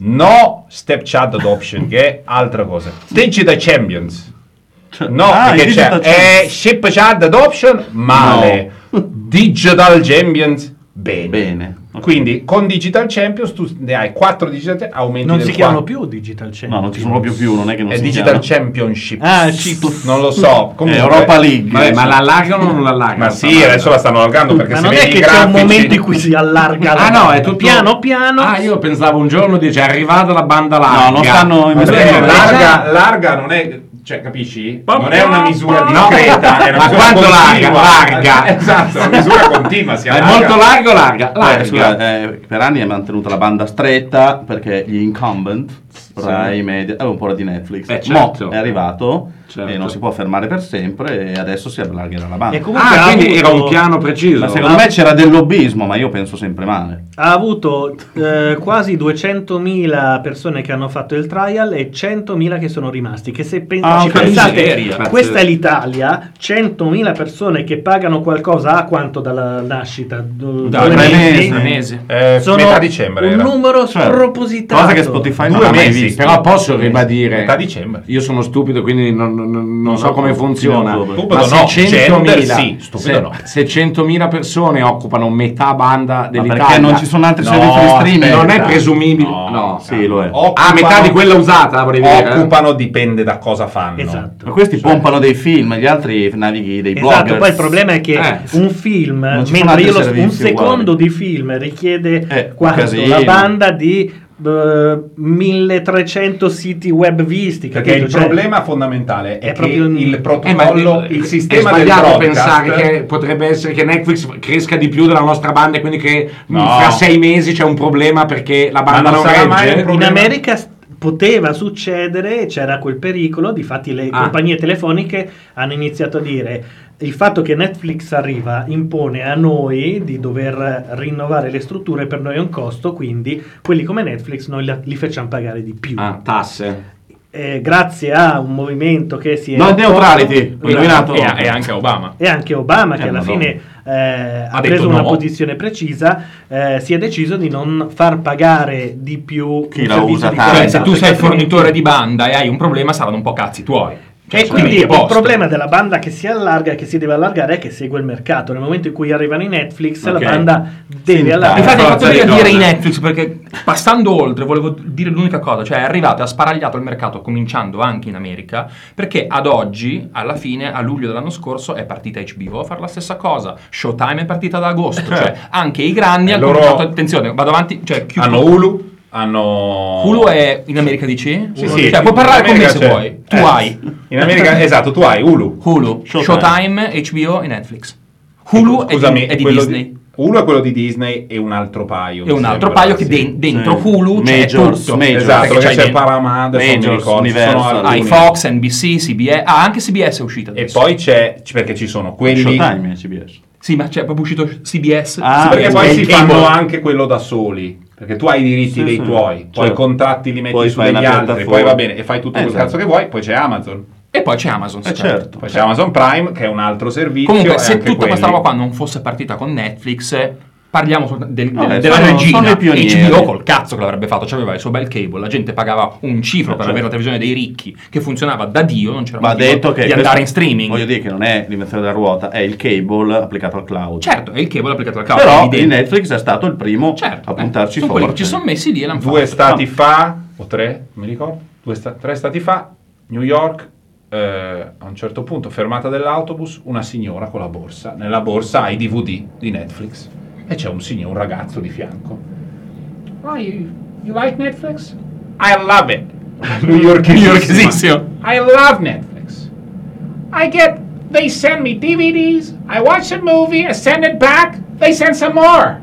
No step chat adoption, che è altra cosa. Digital Champions. No, Ah, perché i Digital c'è è ship chat adoption, male. Digital Champions, bene. Bene. Ok. Quindi con Digital Champions tu ne hai quattro Digital Champions, aumenti Non del si chiamano quattro. più Digital Champions. No, non ci sono proprio più, non è che non È si Digital chiama. Championship. Ah, chip. Non lo so. Comunque, Europa League. Vabbè, ma l'allargano o non l'allargano? Ma sì, adesso la stanno allargando perché Ma se non è vedi che i c'è un grafici- momento in cui si allarga la Ah no, banda. è tutto piano piano. Ah, io pensavo un giorno dice è arrivata la banda larga. No, non stanno Vabbè, investendo. larga, larga non è, cioè, capisci? Non è una misura No. discreta, è una Ma misura quanto larga? continua. Larga. Esatto, una misura continua. Si È allarga. molto largo o larga? Eh, Larga. scusa, eh, per anni è mantenuta la banda stretta perché gli incumbent, Rai, Media, aveva un po' di Netflix. Eh, Mo certo. è arrivato Certo. e non si può fermare per sempre e adesso si allargherà la banda. E comunque Ah, ha quindi avuto- era un piano preciso. Ma secondo me c'era del lobbismo, ma io penso sempre male. Ha avuto eh, quasi duecentomila persone che hanno fatto il trial e centomila che sono rimasti. Che se pen- Ah, ci ok. pensate, Miseria. questa è l'Italia, centomila persone che pagano qualcosa a quanto dalla nascita? Du- Da due tre mesi? mesi. mesi. Eh, Sono metà dicembre un era. numero Cioè, spropositato. cosa che Spotify non Due ha mai mesi. visto. Però posso ribadire, Metà dicembre. io sono stupido quindi non, non- non No, so no, come no, funziona. stupido Stupido Ma no, se centomila, gender sì, stupido se, no. se centomila persone occupano metà banda dell'Italia, perché non ci sono altri No, servizi di streaming? non è aspetta. presumibile. No, No, Sì, lo è. Ah, metà di quella usata, volevi dire, eh? Occupano, dipende da cosa fanno. Esatto. Ma questi pompano dei film, gli altri navighi dei Esatto, blogger. poi il problema è che Eh. un film, Non ci sono mentre altri io lo- un servizi secondo di film richiede Eh, quanto? casino. La banda di eh, milletrecento siti web visti, Perché capito? il Cioè, fondamentale fondamentale è, è che proprio un- il Eh, ma protocollo, il, è sistema del sbagliato broadcast pensare che potrebbe essere che Netflix cresca di più della nostra banda e quindi che No. fra sei mesi c'è un problema perché la banda Ma non non, sarà mai regge. un in problema. America s- poteva succedere, c'era quel pericolo, difatti le Ah. compagnie telefoniche hanno iniziato a dire il fatto che Netflix arriva impone a noi di dover rinnovare le strutture, per noi è un costo, quindi quelli come Netflix noi la- li facciamo pagare di più. Ah, tasse. Eh, grazie a un movimento che si è No opposto- neutrality, ho indovinato. E, e anche Obama. e anche Obama che Eh, alla madonna. fine eh, ha, Ha preso detto una no. posizione precisa, eh, si è deciso di non far pagare di più Chi un la servizio usa di tanto. Cioè, qualità, se tu sei perché altrimenti- fornitore di banda e hai un problema, saranno un po' cazzi tuoi. E Cioè, quindi a il posto. problema della banda che si allarga e che si deve allargare è che segue il mercato. Nel momento in cui arrivano i Netflix, Ok. la banda deve Sì, allargare. Infatti hai Forza fatto bene di a dire i donna. Netflix, perché passando oltre volevo dire l'unica cosa, cioè arrivate, ha sparagliato il mercato cominciando anche in America, perché ad oggi, alla fine, a luglio dell'anno scorso è partita H B O a fare la stessa cosa, Showtime è partita ad agosto, cioè anche i grandi Eh, hanno loro- cominciato, attenzione, vado avanti, cioè chiudo. hanno Hulu, hanno Hulu è in America dici? Sì, Hulu- sì, cioè puoi parlare in con me America se c'è. vuoi, tu Eh, hai in America, esatto, tu hai Hulu. Hulu, Showtime. Showtime, H B O e Netflix. Hulu è Scusami, di, è di quello Disney. Uno è quello di Disney e un altro paio. E mi un altro sembra, paio che sì. den- dentro Sì. Hulu c'è Majors, tutto. Majors. Esatto, Perché perché c'hai c'è dentro- Paramount, adesso non mi Majors, ricordo, ci sono Universal. alcuni. Hai Fox, N B C, C B S. Ah, anche C B S è uscita E adesso. poi c'è, perché ci sono quelli... Showtime è C B S. Sì, ma c'è proprio uscito C B S. Ah, Sì, perché sì, poi sì, si sì. fanno anche quello da soli, perché tu hai i diritti Sì, dei sì. tuoi, poi Certo. i contratti li metti Poi su fai degli una altri, piattaforma. poi va bene, e fai tutto Eh, quel esatto. cazzo che vuoi, poi c'è Amazon, E poi c'è Amazon. Eh, sì, certo. poi c'è Amazon Prime che è un altro servizio. Comunque, e se anche tutta questa quelli- roba qua non fosse partita con Netflix, parliamo soltanto del- Vabbè, del- della sono- regina. sono i pionieri. H B O col cazzo che l'avrebbe fatto, c'aveva il suo bel cable, la gente pagava un cifro Eh, per certo. avere la televisione dei ricchi che funzionava da Dio, non c'era Va motivo detto che di questo- andare in streaming. Voglio dire che non è l'invenzione della ruota, è il cable applicato al cloud. Certo, è il cable applicato al cloud. Però è il evidente. Netflix è stato il primo Certo, a puntarci sono quelli forte. che ci sono messi lì e l'hanno Due fatto. stati fa, o tre, non mi ricordo, due sta- tre stati fa, New York, eh, a un certo punto, fermata dell'autobus, una signora con la borsa. Nella borsa ha i D V D di Netflix e c'è un signore, un ragazzo di fianco. Oh, you, you like Netflix? I love it. Newyorkesissimo. I love Netflix. I get, they send me D V Ds, I watch a movie, I send it back, they send some more.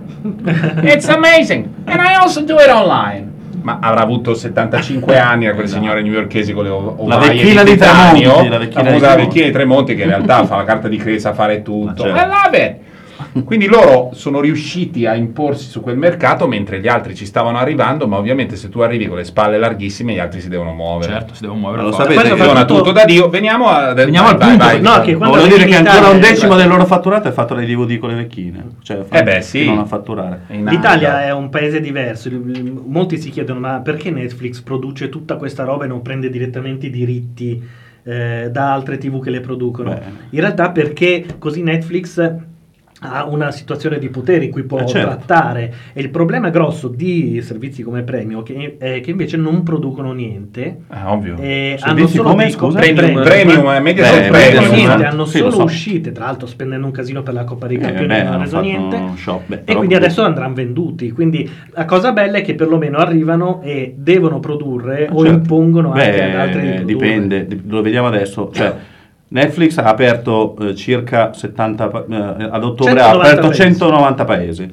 It's amazing. And I also do it online. Ma avrà avuto settantacinque anni a quelle signore newyorkesi con le ov- La ovaie vecchina di di titanio, Tremonti, la la vecchina famosa di Tremonti. vecchina di Tremonti che in realtà fa la carta di credito, sa fare tutto. Ma certo. I love it. Quindi loro sono riusciti a imporsi su quel mercato mentre gli altri ci stavano arrivando, ma ovviamente se tu arrivi con le spalle larghissime gli altri si devono muovere. Certo, si devono muovere. Lo forte. sapete Questo che fa Dona tutto- tutto da Dio. Veniamo, a, Veniamo al vai, punto. vai. No, che quando Voglio dire arrivi che in ancora un Italia- decimo del loro fatturato è fatto dai D V D con le vecchine. Cioè, Eh beh, sì. Non a fatturare. In L'Italia Asia. è un paese diverso. Molti si chiedono: ma perché Netflix produce tutta questa roba e non prende direttamente i diritti eh, da altre tivù che le producono? Beh. In realtà, perché così Netflix ha una situazione di potere in cui può Eh, certo. trattare. E il problema grosso di servizi come Premium che, è che invece non producono niente. Eh, ovvio. E Servizi hanno solo come, disco- scusa? Premium. Premium, eh, Mediaset Beh, non Premium. producono Premium, niente, eh. hanno Sì, lo solo so. uscite, tra l'altro spendendo un casino per la Coppa dei Eh, Campioni, beh, non hanno hanno reso fatto niente. uno shop, beh, E però quindi comunque- adesso andranno venduti. Quindi la cosa bella è che perlomeno arrivano e devono produrre o Certo. impongono anche Beh, ad altri di produrre. dipende, di- lo vediamo adesso. Cioè, Netflix ha aperto eh, circa settanta, pa- eh, ad ottobre ha centonovanta aperto paesi. centonovanta paesi.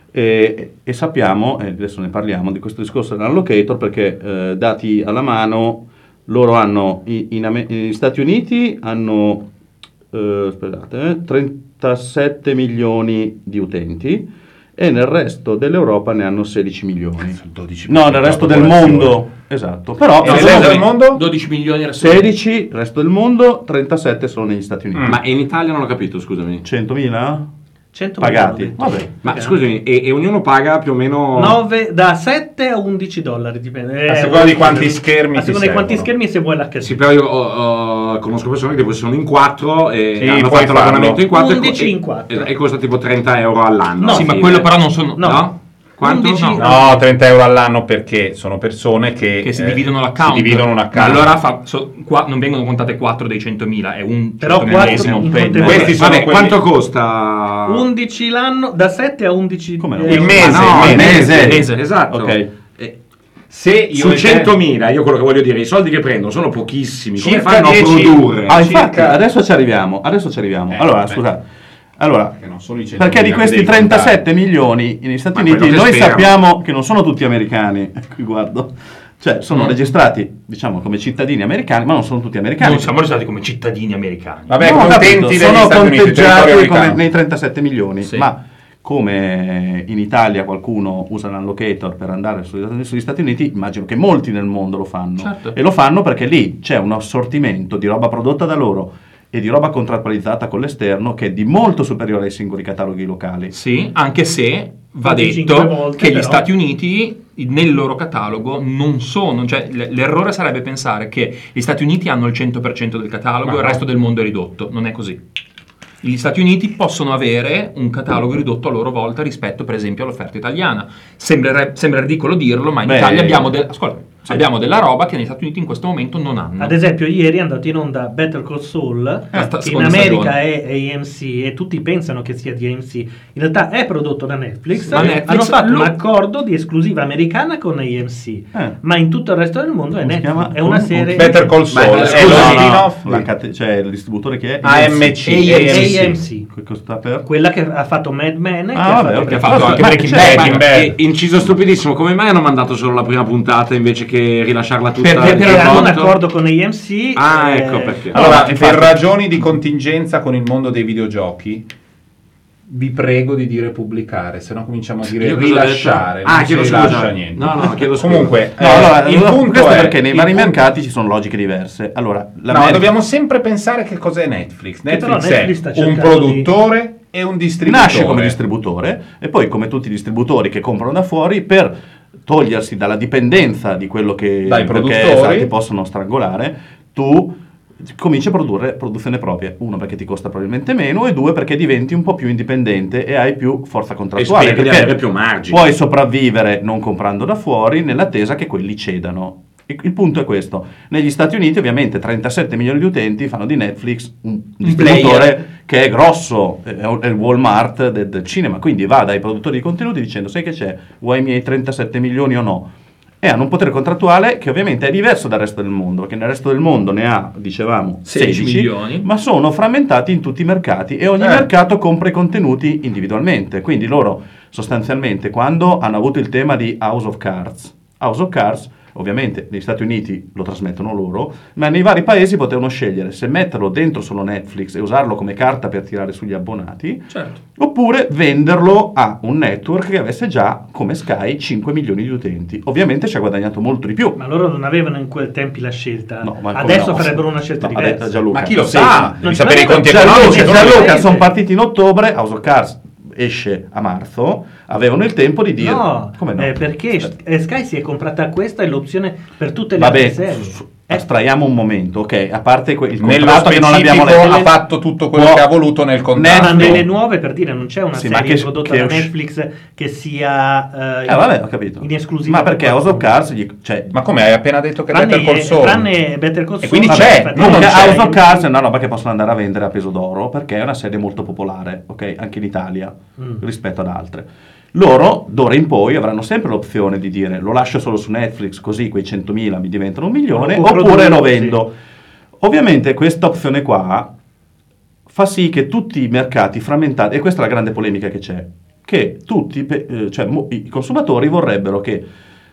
E, e sappiamo, e adesso ne parliamo di questo discorso dell'allocator perché eh, dati alla mano, loro hanno i- in, Ame- negli Stati Uniti hanno eh, aspettate, eh, trentasette milioni di utenti e nel resto dell'Europa ne hanno sedici milioni. dodici No, nel resto del popolazione. mondo, esatto. Però E no, nel sono resto del mondo? dodici milioni resto sedici, il resto del mondo, trentasette sono negli Stati Uniti. Mm. Ma in Italia non ho capito, scusami. centomila cento pagati. milioni. Vabbè. Ma scusami, e, e ognuno paga più o meno... nove da sette a undici dollari, dipende. A Eh, seconda di quanti a schermi ti seconda di quanti servono. schermi, se vuoi l'H D. Sì, però io ho- ho- conosco persone che poi sono in quattro e Sì, hanno puoi fatto farlo. l'abbonamento in quattro e co- undici e, in quattro. e costa tipo trenta euro all'anno. No, sì, ma Sì, quello eh. però non sono... No. No? Quanto? undici No. No, trenta euro all'anno perché sono persone che, che si eh, dividono l'account. Si dividono un Ma account. allora fa- so- qua non vengono contate quattro dei centomila, è un Però centomillesimo. quattro in penne. contemporanea. Questi sono Vabbè, quelli- quanto costa? undici l'anno, da sette a undici. Come no? eh, Il mese, Ah, no, il il mese. mese. Mese. Esatto. Ok. Eh, Se io su e te- centomila, io quello che voglio dire, i soldi che prendono sono pochissimi. Come Circa fanno a dieci produrre? Ah, circa- infatti, adesso ci arriviamo. Adesso ci arriviamo. Eh, allora, vabbè. scusate. Allora, Che non sono i perché di centomila questi che devi trentasette milioni negli Stati Ma Uniti quello che noi sperano. sappiamo che non sono tutti americani. Qui guardo. Cioè, sono Mm. registrati, diciamo, come cittadini americani, ma non sono tutti americani. Non siamo registrati come cittadini americani. Vabbè, No, ho contenti capito, degli sono Stati Uniti, territorio conteggiati come americano. nei trentasette milioni, Sì. ma come in Italia qualcuno usa l'allocator per andare sugli, sugli Stati Uniti, immagino che molti nel mondo lo fanno. Certo. E lo fanno perché lì c'è un assortimento di roba prodotta da loro e di roba contrattualizzata con l'esterno che è di molto superiore ai singoli cataloghi locali. Sì, anche se va venticinque detto volte, che gli però. Stati Uniti nel loro catalogo non sono, cioè l- l'errore sarebbe pensare che gli Stati Uniti hanno il cento per cento del catalogo e il Ma no. resto del mondo è ridotto. Non è così. Gli Stati Uniti possono avere un catalogo ridotto a loro volta rispetto per esempio all'offerta italiana. Sembrere- sembra ridicolo dirlo, ma in Beh. Italia abbiamo del- ascolta, Sì. Abbiamo della roba che negli Stati Uniti in questo momento non hanno. Ad esempio, ieri è andato in onda Better Call Saul, Eh, sta- che in seconda America stagione. è A M C e tutti pensano che sia di A M C. In realtà è prodotto da Netflix. Ma Netflix Hanno fatto lo- un accordo di esclusiva americana con A M C, Eh. ma in tutto il resto del mondo è Come si Netflix. chiama? È una Come- serie. Better Call Ma- Saul ma è scusa, lo no, spin-off La di cate- cioè il distributore che è A M C. A M C. Che sta per? Quella che ha fatto Mad Men. e che Ah, ha vabbè, fatto ok. Che ha fatto anche Ma- Breaking cioè, Bad. Ma- Breaking Bad. e- inciso stupidissimo, come mai hanno mandato solo la prima puntata invece che rilasciarla tutta? Per- per- in Perché hanno un conto? accordo con A M C. Ah, eh, ecco perché. Allora, No, per infatti- ragioni di contingenza con il mondo dei videogiochi, vi prego di dire pubblicare, se no cominciamo a dire Io cosa ho rilasciare. detto? Ah, non si chiedo rilascia scusa. niente. No, no, chiedo scusa. Comunque, No, eh, allora, il allora, punto questo è perché nei il vari punto- mercati ci sono logiche diverse. Allora, No, l'America- dobbiamo sempre pensare che cos'è Netflix. Che però Netflix, Netflix sta è un cercando di- produttore e un distributore. nasce come distributore e poi come tutti i distributori che comprano da fuori per togliersi dalla dipendenza di quello che Dai perché, produttori. esatto, ti possono strangolare, tu cominci a produrre produzione propria, uno perché ti costa probabilmente meno e due perché diventi un po' più indipendente e hai più forza E contrattuale, speri di perché avere più margini. puoi sopravvivere non comprando da fuori nell'attesa che quelli cedano. Il il punto è questo: negli Stati Uniti ovviamente trentasette milioni di utenti fanno di Netflix un distributore che è grosso, è è il Walmart del, del cinema, quindi va dai produttori di contenuti dicendo: sai che c'è, vuoi i miei trentasette milioni o no? E hanno un potere contrattuale che ovviamente è diverso dal resto del mondo, perché nel resto del mondo ne ha, dicevamo, sedici sedici milioni. ma sono frammentati in tutti i mercati e ogni Eh. mercato compra i contenuti individualmente. Quindi loro sostanzialmente quando hanno avuto il tema di House of Cards, House of Cards ovviamente negli Stati Uniti lo trasmettono loro, ma nei vari paesi potevano scegliere se metterlo dentro solo Netflix e usarlo come carta per tirare sugli abbonati, Certo. oppure venderlo a un network che avesse già, come Sky, cinque milioni di utenti. Ovviamente ci ha guadagnato molto di più. Ma loro non avevano in quel tempi la scelta. No, ma come Adesso no? farebbero una scelta No, ha detto diversa. Gianluca. Ma chi lo Sì, sa? ma- Devi non sapere i sarebbe- conti Gianluca, economici. Gianluca, non Gianluca, lo sono vedi. partiti in ottobre, House of Cards esce a marzo, avevano il tempo di dire... No, come no? eh, perché Aspetta. eh, Sky si è comprata questa e l'opzione per tutte le Vabbè, altre serie. s- Eh, astraiamo un momento, ok? A parte que- il Nello contratto che non specifico abbiamo letto, ha fatto tutto quello può- che ha voluto nel ma contratto. nelle nuove, per dire, non c'è una Sì, ma serie che- prodotta che da usci- Netflix che sia eh, Eh vabbè, ho capito. in esclusiva. Ma perché per House of qualcuno. Cards, gli- cioè, Ma come hai appena detto che Tranne, Better Call Saul? tranne Better Call E Saul, quindi vabbè, c'è, infatti, no, non comunque c'è. House of Cards è una roba che possono andare a vendere a peso d'oro perché è una serie molto popolare, ok? Anche in Italia Mm. rispetto ad altre. Loro d'ora in poi avranno sempre l'opzione di dire lo lascio solo su Netflix così quei centomila mi diventano un milione Lo oppure produco, lo sì. vendo. Ovviamente questa opzione qua fa sì che tutti i mercati frammentati, e questa è la grande polemica che c'è, che tutti, pe- eh, cioè mo- i consumatori vorrebbero che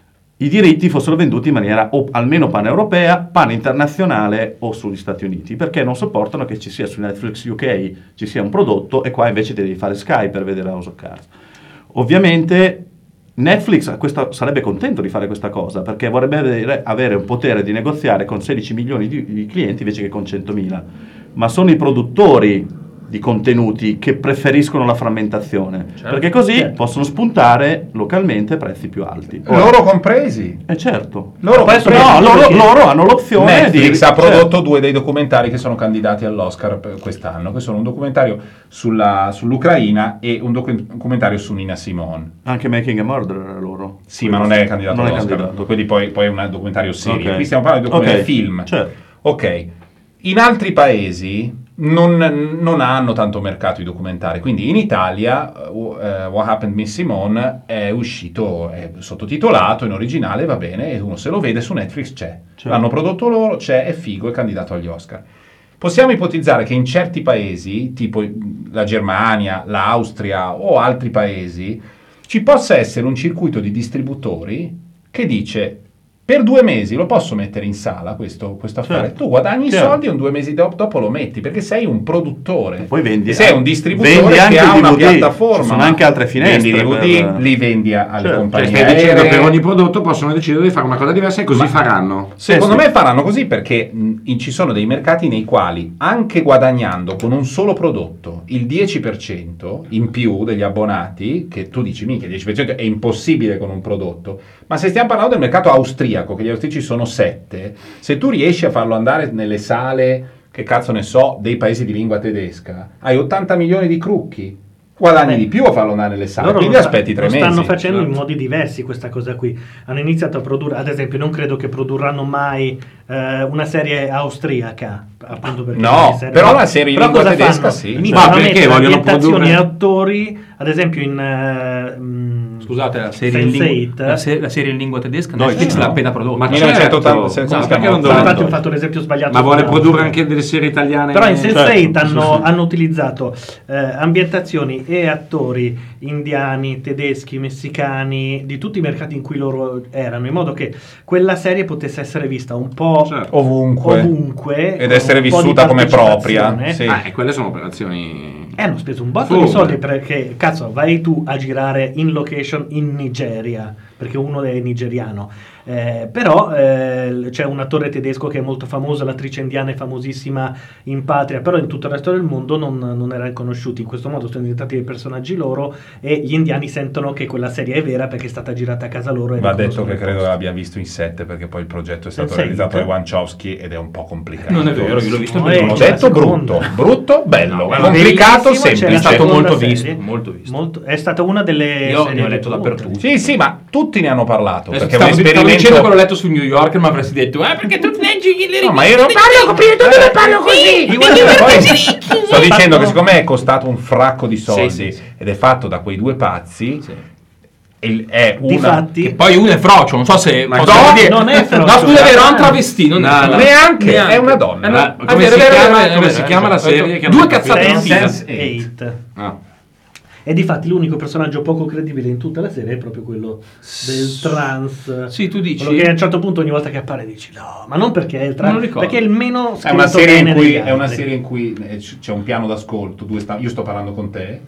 i diritti fossero venduti in maniera o almeno paneuropea, paninternazionale o sugli Stati Uniti, perché non sopportano che ci sia su Netflix U K ci sia un prodotto e qua invece devi fare Sky per vedere House of Cards. Ovviamente Netflix a questa- sarebbe contento di fare questa cosa perché vorrebbe avere, avere un potere di negoziare con sedici milioni di, di clienti invece che con centomila, ma sono i produttori di contenuti che preferiscono la frammentazione perché così certo. possono spuntare localmente prezzi più alti. Ora- Loro compresi. eh certo. Loro Poi compresi. No, loro, perché loro hanno l'opzione Netflix di... ha prodotto certo. due dei documentari che sono candidati all'Oscar per quest'anno, che sono un documentario sulla- sull'Ucraina e un docu- documentario su Nina Simone. Anche Making a Murderer era loro. Sì, ma non è candidato Non è all'Oscar, candidato. quindi poi, poi è un documentario serio. Ok. Qui stiamo parlando di documentario Ok, film. certo. Ok. In altri paesi non, non hanno tanto mercato i documentari, quindi in Italia uh, eh, What Happened Miss Simone è uscito, è sottotitolato in originale, va bene, e uno se lo vede su Netflix c'è. Certo. L'hanno prodotto loro, c'è, è figo, è candidato agli Oscar. Possiamo ipotizzare che in certi paesi, tipo la Germania, l'Austria o altri paesi, ci possa essere un circuito di distributori che dice: per due mesi lo posso mettere in sala questo, questo affare, Certo. tu guadagni i Certo. soldi e un due mesi do- dopo lo metti, perché sei un produttore. E poi vendi- sei un distributore vendi anche che ha i una D V D. piattaforma. Ci sono anche altre finestre Vendi D V D, per- li vendi a- alle Certo. Cioè, compagnie stai dicendo aeree. per ogni prodotto possono decidere di fare una cosa diversa e così Ma- faranno. Secondo Eh sì. me faranno così perché mh, in- ci sono dei mercati nei quali anche guadagnando con un solo prodotto il dieci per cento in più degli abbonati, che tu dici minchia, il dieci per cento è impossibile con un prodotto, ma se stiamo parlando del mercato austriaco, che gli austriaci sono sette, se tu riesci a farlo andare nelle sale, che cazzo ne so, dei paesi di lingua tedesca, hai ottanta milioni di crucchi. guadagni Beh, di più a farlo andare nelle sale, loro quindi lo sta- aspetti tre lo mesi. stanno facendo in Certo. modi diversi questa cosa qui. Hanno iniziato a produrre, ad esempio, non credo che produrranno mai eh, una serie austriaca, appunto perché No, le serie- però la serie in Però lingua cosa tedesca fanno? sì. Iniziano Ma a perché mettere vogliono ambientazioni produrre- e attori, ad esempio in eh, mh, Scusate, la serie, in sense lingua, eight. la, se- la serie in lingua tedesca No, Netflix no. l'ha appena prodotta. Ma millenovecentottanta, certo. come No, si perché chiama? non Ma dovrebbe- infatti ho fatto l'esempio sbagliato. Ma vuole sulla- produrre anche delle serie italiane. Però in sense Certo, eight sì, hanno, sì. hanno utilizzato eh, ambientazioni e attori indiani, tedeschi, messicani, di tutti i mercati in cui loro erano, in modo che quella serie potesse essere vista un po' Certo. Ovunque. ovunque Ed con essere un po' di vissuta come propria. partecipazione. Sì. Ah, e quelle sono operazioni. E hanno speso un botto Full. di soldi perché, cazzo, vai tu a girare in location in Nigeria, perché uno è nigeriano. Eh, però eh, c'è un attore tedesco che è molto famoso, l'attrice indiana è famosissima in patria, però in tutto il resto del mondo non, non erano conosciuti. In questo modo sono diventati dei personaggi loro e gli indiani sentono che quella serie è vera perché è stata girata a casa loro. E Va non detto conoscono che il credo posto. l'abbia visto in sette perché poi il progetto è stato Sense realizzato da eight. Wachowski ed è un po' complicato. Non è vero, io l'ho visto No, in eh, Ho c'è la detto seconda. brutto, brutto, bello, No, guarda, complicato, bellissimo, c'è semplice. la È stato seconda molto serie. visto, molto visto. Molto- è stata una delle Io serie ne ho letto ripetute. dappertutto. Sì, sì, ma tutti ne hanno parlato Eh, perché è stavo, un stavo esperimento. dicendo quello letto su New Yorker, ma avresti detto, eh, perché tu leggi le No, ma io non parlo come tu ne parlo così. Poi sto dicendo che siccome è costato un fracco di soldi Sì, sì, sì. ed è fatto da quei due pazzi, il- è una Difatti, Che poi uno è frocio, non so se Ma possiamo no, dire. non è frocio. No, scusa, è vero, è un travestì, non No, è no. neanche, è una donna. Eh, no, Ma è come vero, si è vero, chiama- è vero, come è si vero, chiama è la vero. serie che Due hanno cazzate fatto? in fila. Sense eight. Ah. E difatti l'unico personaggio poco credibile in tutta la serie è proprio quello del trans. Sì, tu dici. Quello che a un certo punto ogni volta che appare dici no, ma non perché è il Non trans, lo ricordo. perché è il meno È una, scritto serie in bene cui, degli è una altri. serie in cui eh, c- c'è un piano d'ascolto, due sta- io sto parlando con te,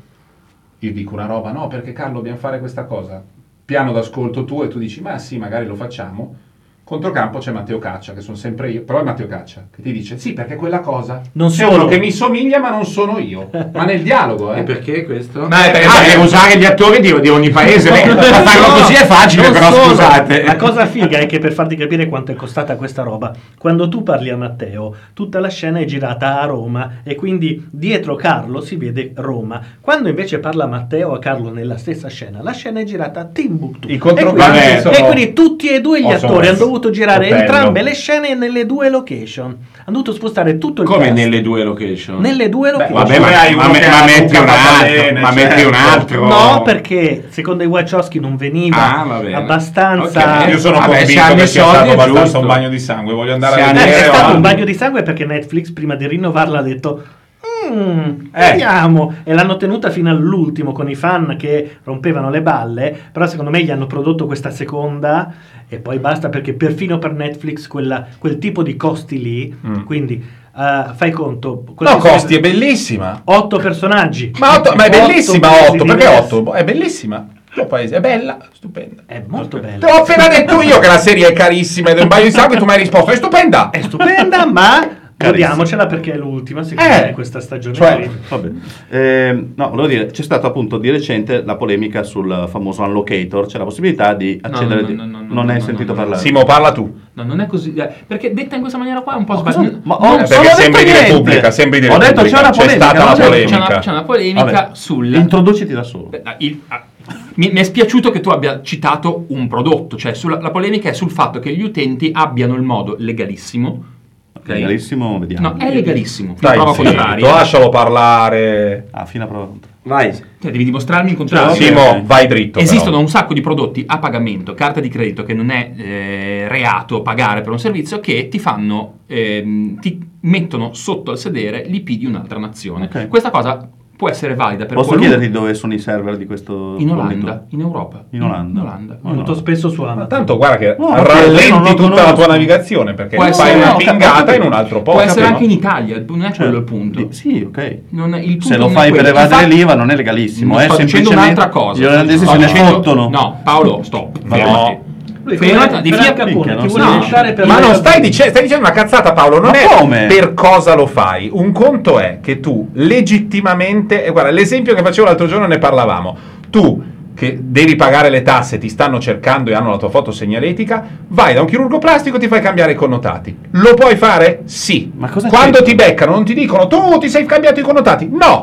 io dico una roba, no perché Carlo dobbiamo fare questa cosa, piano d'ascolto tu e tu dici ma sì magari lo facciamo, controcampo c'è Matteo Caccia che sono sempre io, però è Matteo Caccia che ti dice sì perché quella cosa Non c'è sono. uno che mi somiglia ma non sono io, ma nel dialogo eh. E perché questo? Ma è perché- ah, devo usare gli attori di, di ogni paese. No, Ma farlo no, così è facile, non però solo. scusate. La cosa figa è che per farti capire quanto è costata questa roba, quando tu parli a Matteo, tutta la scena è girata a Roma e quindi dietro Carlo si vede Roma. Quando invece parla Matteo a Carlo nella stessa scena, la scena è girata a Timbuktu. I E controcanti quindi, sono- e quindi tutti e due gli Oh, sono attori hanno messi. dovuto girare Che bello. entrambe le scene nelle due location. Hanno dovuto spostare tutto il Come cast. nelle due location? Nelle due location. Vabbè, Oppure ma, hai ma, uno me- che ma ha metti un un altro, cappellene, ma metti un certo. altro. No, perché secondo i Wachowski non veniva Ah, va bene. abbastanza. Ok. Io sono Vabbè, se convinto hanno che i sia soldi, stato è abbastanza giusto. un bagno di sangue, voglio andare Se a hanno- Eh, vedere. è stato oh, un bagno di sangue perché Netflix prima di rinnovarla ha detto "Mm, Eh. vediamo", e l'hanno tenuta fino all'ultimo con i fan che rompevano le balle, però secondo me gli hanno prodotto questa seconda e poi basta, perché perfino per Netflix quella- quel tipo di costi lì, Mm. quindi eh, fai conto quella No, serie- Costi è bellissima. otto personaggi, Ma, otto, ma è Otto bellissima paesi otto, perché diversi. otto? È bellissima. Il paese è bella, stupenda. È molto bella. Te l'ho appena detto io che la serie è carissima ed è un bagno di sangue e tu mi hai risposto, è stupenda. È stupenda, ma godiamocela perché è l'ultima secondo Eh, me questa stagione cioè, qui. Vabbè. Ehm, no, volevo dire, c'è stata appunto di recente la polemica sul famoso unlocator, c'è la possibilità di accedere... no, di- no, no, no, non no, hai no, sentito no, no. parlare? Simo, parla tu. No, non è così. eh, perché detta in questa maniera qua è un po' cosa- sbagliato. ma- Non oh, Eh, so- perché non ho sembri detto di niente. Repubblica, sembri di Ho detto Repubblica. c'è una polemica, C'è stata non la ho detto- c'è una, polemica. c'è una polemica Vabbè. sul. Introduciti da solo. Eh, il- ah, mi, mi è spiaciuto che tu abbia citato un prodotto, cioè sulla, la polemica è sul fatto che gli utenti abbiano il modo legalissimo. ok? Legalissimo, vediamo. No, è legalissimo. Fino a Dai, prova zitto, contraria. lascialo parlare. Ah, fino a prova contraria. Vai. Cioè, devi dimostrarmi il contrario. Ok. Simo, vai dritto. Esistono però. un sacco di prodotti a pagamento, carta di credito che non è eh, reato pagare per un servizio, che ti fanno, ehm, ti mettono sotto al sedere l'I P di un'altra nazione. Ok. Questa cosa può essere valida per Posso qualunque- chiederti dove sono i server di questo in Olanda, fornitore? in Europa. In Olanda? In Olanda. Oh, Molto no. spesso su Ma Amazon. tanto guarda che No, ok, rallenti io non lo tutta la conosco. tua navigazione perché Può fai essere- una no, pingata capito. in un altro Può posto. essere no? anche in Italia, non è Cioè, quello il punto. di- Sì, ok. Non è- il punto Se lo non è fai per quello. evadere Infatti- l'I V A non è legalissimo, Non è sto dicendo semplicemente un'altra cosa. gli olandesi Sto se ne dicendo- fottono. No, Paolo, stop. No. fermati. Lui Fermati, come di Franca fianco- Capone, Minchia, ti non vuole so. aiutare per Ma la- non stai dicendo, stai dicendo una cazzata, Paolo. Non Ma è come? per cosa lo fai. Un conto è che tu legittimamente, e guarda, l'esempio che facevo l'altro giorno ne parlavamo. Tu che devi pagare le tasse, ti stanno cercando e hanno la tua foto segnaletica, vai da un chirurgo plastico e ti fai cambiare i connotati. Lo puoi fare? Sì. Ma cosa Quando c'entra? ti beccano non ti dicono tu ti sei cambiato i connotati. No.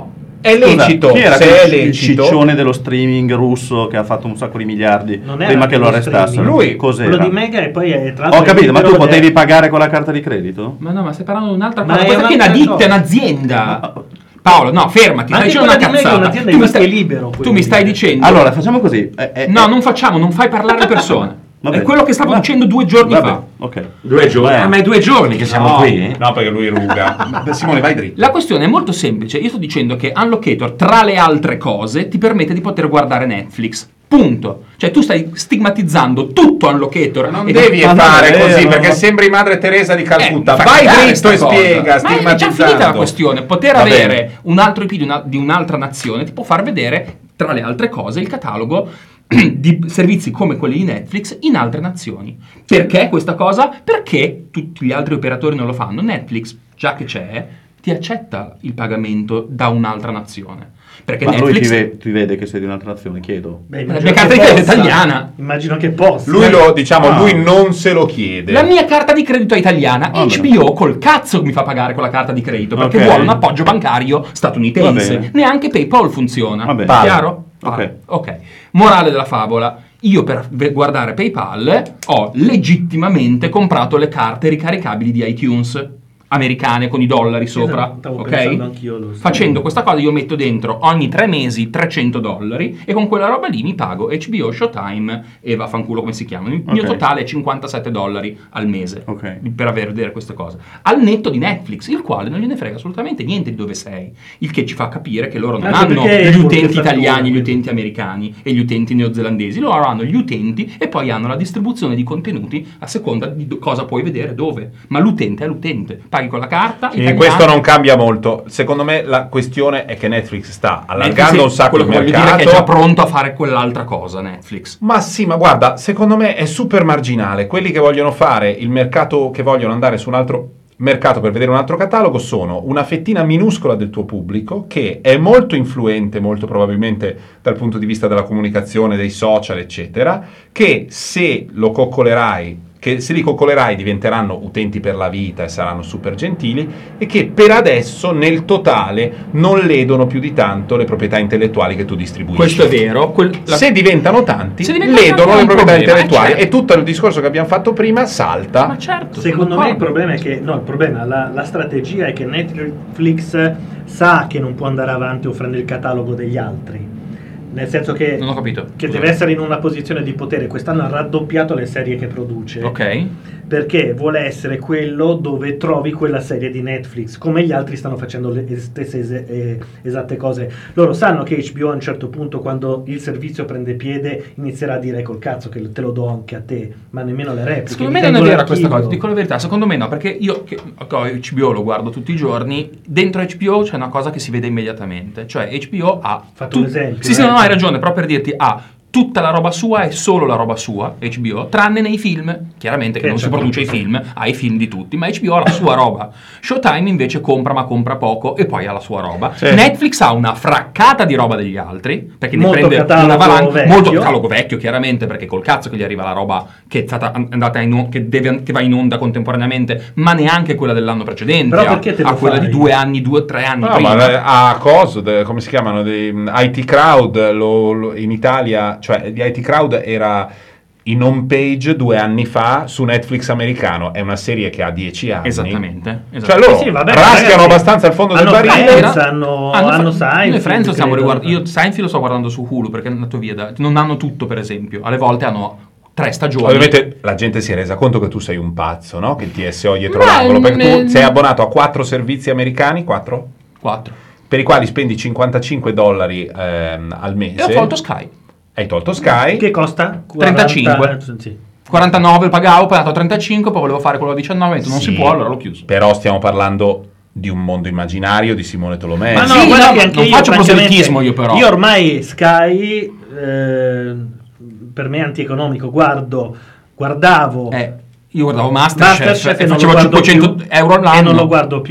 È lecito, Chi era se quel è ci- lecito. ciccione dello streaming russo che ha fatto un sacco di miliardi Non era prima che lo dello arrestassero? streaming. Lui, cos'era? Quello di Mega e poi è tra l'altro Ho capito, ma tu libero potevi de- pagare con la carta di credito? Ma no, ma stai parlando di un'altra Ma cosa. è Questa qui è una un'altra ditta, è cosa. un'azienda. Paolo, no, fermati, Ma stai anche dicendo una quella di Mega è cazzata. un'azienda Tu di mi stai, marchi libero, tu quindi. mi stai dicendo. Allora, facciamo così. eh, eh, No, non facciamo, non fai parlare le persone. Vabbè. È quello che stavo Va- dicendo due giorni vabbè, fa. ok. Due giorni? Beh. Ah, ma è due giorni che siamo no, qui? no, perché lui ruga. Simone, vai dritto. La questione è molto semplice. Io sto dicendo che Unlocator, tra le altre cose, ti permette di poter guardare Netflix. Punto. Cioè, tu stai stigmatizzando tutto Unlocator. Non e- devi Ma non fare è così vero, perché ma- sembri Madre Teresa di Calcutta. Eh, fa vai cagare dritto sta e cosa. spiega, Ma è già stigmatizzando. finita la questione. Poter Va avere bene. un altro I P di, una- di un'altra nazione ti può far vedere, tra le altre cose, il catalogo di servizi come quelli di Netflix in altre nazioni. Perché questa cosa? Perché tutti gli altri operatori non lo fanno. Netflix, già che c'è, ti accetta il pagamento da un'altra nazione. Perché Ma lui Netflix... ti, ve- ti vede che sei di un'altra nazione, chiedo. Beh, La immagino mia che carta di credito è possa. italiana. Immagino che possa. Lui lo, diciamo, Ah. lui non se lo chiede. La mia carta di credito è italiana. Va H bene. B O col cazzo mi fa pagare con la carta di credito perché Ok. vuole un appoggio bancario Va statunitense. bene. Neanche PayPal funziona. Va bene. Chiaro? Ok. Ah, ok. Morale della favola. Io per ve- guardare PayPal ho legittimamente comprato le carte ricaricabili di iTunes americane con i dollari sopra, Esatto, stavo ok? pensando anch'io lo stesso. Facendo questa cosa io metto dentro ogni tre mesi trecento dollari e con quella roba lì mi pago H B O, Showtime e vaffanculo come si chiamano. Il mio Ok. totale è cinquantasette dollari al mese Ok. per aver vedere queste cose. Al netto di Netflix, il quale non gliene frega assolutamente niente di dove sei, il che ci fa capire che loro non Anche hanno perché è gli il utenti forchettatura, italiani, gli quindi. utenti americani e gli utenti neozelandesi, loro hanno gli utenti e poi hanno la distribuzione di contenuti a seconda di do- cosa puoi vedere dove, ma l'utente è l'utente, paghi con la carta. In italiana. questo non cambia molto. Secondo me la questione è che Netflix sta allargando Netflix è un sacco quello il che voglio dire mercato. che è già pronto a fare quell'altra cosa Netflix. Ma sì, ma guarda, secondo me è super marginale. Quelli che vogliono fare il mercato, che vogliono andare su un altro mercato per vedere un altro catalogo, sono una fettina minuscola del tuo pubblico che è molto influente, molto probabilmente dal punto di vista della comunicazione, dei social, eccetera, che se lo coccolerai che se li coccolerai diventeranno utenti per la vita e saranno super gentili e che per adesso nel totale non ledono più di tanto le proprietà intellettuali che tu distribuisci. Questo è vero. quel- la- Se diventano tanti, Se diventano ledono tanti è le un proprietà problema, intellettuali eh, certo. e tutto il discorso che abbiamo fatto prima salta. Ma certo. Secondo sono me il d'accordo. problema è che, no, il problema, la, la strategia è che Netflix sa che non può andare avanti offrendo il catalogo degli altri. Nel senso che, Non ho capito. che Scusa. deve essere in una posizione di potere. Quest'anno ha raddoppiato le serie che produce. Ok. Perché vuole essere quello dove trovi quella serie di Netflix, come gli altri stanno facendo le stesse es- eh, esatte cose. Loro sanno che H B O a un certo punto, quando il servizio prende piede, inizierà a dire col cazzo che te lo do anche a te, ma nemmeno le repliche. Secondo mi me non è tengo vera questa l'archivio. cosa, ti dico la verità, secondo me no, perché io che ok, H B O lo guardo tutti i giorni, dentro H B O c'è una cosa che si vede immediatamente, cioè H B O ha... Fatto un esempio, Sì, sì, eh. no, no, hai ragione, però per dirti, ha tutta la roba sua e solo la roba sua, H B O, tranne nei film, chiaramente che, Che non si certo. produce i film, ha i film di tutti, ma H B O ha la sua roba. Showtime invece compra ma compra poco e poi ha la sua roba. Sì. Netflix ha una fraccata di roba degli altri, perché ne Molto prende catalogo una valanga, vecchio. molto catalogo vecchio chiaramente, perché col cazzo che gli arriva la roba che è stata andata in on- che, deve, che va in onda contemporaneamente, ma neanche quella dell'anno precedente, Però ha, perché te lo ha quella fai? di due anni, due tre anni No, prima. ma eh, a coso, de- come si chiamano? Dei, mm, I T Crowd lo- lo- in Italia, cioè di I T Crowd era in home page due anni fa su Netflix americano, è una serie che ha dieci anni. Esattamente, Cioè esattamente. loro Sì, sì, vabbè, raschiano ragazzi, abbastanza il fondo del hanno barile. Friends, hanno, Hanno hanno fa- Seinfeld, Noi Friends lo stiamo credo. riguardando. Io Seinfeld lo sto guardando su Hulu perché è andato via. Da, non hanno tutto, per esempio. Alle volte hanno tre stagioni. Ovviamente la gente si è resa conto che tu sei un pazzo, no? Che il T S O dietro Ma, l'angolo, perché tu mm, sei abbonato a quattro servizi americani, quattro? Quattro. Per i quali spendi cinquantacinque dollari ehm, al mese. E ho tolto Sky. Hai tolto Sky. Che costa? trentacinque. quaranta Sì. quarantanove pagavo, poi ho dato trentacinque, poi volevo fare quello a diciannove, ho detto non Sì, si può, allora l'ho chiuso. Però stiamo parlando di un mondo immaginario di Simone Tolomei. Ma no, Sì, guarda no, che ma anche non io, faccio francamente, proselitismo io però. Io ormai Sky, eh, per me è antieconomico, guardo, guardavo Eh, io guardavo Masterchef, Masterchef e e non lo facevo guardo cinquecento più, euro e non all'anno. lo guardo più,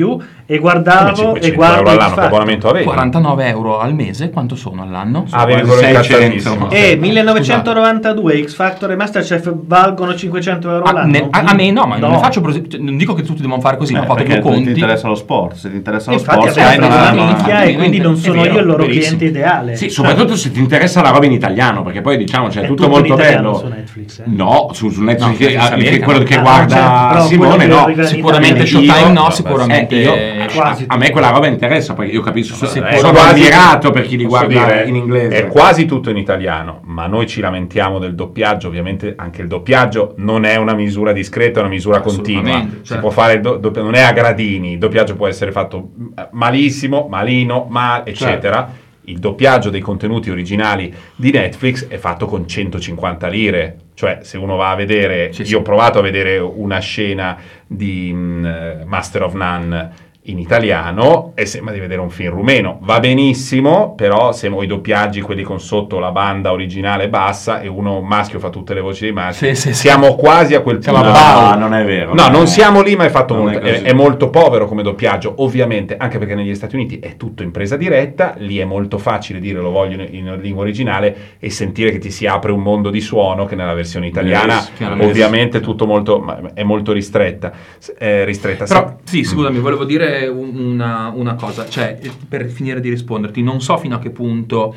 e guardavo e cinquecento guardo euro X all'anno, che Factor. abbonamento avevi? quarantanove euro al mese, quanto sono all'anno? Ah, avevi quasi quello seicento. incazzatissimo. E millenovecentonovantadue X Factor e Masterchef valgono cinquecento euro A, all'anno? me- a- a me no, ma non No. ne faccio pros- cioè, non dico che tutti devono fare così, Eh, ma fate perché due ti conti. interessa lo sport, se ti interessa lo Infatti sport a me hai frega una, una minchia una- e quindi non sono è vero, io il loro verissimo. cliente ideale. Sì, soprattutto se ti interessa la roba in italiano, perché poi diciamo c'è È tutto tutto molto in italiano bello. su Netflix, eh? No, su, su Netflix, No, che- Netflix che- America. quello che Ah, no, guarda certo, però Simone, quello che no. arriva in Sicuramente Italia- Showtime no, vabbè, sicuramente Eh, io- eh, quasi a me quella roba interessa, perché io capisco, so- È sono quasi- ammirato per chi li posso guarda dire, in inglese. È quasi tutto in italiano, ma noi ci lamentiamo del doppiaggio. Ovviamente anche il doppiaggio non è una misura discreta, è una misura continua. Assolutamente, Si certo. può fare il do- doppia- non è a gradini. Il doppiaggio può essere fatto malissimo, malino, mal, eccetera. Il doppiaggio dei contenuti originali di Netflix è fatto con centocinquanta lire. Cioè, se uno va a vedere, Sì, io sì. ho provato a vedere una scena di mh, Master of None in italiano e sembra di vedere un film rumeno. Va benissimo, però se i doppiaggi, quelli con sotto la banda originale bassa e uno maschio fa tutte le voci dei maschi, Sì, sì, sì. siamo quasi a quel Siamo punto. a Bau. No, non è vero. No, non è- siamo lì, ma è fatto non molto. è È, così. è molto povero come doppiaggio, ovviamente, anche perché negli Stati Uniti è tutto in presa diretta. Lì è molto facile dire lo voglio in, in lingua originale e sentire che ti si apre un mondo di suono che nella versione italiana, Yes, chiaramente. ovviamente, tutto molto ma è molto ristretta. S- eh, ristretta. Però, Se- sì, scusami, volevo dire un- una, una cosa, cioè, eh, per finire di risponderti, non so fino a che punto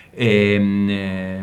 ehm,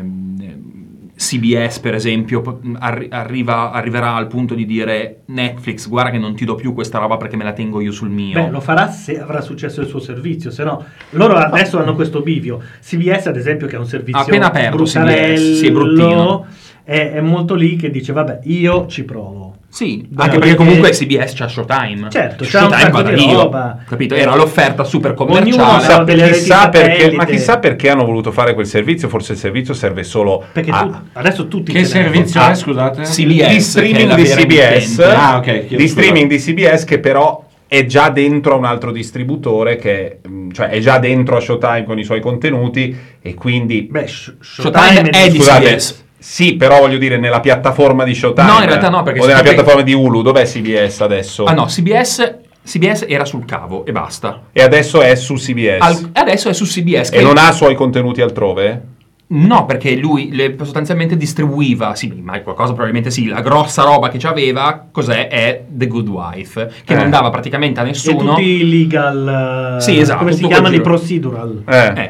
ehm, C B S, per esempio, po- arri- arriva, arriverà al punto di dire Netflix, guarda che non ti do più questa roba perché me la tengo io sul mio. Beh, lo farà se avrà successo il suo servizio, se no loro adesso hanno questo bivio. C B S, ad esempio, che è un servizio Ha appena aperto C B S, bruttarello, sì, è bruttino. è, è molto lì che dice vabbè, io ci provo. Sì, Beh, anche perché- perché comunque C B S c'ha Showtime. Certo, c'ha Showtime un sacco va da di Dio, roba. capito? Era l'offerta super Ognuno commerciale. sa- delle reti chissà perché, satellite. ma chissà perché hanno voluto fare quel servizio. Forse il servizio serve solo Perché a, tu- adesso tutti Che ce ne hanno. servizio Ah, è, scusate? C B S, di che è streaming la di vera C B S, emittente. Ah, ok, chiedo di scusa. streaming di C B S che però è già dentro a un altro distributore, che mh, cioè è già dentro a Showtime con i suoi contenuti e quindi Beh, Sh- Showtime è di scusate, C B S. sì, però voglio dire nella piattaforma di Showtime. No, in realtà no, perché o nella Showtime- piattaforma di Hulu, dov'è C B S adesso? Ah no, C B S, C B S era sul cavo e basta. E adesso è su C B S. Al- adesso è su C B S. E che- non ha suoi contenuti altrove? No, perché lui le- sostanzialmente distribuiva, sì, ma qualcosa probabilmente sì, la grossa roba che c'aveva, cos'è? È The Good Wife, che Eh. non dava praticamente a E nessuno. tutti i legal, eh, Sì, esatto, come si tutto chiamano i quel giro. procedural. Eh. Eh,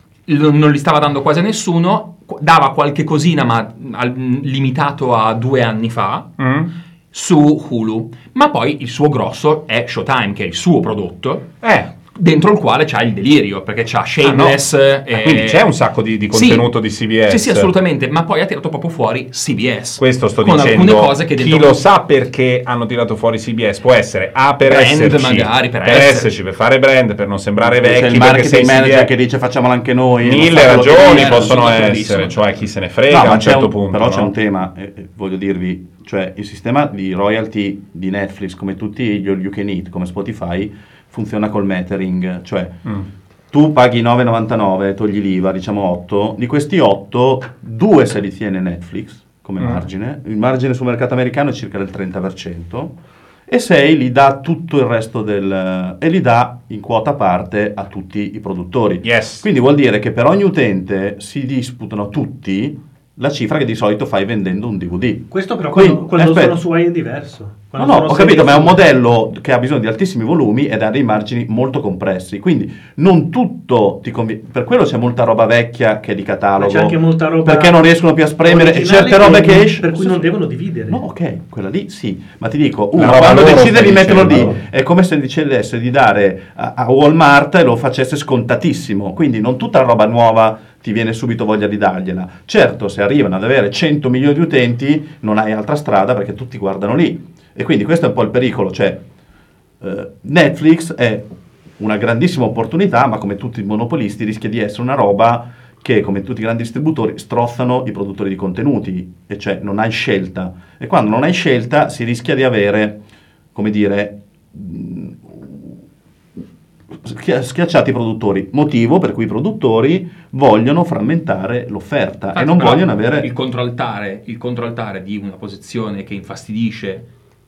l- non li stava dando quasi a nessuno, qu- dava qualche cosina, ma al- limitato a due anni fa, Mm? su Hulu. Ma poi il suo grosso è Showtime, che è il suo prodotto, Eh. dentro il quale c'ha il delirio, perché c'ha Shameless. Ah, e- quindi c'è un sacco di, di Sì. contenuto di C B S. Sì, sì, assolutamente, ma poi ha tirato proprio fuori C B S. Questo sto con dicendo. alcune cose che Chi dentro- lo sa perché hanno tirato fuori C B S? Può essere A per Brand, esserci, magari, per per esserci. esserci, per fare brand, per non sembrare C'è vecchi, il perché sei marketing C B S. manager che dice facciamolo anche noi. non Mille fa quello che ragioni dice. possono sono essere, d'accordissimo. cioè chi se ne frega No, a ma un c'è certo un- punto. però no? c'è un tema, eh, eh, voglio dirvi, cioè il sistema di royalty di Netflix, come tutti gli all you can eat, come Spotify, funziona col metering, cioè Mm. tu paghi nove e novantanove, togli l'I V A, diciamo otto, di questi otto, due se li tiene Netflix come Mm. margine, il margine sul mercato americano è circa del trenta per cento, e sei li dà tutto il resto del... e li dà in quota parte a tutti i produttori. Yes. Quindi vuol dire che per ogni utente si disputano tutti la cifra che di solito fai vendendo un D V D. Questo però Quindi, quando, quando aspetta. sono su A I è diverso. No, Quando no, sono ho capito, ma è un serie- modello che ha bisogno di altissimi volumi ed ha dei margini molto compressi, quindi non tutto ti conviene, per quello c'è molta roba vecchia che è di catalogo, Ma c'è anche molta roba perché non riescono più a spremere e originale certe robe che non- esce per cui non devono dividere. No, ok, quella lì sì, ma ti dico, La uno roba quando loro decide stai di metterlo dicendo. lì è come se decidesse di dare a, a Walmart e lo facesse scontatissimo, quindi non tutta la roba nuova ti viene subito voglia di dargliela. Certo, se arrivano ad avere cento milioni di utenti non hai altra strada perché tutti guardano lì. E quindi questo è un po' il pericolo, cioè eh, Netflix è una grandissima opportunità, ma come tutti i monopolisti rischia di essere una roba che, come tutti i grandi distributori, strozzano i produttori di contenuti, e cioè non hai scelta. E quando non hai scelta si rischia di avere, come dire, mh, schia- schiacciati i produttori, motivo per cui i produttori vogliono frammentare l'offerta e Infatti, non però, vogliono avere... il controaltare, il controaltare di una posizione che infastidisce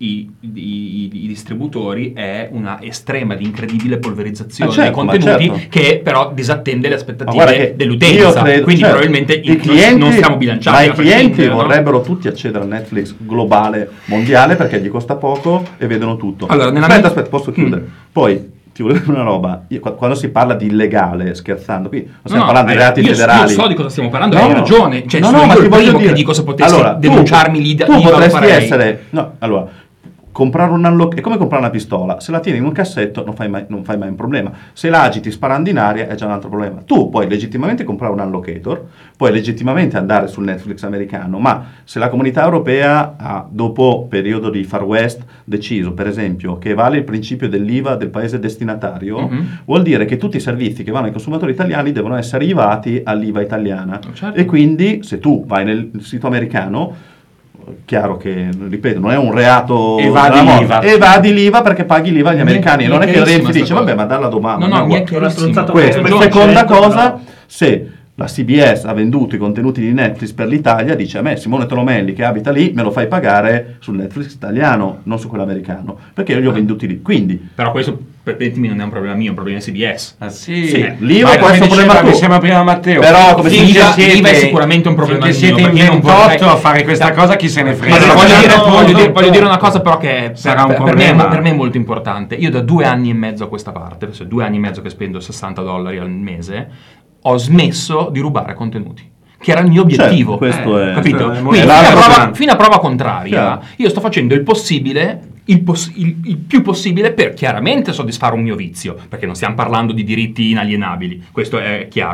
i, i, i distributori è una estrema ed incredibile polverizzazione Eh, certo, dei ma contenuti certo. che però disattende le Ma guarda aspettative che io dell'utenza, credo- quindi certo, probabilmente i i- clienti, non stiamo bilanciando. ma i a clienti prescindere, no? vorrebbero tutti accedere a Netflix globale, mondiale, perché gli costa poco e vedono tutto. Allora, nella aspetta, mia- aspetta, posso chiudere? Mm. Poi ti volevo dire una roba, io, qua- quando si parla di illegale, scherzando, qui non stiamo No, parlando di eh, reati io, federali. Io so di cosa stiamo parlando, No, hai no. ragione. Cioè, No, sono no, ma io ti il voglio primo dire- che dico se potessi allora, tu- denunciarmi lì da tu io lo potresti farei. essere, no, allora, comprare un unlock è come comprare una pistola, se la tieni in un cassetto non fai mai, non fai mai un problema, se la agiti sparando in aria è già un altro problema. Tu puoi legittimamente comprare un unlocator, puoi legittimamente andare sul Netflix americano, ma se la comunità europea ha, dopo periodo di Far West, deciso per esempio che vale il principio dell'I V A del paese destinatario, Mhm. vuol dire che tutti i servizi che vanno ai consumatori italiani devono essere arrivati all'I V A italiana. Certo. E quindi se tu vai nel sito americano, chiaro che, ripeto, non è un reato, Evadi della morte. l'I V A. Evadi l'I V A perché paghi l'I V A agli Mi è- americani. mi è Non è che chiarissima Renzi dice sta vabbè, cosa. ma dalla domanda. No, no, ma mi è guarda. chiarissimo. stronzata Questo. come E ragione, seconda certo, cosa, però. se la C B S ha venduto i contenuti di Netflix per l'Italia, dice a me Simone Tolomelli che abita lì me lo fai pagare sul Netflix italiano, non su quello americano, perché io li ho venduti lì. Quindi Però questo, permettimi, non è un problema mio, è un problema di C B S. Ah, sì, Sì, l'I V A Ma può come essere un diceva- problema tuo. diceva prima Matteo, Però, come si finché dice, siete- l'I V A è sicuramente un problema finché mio, siete in perché io non ventotto vorrei- a fare questa cosa, chi se ne frega. Ma Sì, voglio, sì, dire, no, voglio, no, dire, no. voglio dire una cosa però che Sarà per, un per me, problema. per me è molto importante. Io da due anni e mezzo a questa parte, adesso è due anni e mezzo che spendo sessanta dollari al mese, ho smesso di rubare contenuti, che era il mio obiettivo. Certo, questo Eh, è- capito? questo è molto- Quindi è fino a, l'altro prova, grande. fino a prova contraria, Chiaro. io sto facendo il possibile. Il, poss- il- il più possibile per chiaramente soddisfare un mio vizio, perché non stiamo parlando di diritti inalienabili, questo è chiaro.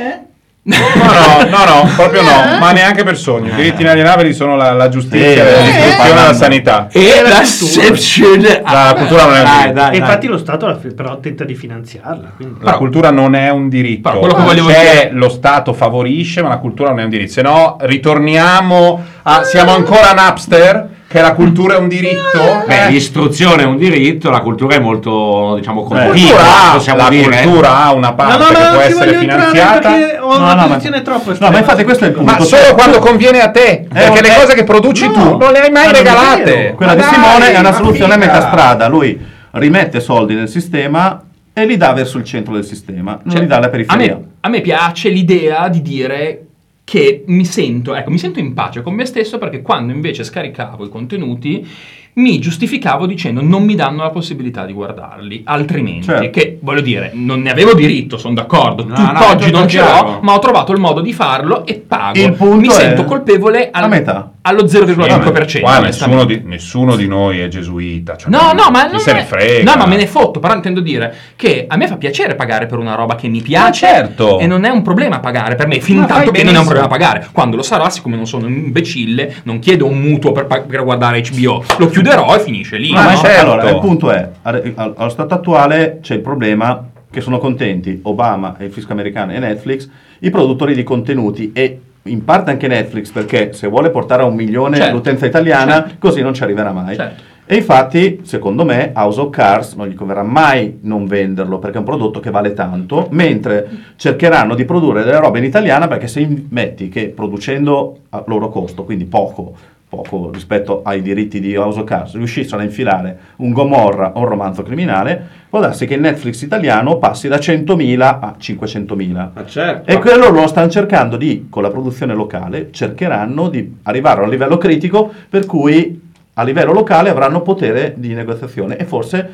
No, no, no, no, proprio no, ma neanche per sogno. I diritti inalienabili sono la, la giustizia, Eh, la eh, istruzione e la sanità. E la la cultura. La cultura non è un Dai, diritto. dai, E dai. infatti lo Stato la- però tenta di finanziarla. Quindi. La cultura non è un diritto. Però quello che volevo C'è dire- lo Stato favorisce, ma la cultura non è un diritto. Se no, ritorniamo a. Siamo ancora a Napster, che la cultura è un diritto. Beh, Eh, l'istruzione è un diritto, la cultura è molto, diciamo, la continua, cultura, ha, possiamo la dire. cultura ha una parte No, no, che no, può non ci essere voglio entrare finanziata. perché ho No, una no, ma- posizione troppo No, estrema. ma infatti questo è il punto. Ma Cioè, solo quando conviene a te, perché le eh, cose che produci no, tu non le hai mai ma non è regalate. vero. Quella Ma di dai, Simone è una ma soluzione a figa. metà strada. Lui rimette soldi nel sistema e li dà verso il centro del sistema, non Cioè, li dà alla a periferia. me, a me piace l'idea di dire che mi sento, ecco, mi sento in pace con me stesso, perché quando invece scaricavo i contenuti mi giustificavo dicendo non mi danno la possibilità di guardarli, altrimenti, Certo. che voglio dire, non ne avevo diritto, sono d'accordo, No, tutt'oggi no, non tutto ce l'ho, chiaro. ma ho trovato il modo di farlo e pago. Il punto mi è sento colpevole al- a metà. allo zero virgola cinque per cento. Qua onestamente. nessuno di, nessuno di noi è gesuita. Cioè, No, no, ma chi non se è- ne frega. No, ma me ne fotto, però intendo dire che a me fa piacere pagare per una roba che mi piace, Ma certo. e non è un problema pagare per me, fin Ma tanto fai che non è un benissimo. problema pagare. Quando lo sarà, siccome non sono un imbecille, non chiedo un mutuo per, pa- per guardare H B O, lo chiuderò e finisce lì. No, no? ma certo. allora, il punto è, al- al- allo stato attuale c'è il problema che sono contenti Obama e il fisco americano e Netflix, i produttori di contenuti e in parte anche Netflix, perché se vuole portare a un milione Certo. l'utenza italiana, Certo. così non ci arriverà mai. Certo. E infatti, secondo me, House of Cards non gli converrà mai non venderlo, perché è un prodotto che vale tanto, mentre cercheranno di produrre delle robe in italiana, perché se metti che producendo a loro costo, quindi poco, poco rispetto ai diritti di House of Cards, riuscissero a infilare un Gomorra o un romanzo criminale, può darsi che il Netflix italiano passi da centomila a cinquecentomila. Ma certo. E quello lo stanno cercando di, con la produzione locale, cercheranno di arrivare a un livello critico per cui a livello locale avranno potere di negoziazione e forse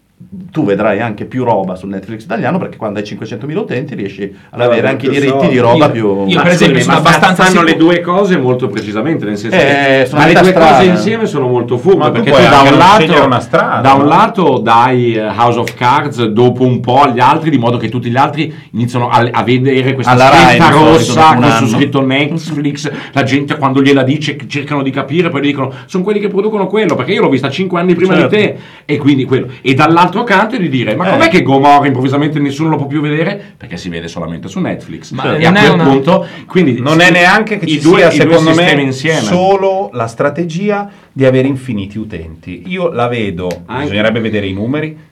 tu vedrai anche più roba sul Netflix italiano, perché quando hai cinquecentomila utenti riesci ad avere anche i diritti di roba Io- più... io Ma per esempio scusami, sono ma abbastanza fanno le sicuro- due cose molto precisamente, nel senso Eh, che sono ma le metà due strada. cose insieme sono molto furbe, Ma tu perché puoi tu da anche un non lato scegliere una strada, da un no? lato dai eh, House of Cards dopo un po' agli altri, di modo che tutti gli altri iniziano a, a vedere questa Alla Rai, scritta di solito, rossa dopo un con su anno. scritto Netflix, la gente quando gliela dice cercano di capire, poi gli dicono sono quelli che producono quello, perché io l'ho vista cinque anni prima Certo. di te, e quindi quello. E dall'altro canto di dire ma Eh. com'è che Gomorra improvvisamente nessuno lo può più vedere? Perché si vede solamente su Netflix. Ma e a non è quel una- punto quindi Non è neanche che i ci due, sia, i due secondo sistemi me, insieme. solo la strategia di avere infiniti utenti. Io la vedo, Anche- bisognerebbe vedere i numeri,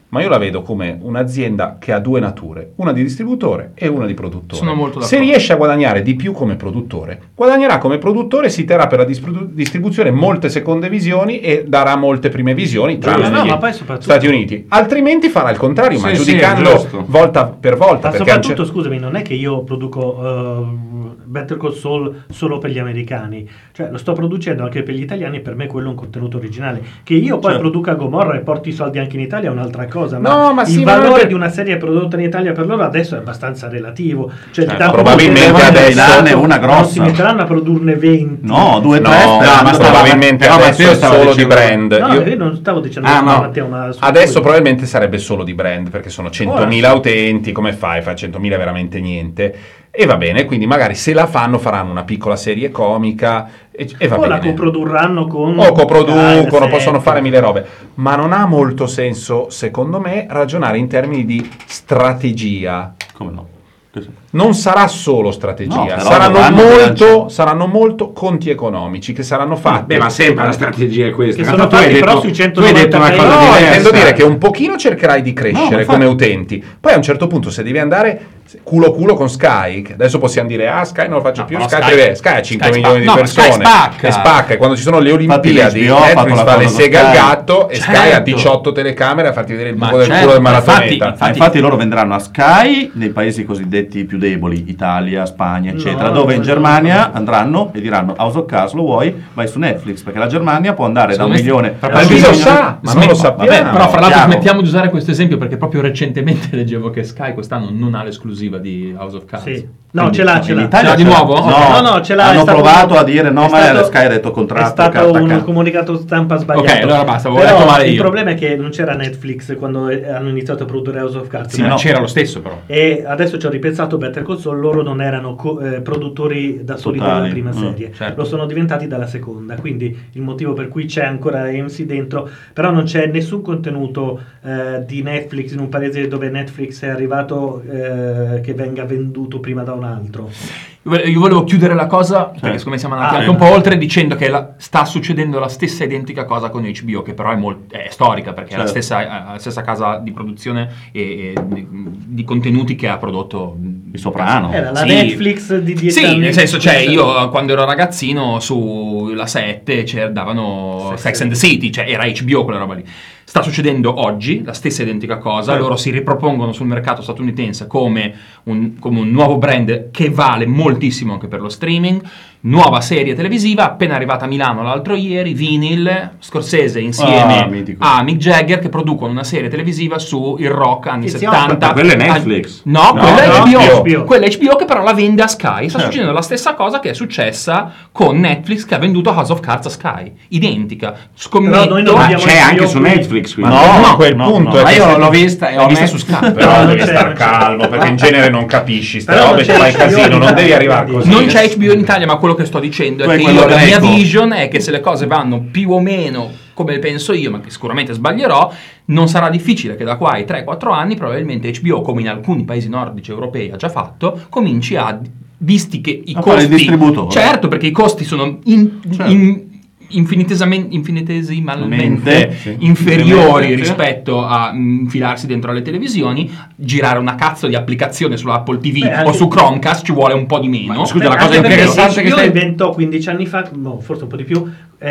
ma io la vedo come un'azienda che ha due nature, una di distributore e una di produttore. Sono molto Se d'accordo. riesce a guadagnare di più come produttore, guadagnerà come produttore, si terrà per la distribu- distribuzione molte seconde visioni e darà molte prime visioni, tranne No, negli ma poi soprattutto- Stati Uniti. Altrimenti farà il contrario, ma Sì, sì, giudicando giusto. volta per volta. Ma perché soprattutto, a un cer- scusami, non è che io produco uh, Better Call Saul solo per gli americani, cioè lo sto producendo anche per gli italiani e per me quello è un contenuto originale. Che io poi Certo. produca Gomorra e porti i soldi anche in Italia è un'altra cosa, ma, No, ma il sì, ma valore non- di una serie prodotta in Italia per loro adesso è abbastanza relativo. Cioè, Certo, da probabilmente produrre- adesso ne è una non grossa. si metteranno a produrne venti. No, due, No, tre, no, sperando. ma probabilmente però adesso Matteo è stava solo dicendo- di brand. No, Io- io non stavo dicendo Ah, che no. Matteo una su Adesso cui- probabilmente sarebbe solo di brand, perché sono centomila Ora sì. utenti, come fai? Fai centomila è veramente niente. E va bene, quindi magari se la fanno faranno una piccola serie comica e, e va o bene. la coprodurranno con O coproducono, Sky, possono sette. fare mille robe, ma non ha molto senso, secondo me, ragionare in termini di strategia. Come no? Questo- Non sarà solo strategia, No, però saranno, dovranno molto, bilanciare. saranno molto conti economici che saranno fatti. Beh, ma sempre la strategia è questa. Che Tanto sono tu hai fatti però detto- sui tu hai centonovanta detto una cosa No, diversa. intendo dire che un pochino cercherai di No, crescere ma come infatti- utenti, poi a un certo punto se devi andare culo culo con Sky, che adesso possiamo dire ah Sky non lo faccio No, più, però Sky, Sky- perché Sky ha cinque Sky milioni spa- di no, ma Sky persone spacca. e spacca, e quando ci sono le Olimpiadi l'H B O ha fatto Netflix la fa le cosa con seghe al Sky. gatto e Sky ha Certo. diciotto telecamere a farti vedere il Ma buco del certo, culo del ma infatti- maratoneta. Ah, infatti loro vendranno a Sky nei paesi cosiddetti più deboli, Italia, Spagna, eccetera, No, dove in no, Germania andranno e diranno House of Cards lo vuoi, vai su Netflix, perché la Germania può andare Secondo da un me- milione però a Chi un lo milione- sa, ma non lo Smetti- sappiamo. vabbè, però fra l'altro Chiaro. smettiamo di usare questo esempio perché proprio recentemente leggevo che Sky quest'anno non ha l'esclusiva di House of Cards. Sì. No, ce l'ha, ce In l'ha. Italia Ce l'ha di c'è- nuovo? No, No, no, ce l'ha, è hanno stato- provato a dire no, è ma stato- Sky ha detto contratto, È stato carta, un carta. comunicato stampa sbagliato. Ok, allora basta, avevo Però letto male il io. problema è che non c'era Netflix quando eh, hanno iniziato a produrre House of Cards. Sì, no? ma c'era lo stesso però. E adesso ci ho ripensato, Better Call Saul, loro non erano co- eh, produttori da soli Totali. dalla prima Mm, serie, certo. lo sono diventati dalla seconda, quindi il motivo per cui c'è ancora A M C dentro, però non c'è nessun contenuto eh, di Netflix in un paese dove Netflix è arrivato eh, che venga venduto prima da un altro. Io vole- Io volevo chiudere la cosa, perché Sì. secondo me siamo andati Ah, anche eh. un po' oltre, dicendo che la- sta succedendo la stessa identica cosa con H B O, che però è, molt- è storica, perché è la Certo. stessa, è la stessa casa di produzione e, e di, di contenuti che ha prodotto Il Soprano. Era la Sì. Netflix di dieci Sì, anni. nel senso, cioè, io quando ero ragazzino sulla sette cioè, davano Sex Sex and and the City, cioè era H B O quella roba lì. Sta succedendo oggi la stessa identica cosa, Certo. loro si ripropongono sul mercato statunitense come un, come un nuovo brand che vale moltissimo anche per lo streaming, nuova serie televisiva appena arrivata a Milano l'altro ieri, Vinyl, Scorsese insieme Ah, mitico. a Mick Jagger che producono una serie televisiva su il rock anni Che si settanta. occupa- quella è Netflix. No, No, quella è no, H B O. H B O. Quella è H B O che però la vende a Sky. Sta Certo. succedendo la stessa cosa che è successa con Netflix che ha venduto House of Cards a Sky. Identica. Scommetto. Però noi non Ma abbiamo c'è H B O anche su qui. Netflix, quindi. Ma no, No, a quel no, punto no. è Ma che io se- l'ho vista e L'ho ho vista messo su Sky. però No, non devi c'è, star non c'è. calmo perché in genere non capisci ste Però non robe, c'è ti fai H B O in casino, non Italia, devi arrivare quindi. così. Non c'è H B O in Italia, ma quello che sto dicendo Tu è hai che quello io, la mia greco. vision è che se le cose vanno più o meno come penso io, ma che sicuramente sbaglierò, non sarà difficile che da qua ai tre quattro anni probabilmente H B O, come in alcuni paesi nordici europei ha già fatto, cominci a, visti che i A fare il costi... distributore. Certo, perché i costi sono in- Certo. in- infinitesamen- infinitesimalmente Mente, sì. inferiori Sì. rispetto a mm, infilarsi dentro alle televisioni, girare una cazzo di applicazione su Apple T V Beh, anche- o su Chromecast ci vuole un po' di meno. Ma scusa, Beh, la cosa anche perché interessante che H B O stai... inventò quindici anni fa, no, forse un po' di più,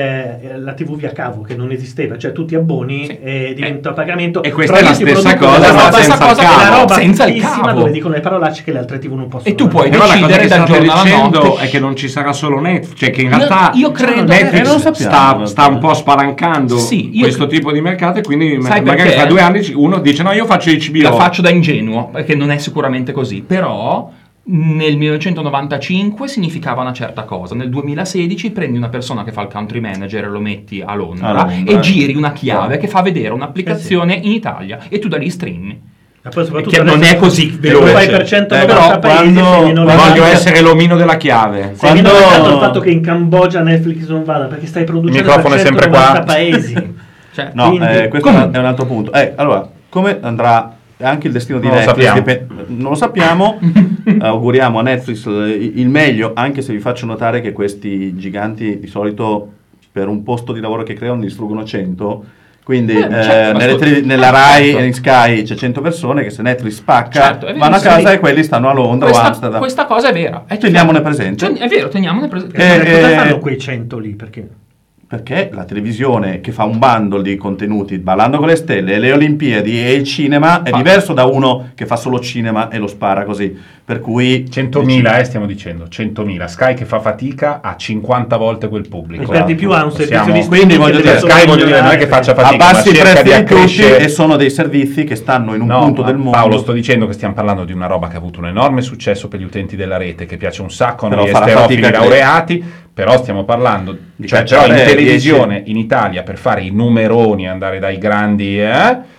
eh, la tivù via cavo che non esisteva, cioè tu ti abboni Sì. e diventa a pagamento. E questa Però è la io ti stessa produco cosa, della ma roba- senza questa il cosa che cavo. la roba Senza il fittissima cavo. dove dicono le parolacce che le altre tivù non possono. E tu puoi Però la cosa decidere che dal state giorno alla dicendo notte. è che non ci sarà solo Netflix, cioè che in Io- realtà io credo- Netflix eh, non sappiamo, sta, in sta realtà. un po' spalancando Sì, io questo cre- tipo di mercato e quindi Sai magari perché? fra due anni uno dice no io faccio H B O. La faccio da ingenuo, perché non è sicuramente così, però nel millenovecentonovantacinque significava una certa cosa. Nel duemilasedici prendi una persona che fa il country manager e lo metti a Londra, A Londra. e giri una chiave che fa vedere un'applicazione in Italia e tu da lì streami. E poi soprattutto Che non adesso- è così se veloce. lo fai per centonovanta Eh, però paesi, quando- sei meno quando- Voglio legato- essere l'omino della chiave. sei Quando- meno legato al fatto che in Cambogia Netflix non vada perché stai producendo microfono per è sempre centonovanta qua. paesi. Cioè, No, Quindi- eh, questo Comunque. è un altro punto. Eh, allora, come andrà anche il destino di Non lo Netflix? sappiamo. Dipende- non lo sappiamo. Auguriamo a Netflix il il meglio, anche se vi faccio notare che questi giganti di solito per un posto di lavoro che creano ne distruggono cento. Quindi Eh, eh, certo, nelle ascolta, tele- nella Rai certo. e in Sky c'è cento persone che se Netflix spacca Certo, è vero, vanno a sì. casa e quelli stanno a Londra o Questa, Amsterdam. questa cosa è vera. È Teniamone presente. Cioè, è vero, teniamone presente. Eh, Cosa eh, fanno quei cento lì? Perché? Perché la televisione che fa un bundle di contenuti, Ballando con le stelle e le Olimpiadi e il cinema è Ah. diverso da uno che fa solo cinema e lo spara così. Per cui centomila, eh, stiamo dicendo, centomila. Sky che fa fatica a cinquanta volte quel pubblico. Per di più ha un servizio Possiamo- di Quindi streaming voglio che dire, deve Sky solo voglio dire, non è che migliorare. faccia fatica, abbassi ma i cerca prezzi di di tutti accrescere. e sono dei servizi che stanno in un No, punto ma del mondo. Paolo, sto dicendo che stiamo parlando di una roba che ha avuto un enorme successo per gli utenti della rete, che piace un sacco a Però noi farà esterofili fatica a laureati, però stiamo parlando, Di cioè, però cacciare in televisione dieci. in Italia per fare i numeroni, andare dai grandi, eh,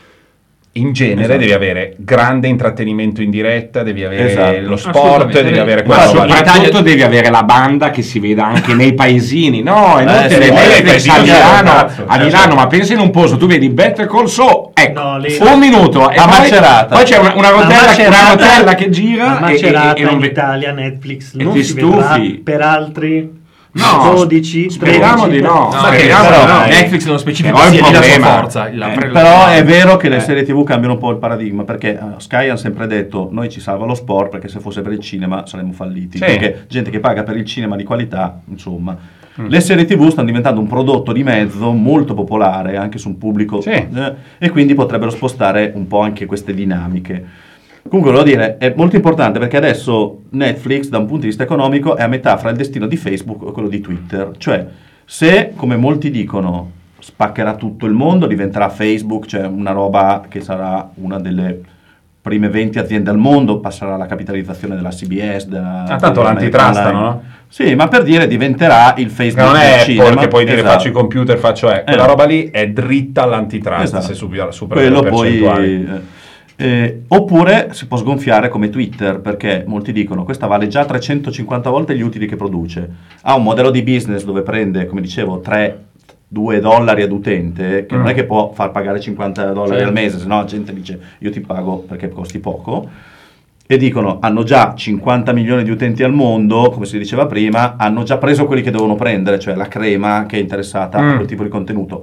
in genere Esatto. devi avere grande intrattenimento in diretta, devi avere Esatto. lo sport, Assolutamente, devi devi- avere Ma quella roba lì. soprattutto devi avere la banda che si veda anche nei paesini, no? È Eh, inutile sì, Netflix nei paesini, a Milano, cazzo, a cioè, Milano, cioè. ma pensi in un posto, tu vedi Better Call Saul, ecco, No, lì- un minuto, e La poi, Macerata. poi c'è una, una, La rotella, Macerata- una rotella che gira La e, e, Macerata e non in vedi. Italia Netflix E non ti si vedrà stufi. per altri No, dodici, speriamo tredici. di no. No, Speriamo però, di no. Netflix nello specifico Però il sia lì la sua problema- forza. La eh, pre- Però la- è vero che le eh. serie tivù cambiano un po' il paradigma, perché eh, Sky ha sempre detto noi ci salva lo sport, perché se fosse per il cinema saremmo falliti, Sì. perché gente che paga per il cinema di qualità, insomma. Le serie tivù stanno diventando un prodotto di mezzo molto popolare anche su un pubblico, Sì. eh, e quindi potrebbero spostare un po' anche queste dinamiche. Comunque volevo dire, è molto importante perché adesso Netflix da un punto di vista economico è a metà fra il destino di Facebook e quello di Twitter, cioè se, come molti dicono, spaccherà tutto il mondo, diventerà Facebook, cioè una roba che sarà una delle prime venti aziende al mondo, passerà alla capitalizzazione della C B S, della... Ah, tanto della l'antitrust, American no? Online. Sì, ma per dire diventerà il Che Facebook non del è cinema. Apple che puoi dire Esatto. faccio i computer, faccio eh. Quella Eh. roba lì è dritta all'antitrust Esatto. se supera, supera Quello le poi, percentuali. eh, eh, oppure si può sgonfiare come Twitter, perché molti dicono questa vale già trecentocinquanta volte gli utili che produce, ha un modello di business dove prende, come dicevo, tre due dollari ad utente, che Mm. non è che può far pagare cinquanta dollari Sì. al mese, se no la gente dice io ti pago perché costi poco, e dicono hanno già cinquanta milioni di utenti al mondo, come si diceva prima, hanno già preso quelli che devono prendere, cioè la crema che è interessata Mm. a quel tipo di contenuto.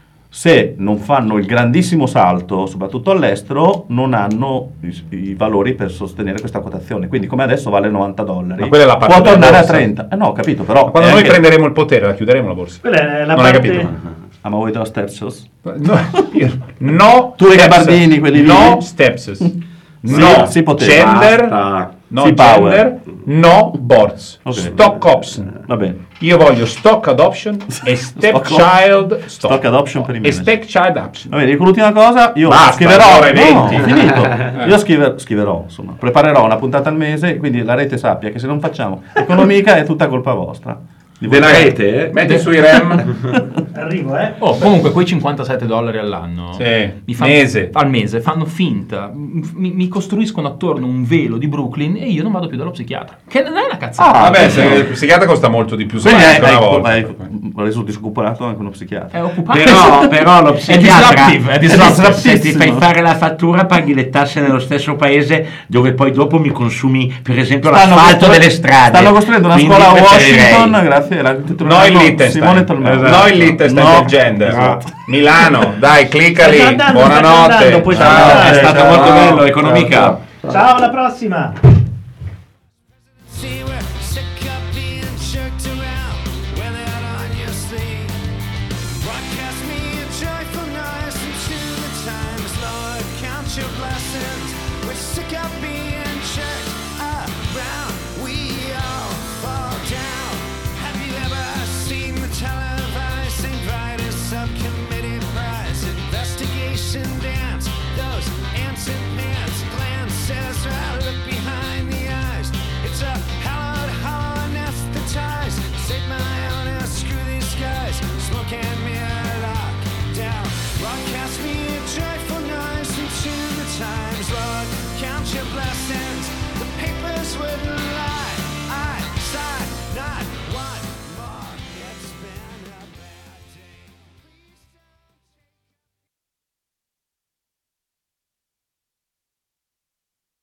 Se non fanno il grandissimo salto, soprattutto all'estero, non hanno i, i valori per sostenere questa quotazione. Quindi, come adesso vale novanta dollari, Ma quella è la parte può della tornare a borsa. trenta. Eh no, ho capito, però. Ma quando è noi anche- prenderemo il potere, la chiuderemo la borsa. Quella è la Non hai parte... capito? Ah, ma vuoi della Stepsos? No, io- no Tu e i steps. gabardini, quelli lì? No steps. No si poteva. gender, Basta. no Sì, power. gender, no boards. Ok. Stock option. Va bene. Io voglio stock adoption e stepchild stock. Stock adoption per i e manager. stepchild option. Va bene, dico l'ultima cosa, io Basta, scriverò, ore no, venti. ho finito. Io scriver- scriverò, insomma, preparerò una puntata al mese, quindi la rete sappia che se non facciamo economica è tutta colpa vostra. Di voi. Della rete? eh? Metti sui rem. Arrivo, eh. Oh, comunque quei cinquantasette dollari all'anno Sì, mi fanno- mese. al mese fanno finta, mi, mi costruiscono attorno un velo di Brooklyn e io non vado più dallo psichiatra. Che non è una cazzata. Ah, Vabbè, sì. se il psichiatra costa molto di più, Quindi se hai, una hai, volta. hai reso disoccupato anche uno psichiatra. È occupato. Però, però lo È psichiatra disruptive, è se disruptive. se ti fai fare la fattura paghi le tasse nello stesso paese dove poi dopo mi consumi per esempio Stanno l'asfalto costru- delle strade. Stanno costruendo una Quindi scuola a preferirei- Washington, grazie alla Noi no, Liechtenstein, Simone Tolmano. Noi Liechtenstein No. del gender. Esatto. Milano, dai, clicca Stai lì. andando, stai Buonanotte. andando, puoi Ciao. andare. È stata Ciao. molto bello, Ciao, economica. ciao. Ciao, alla prossima.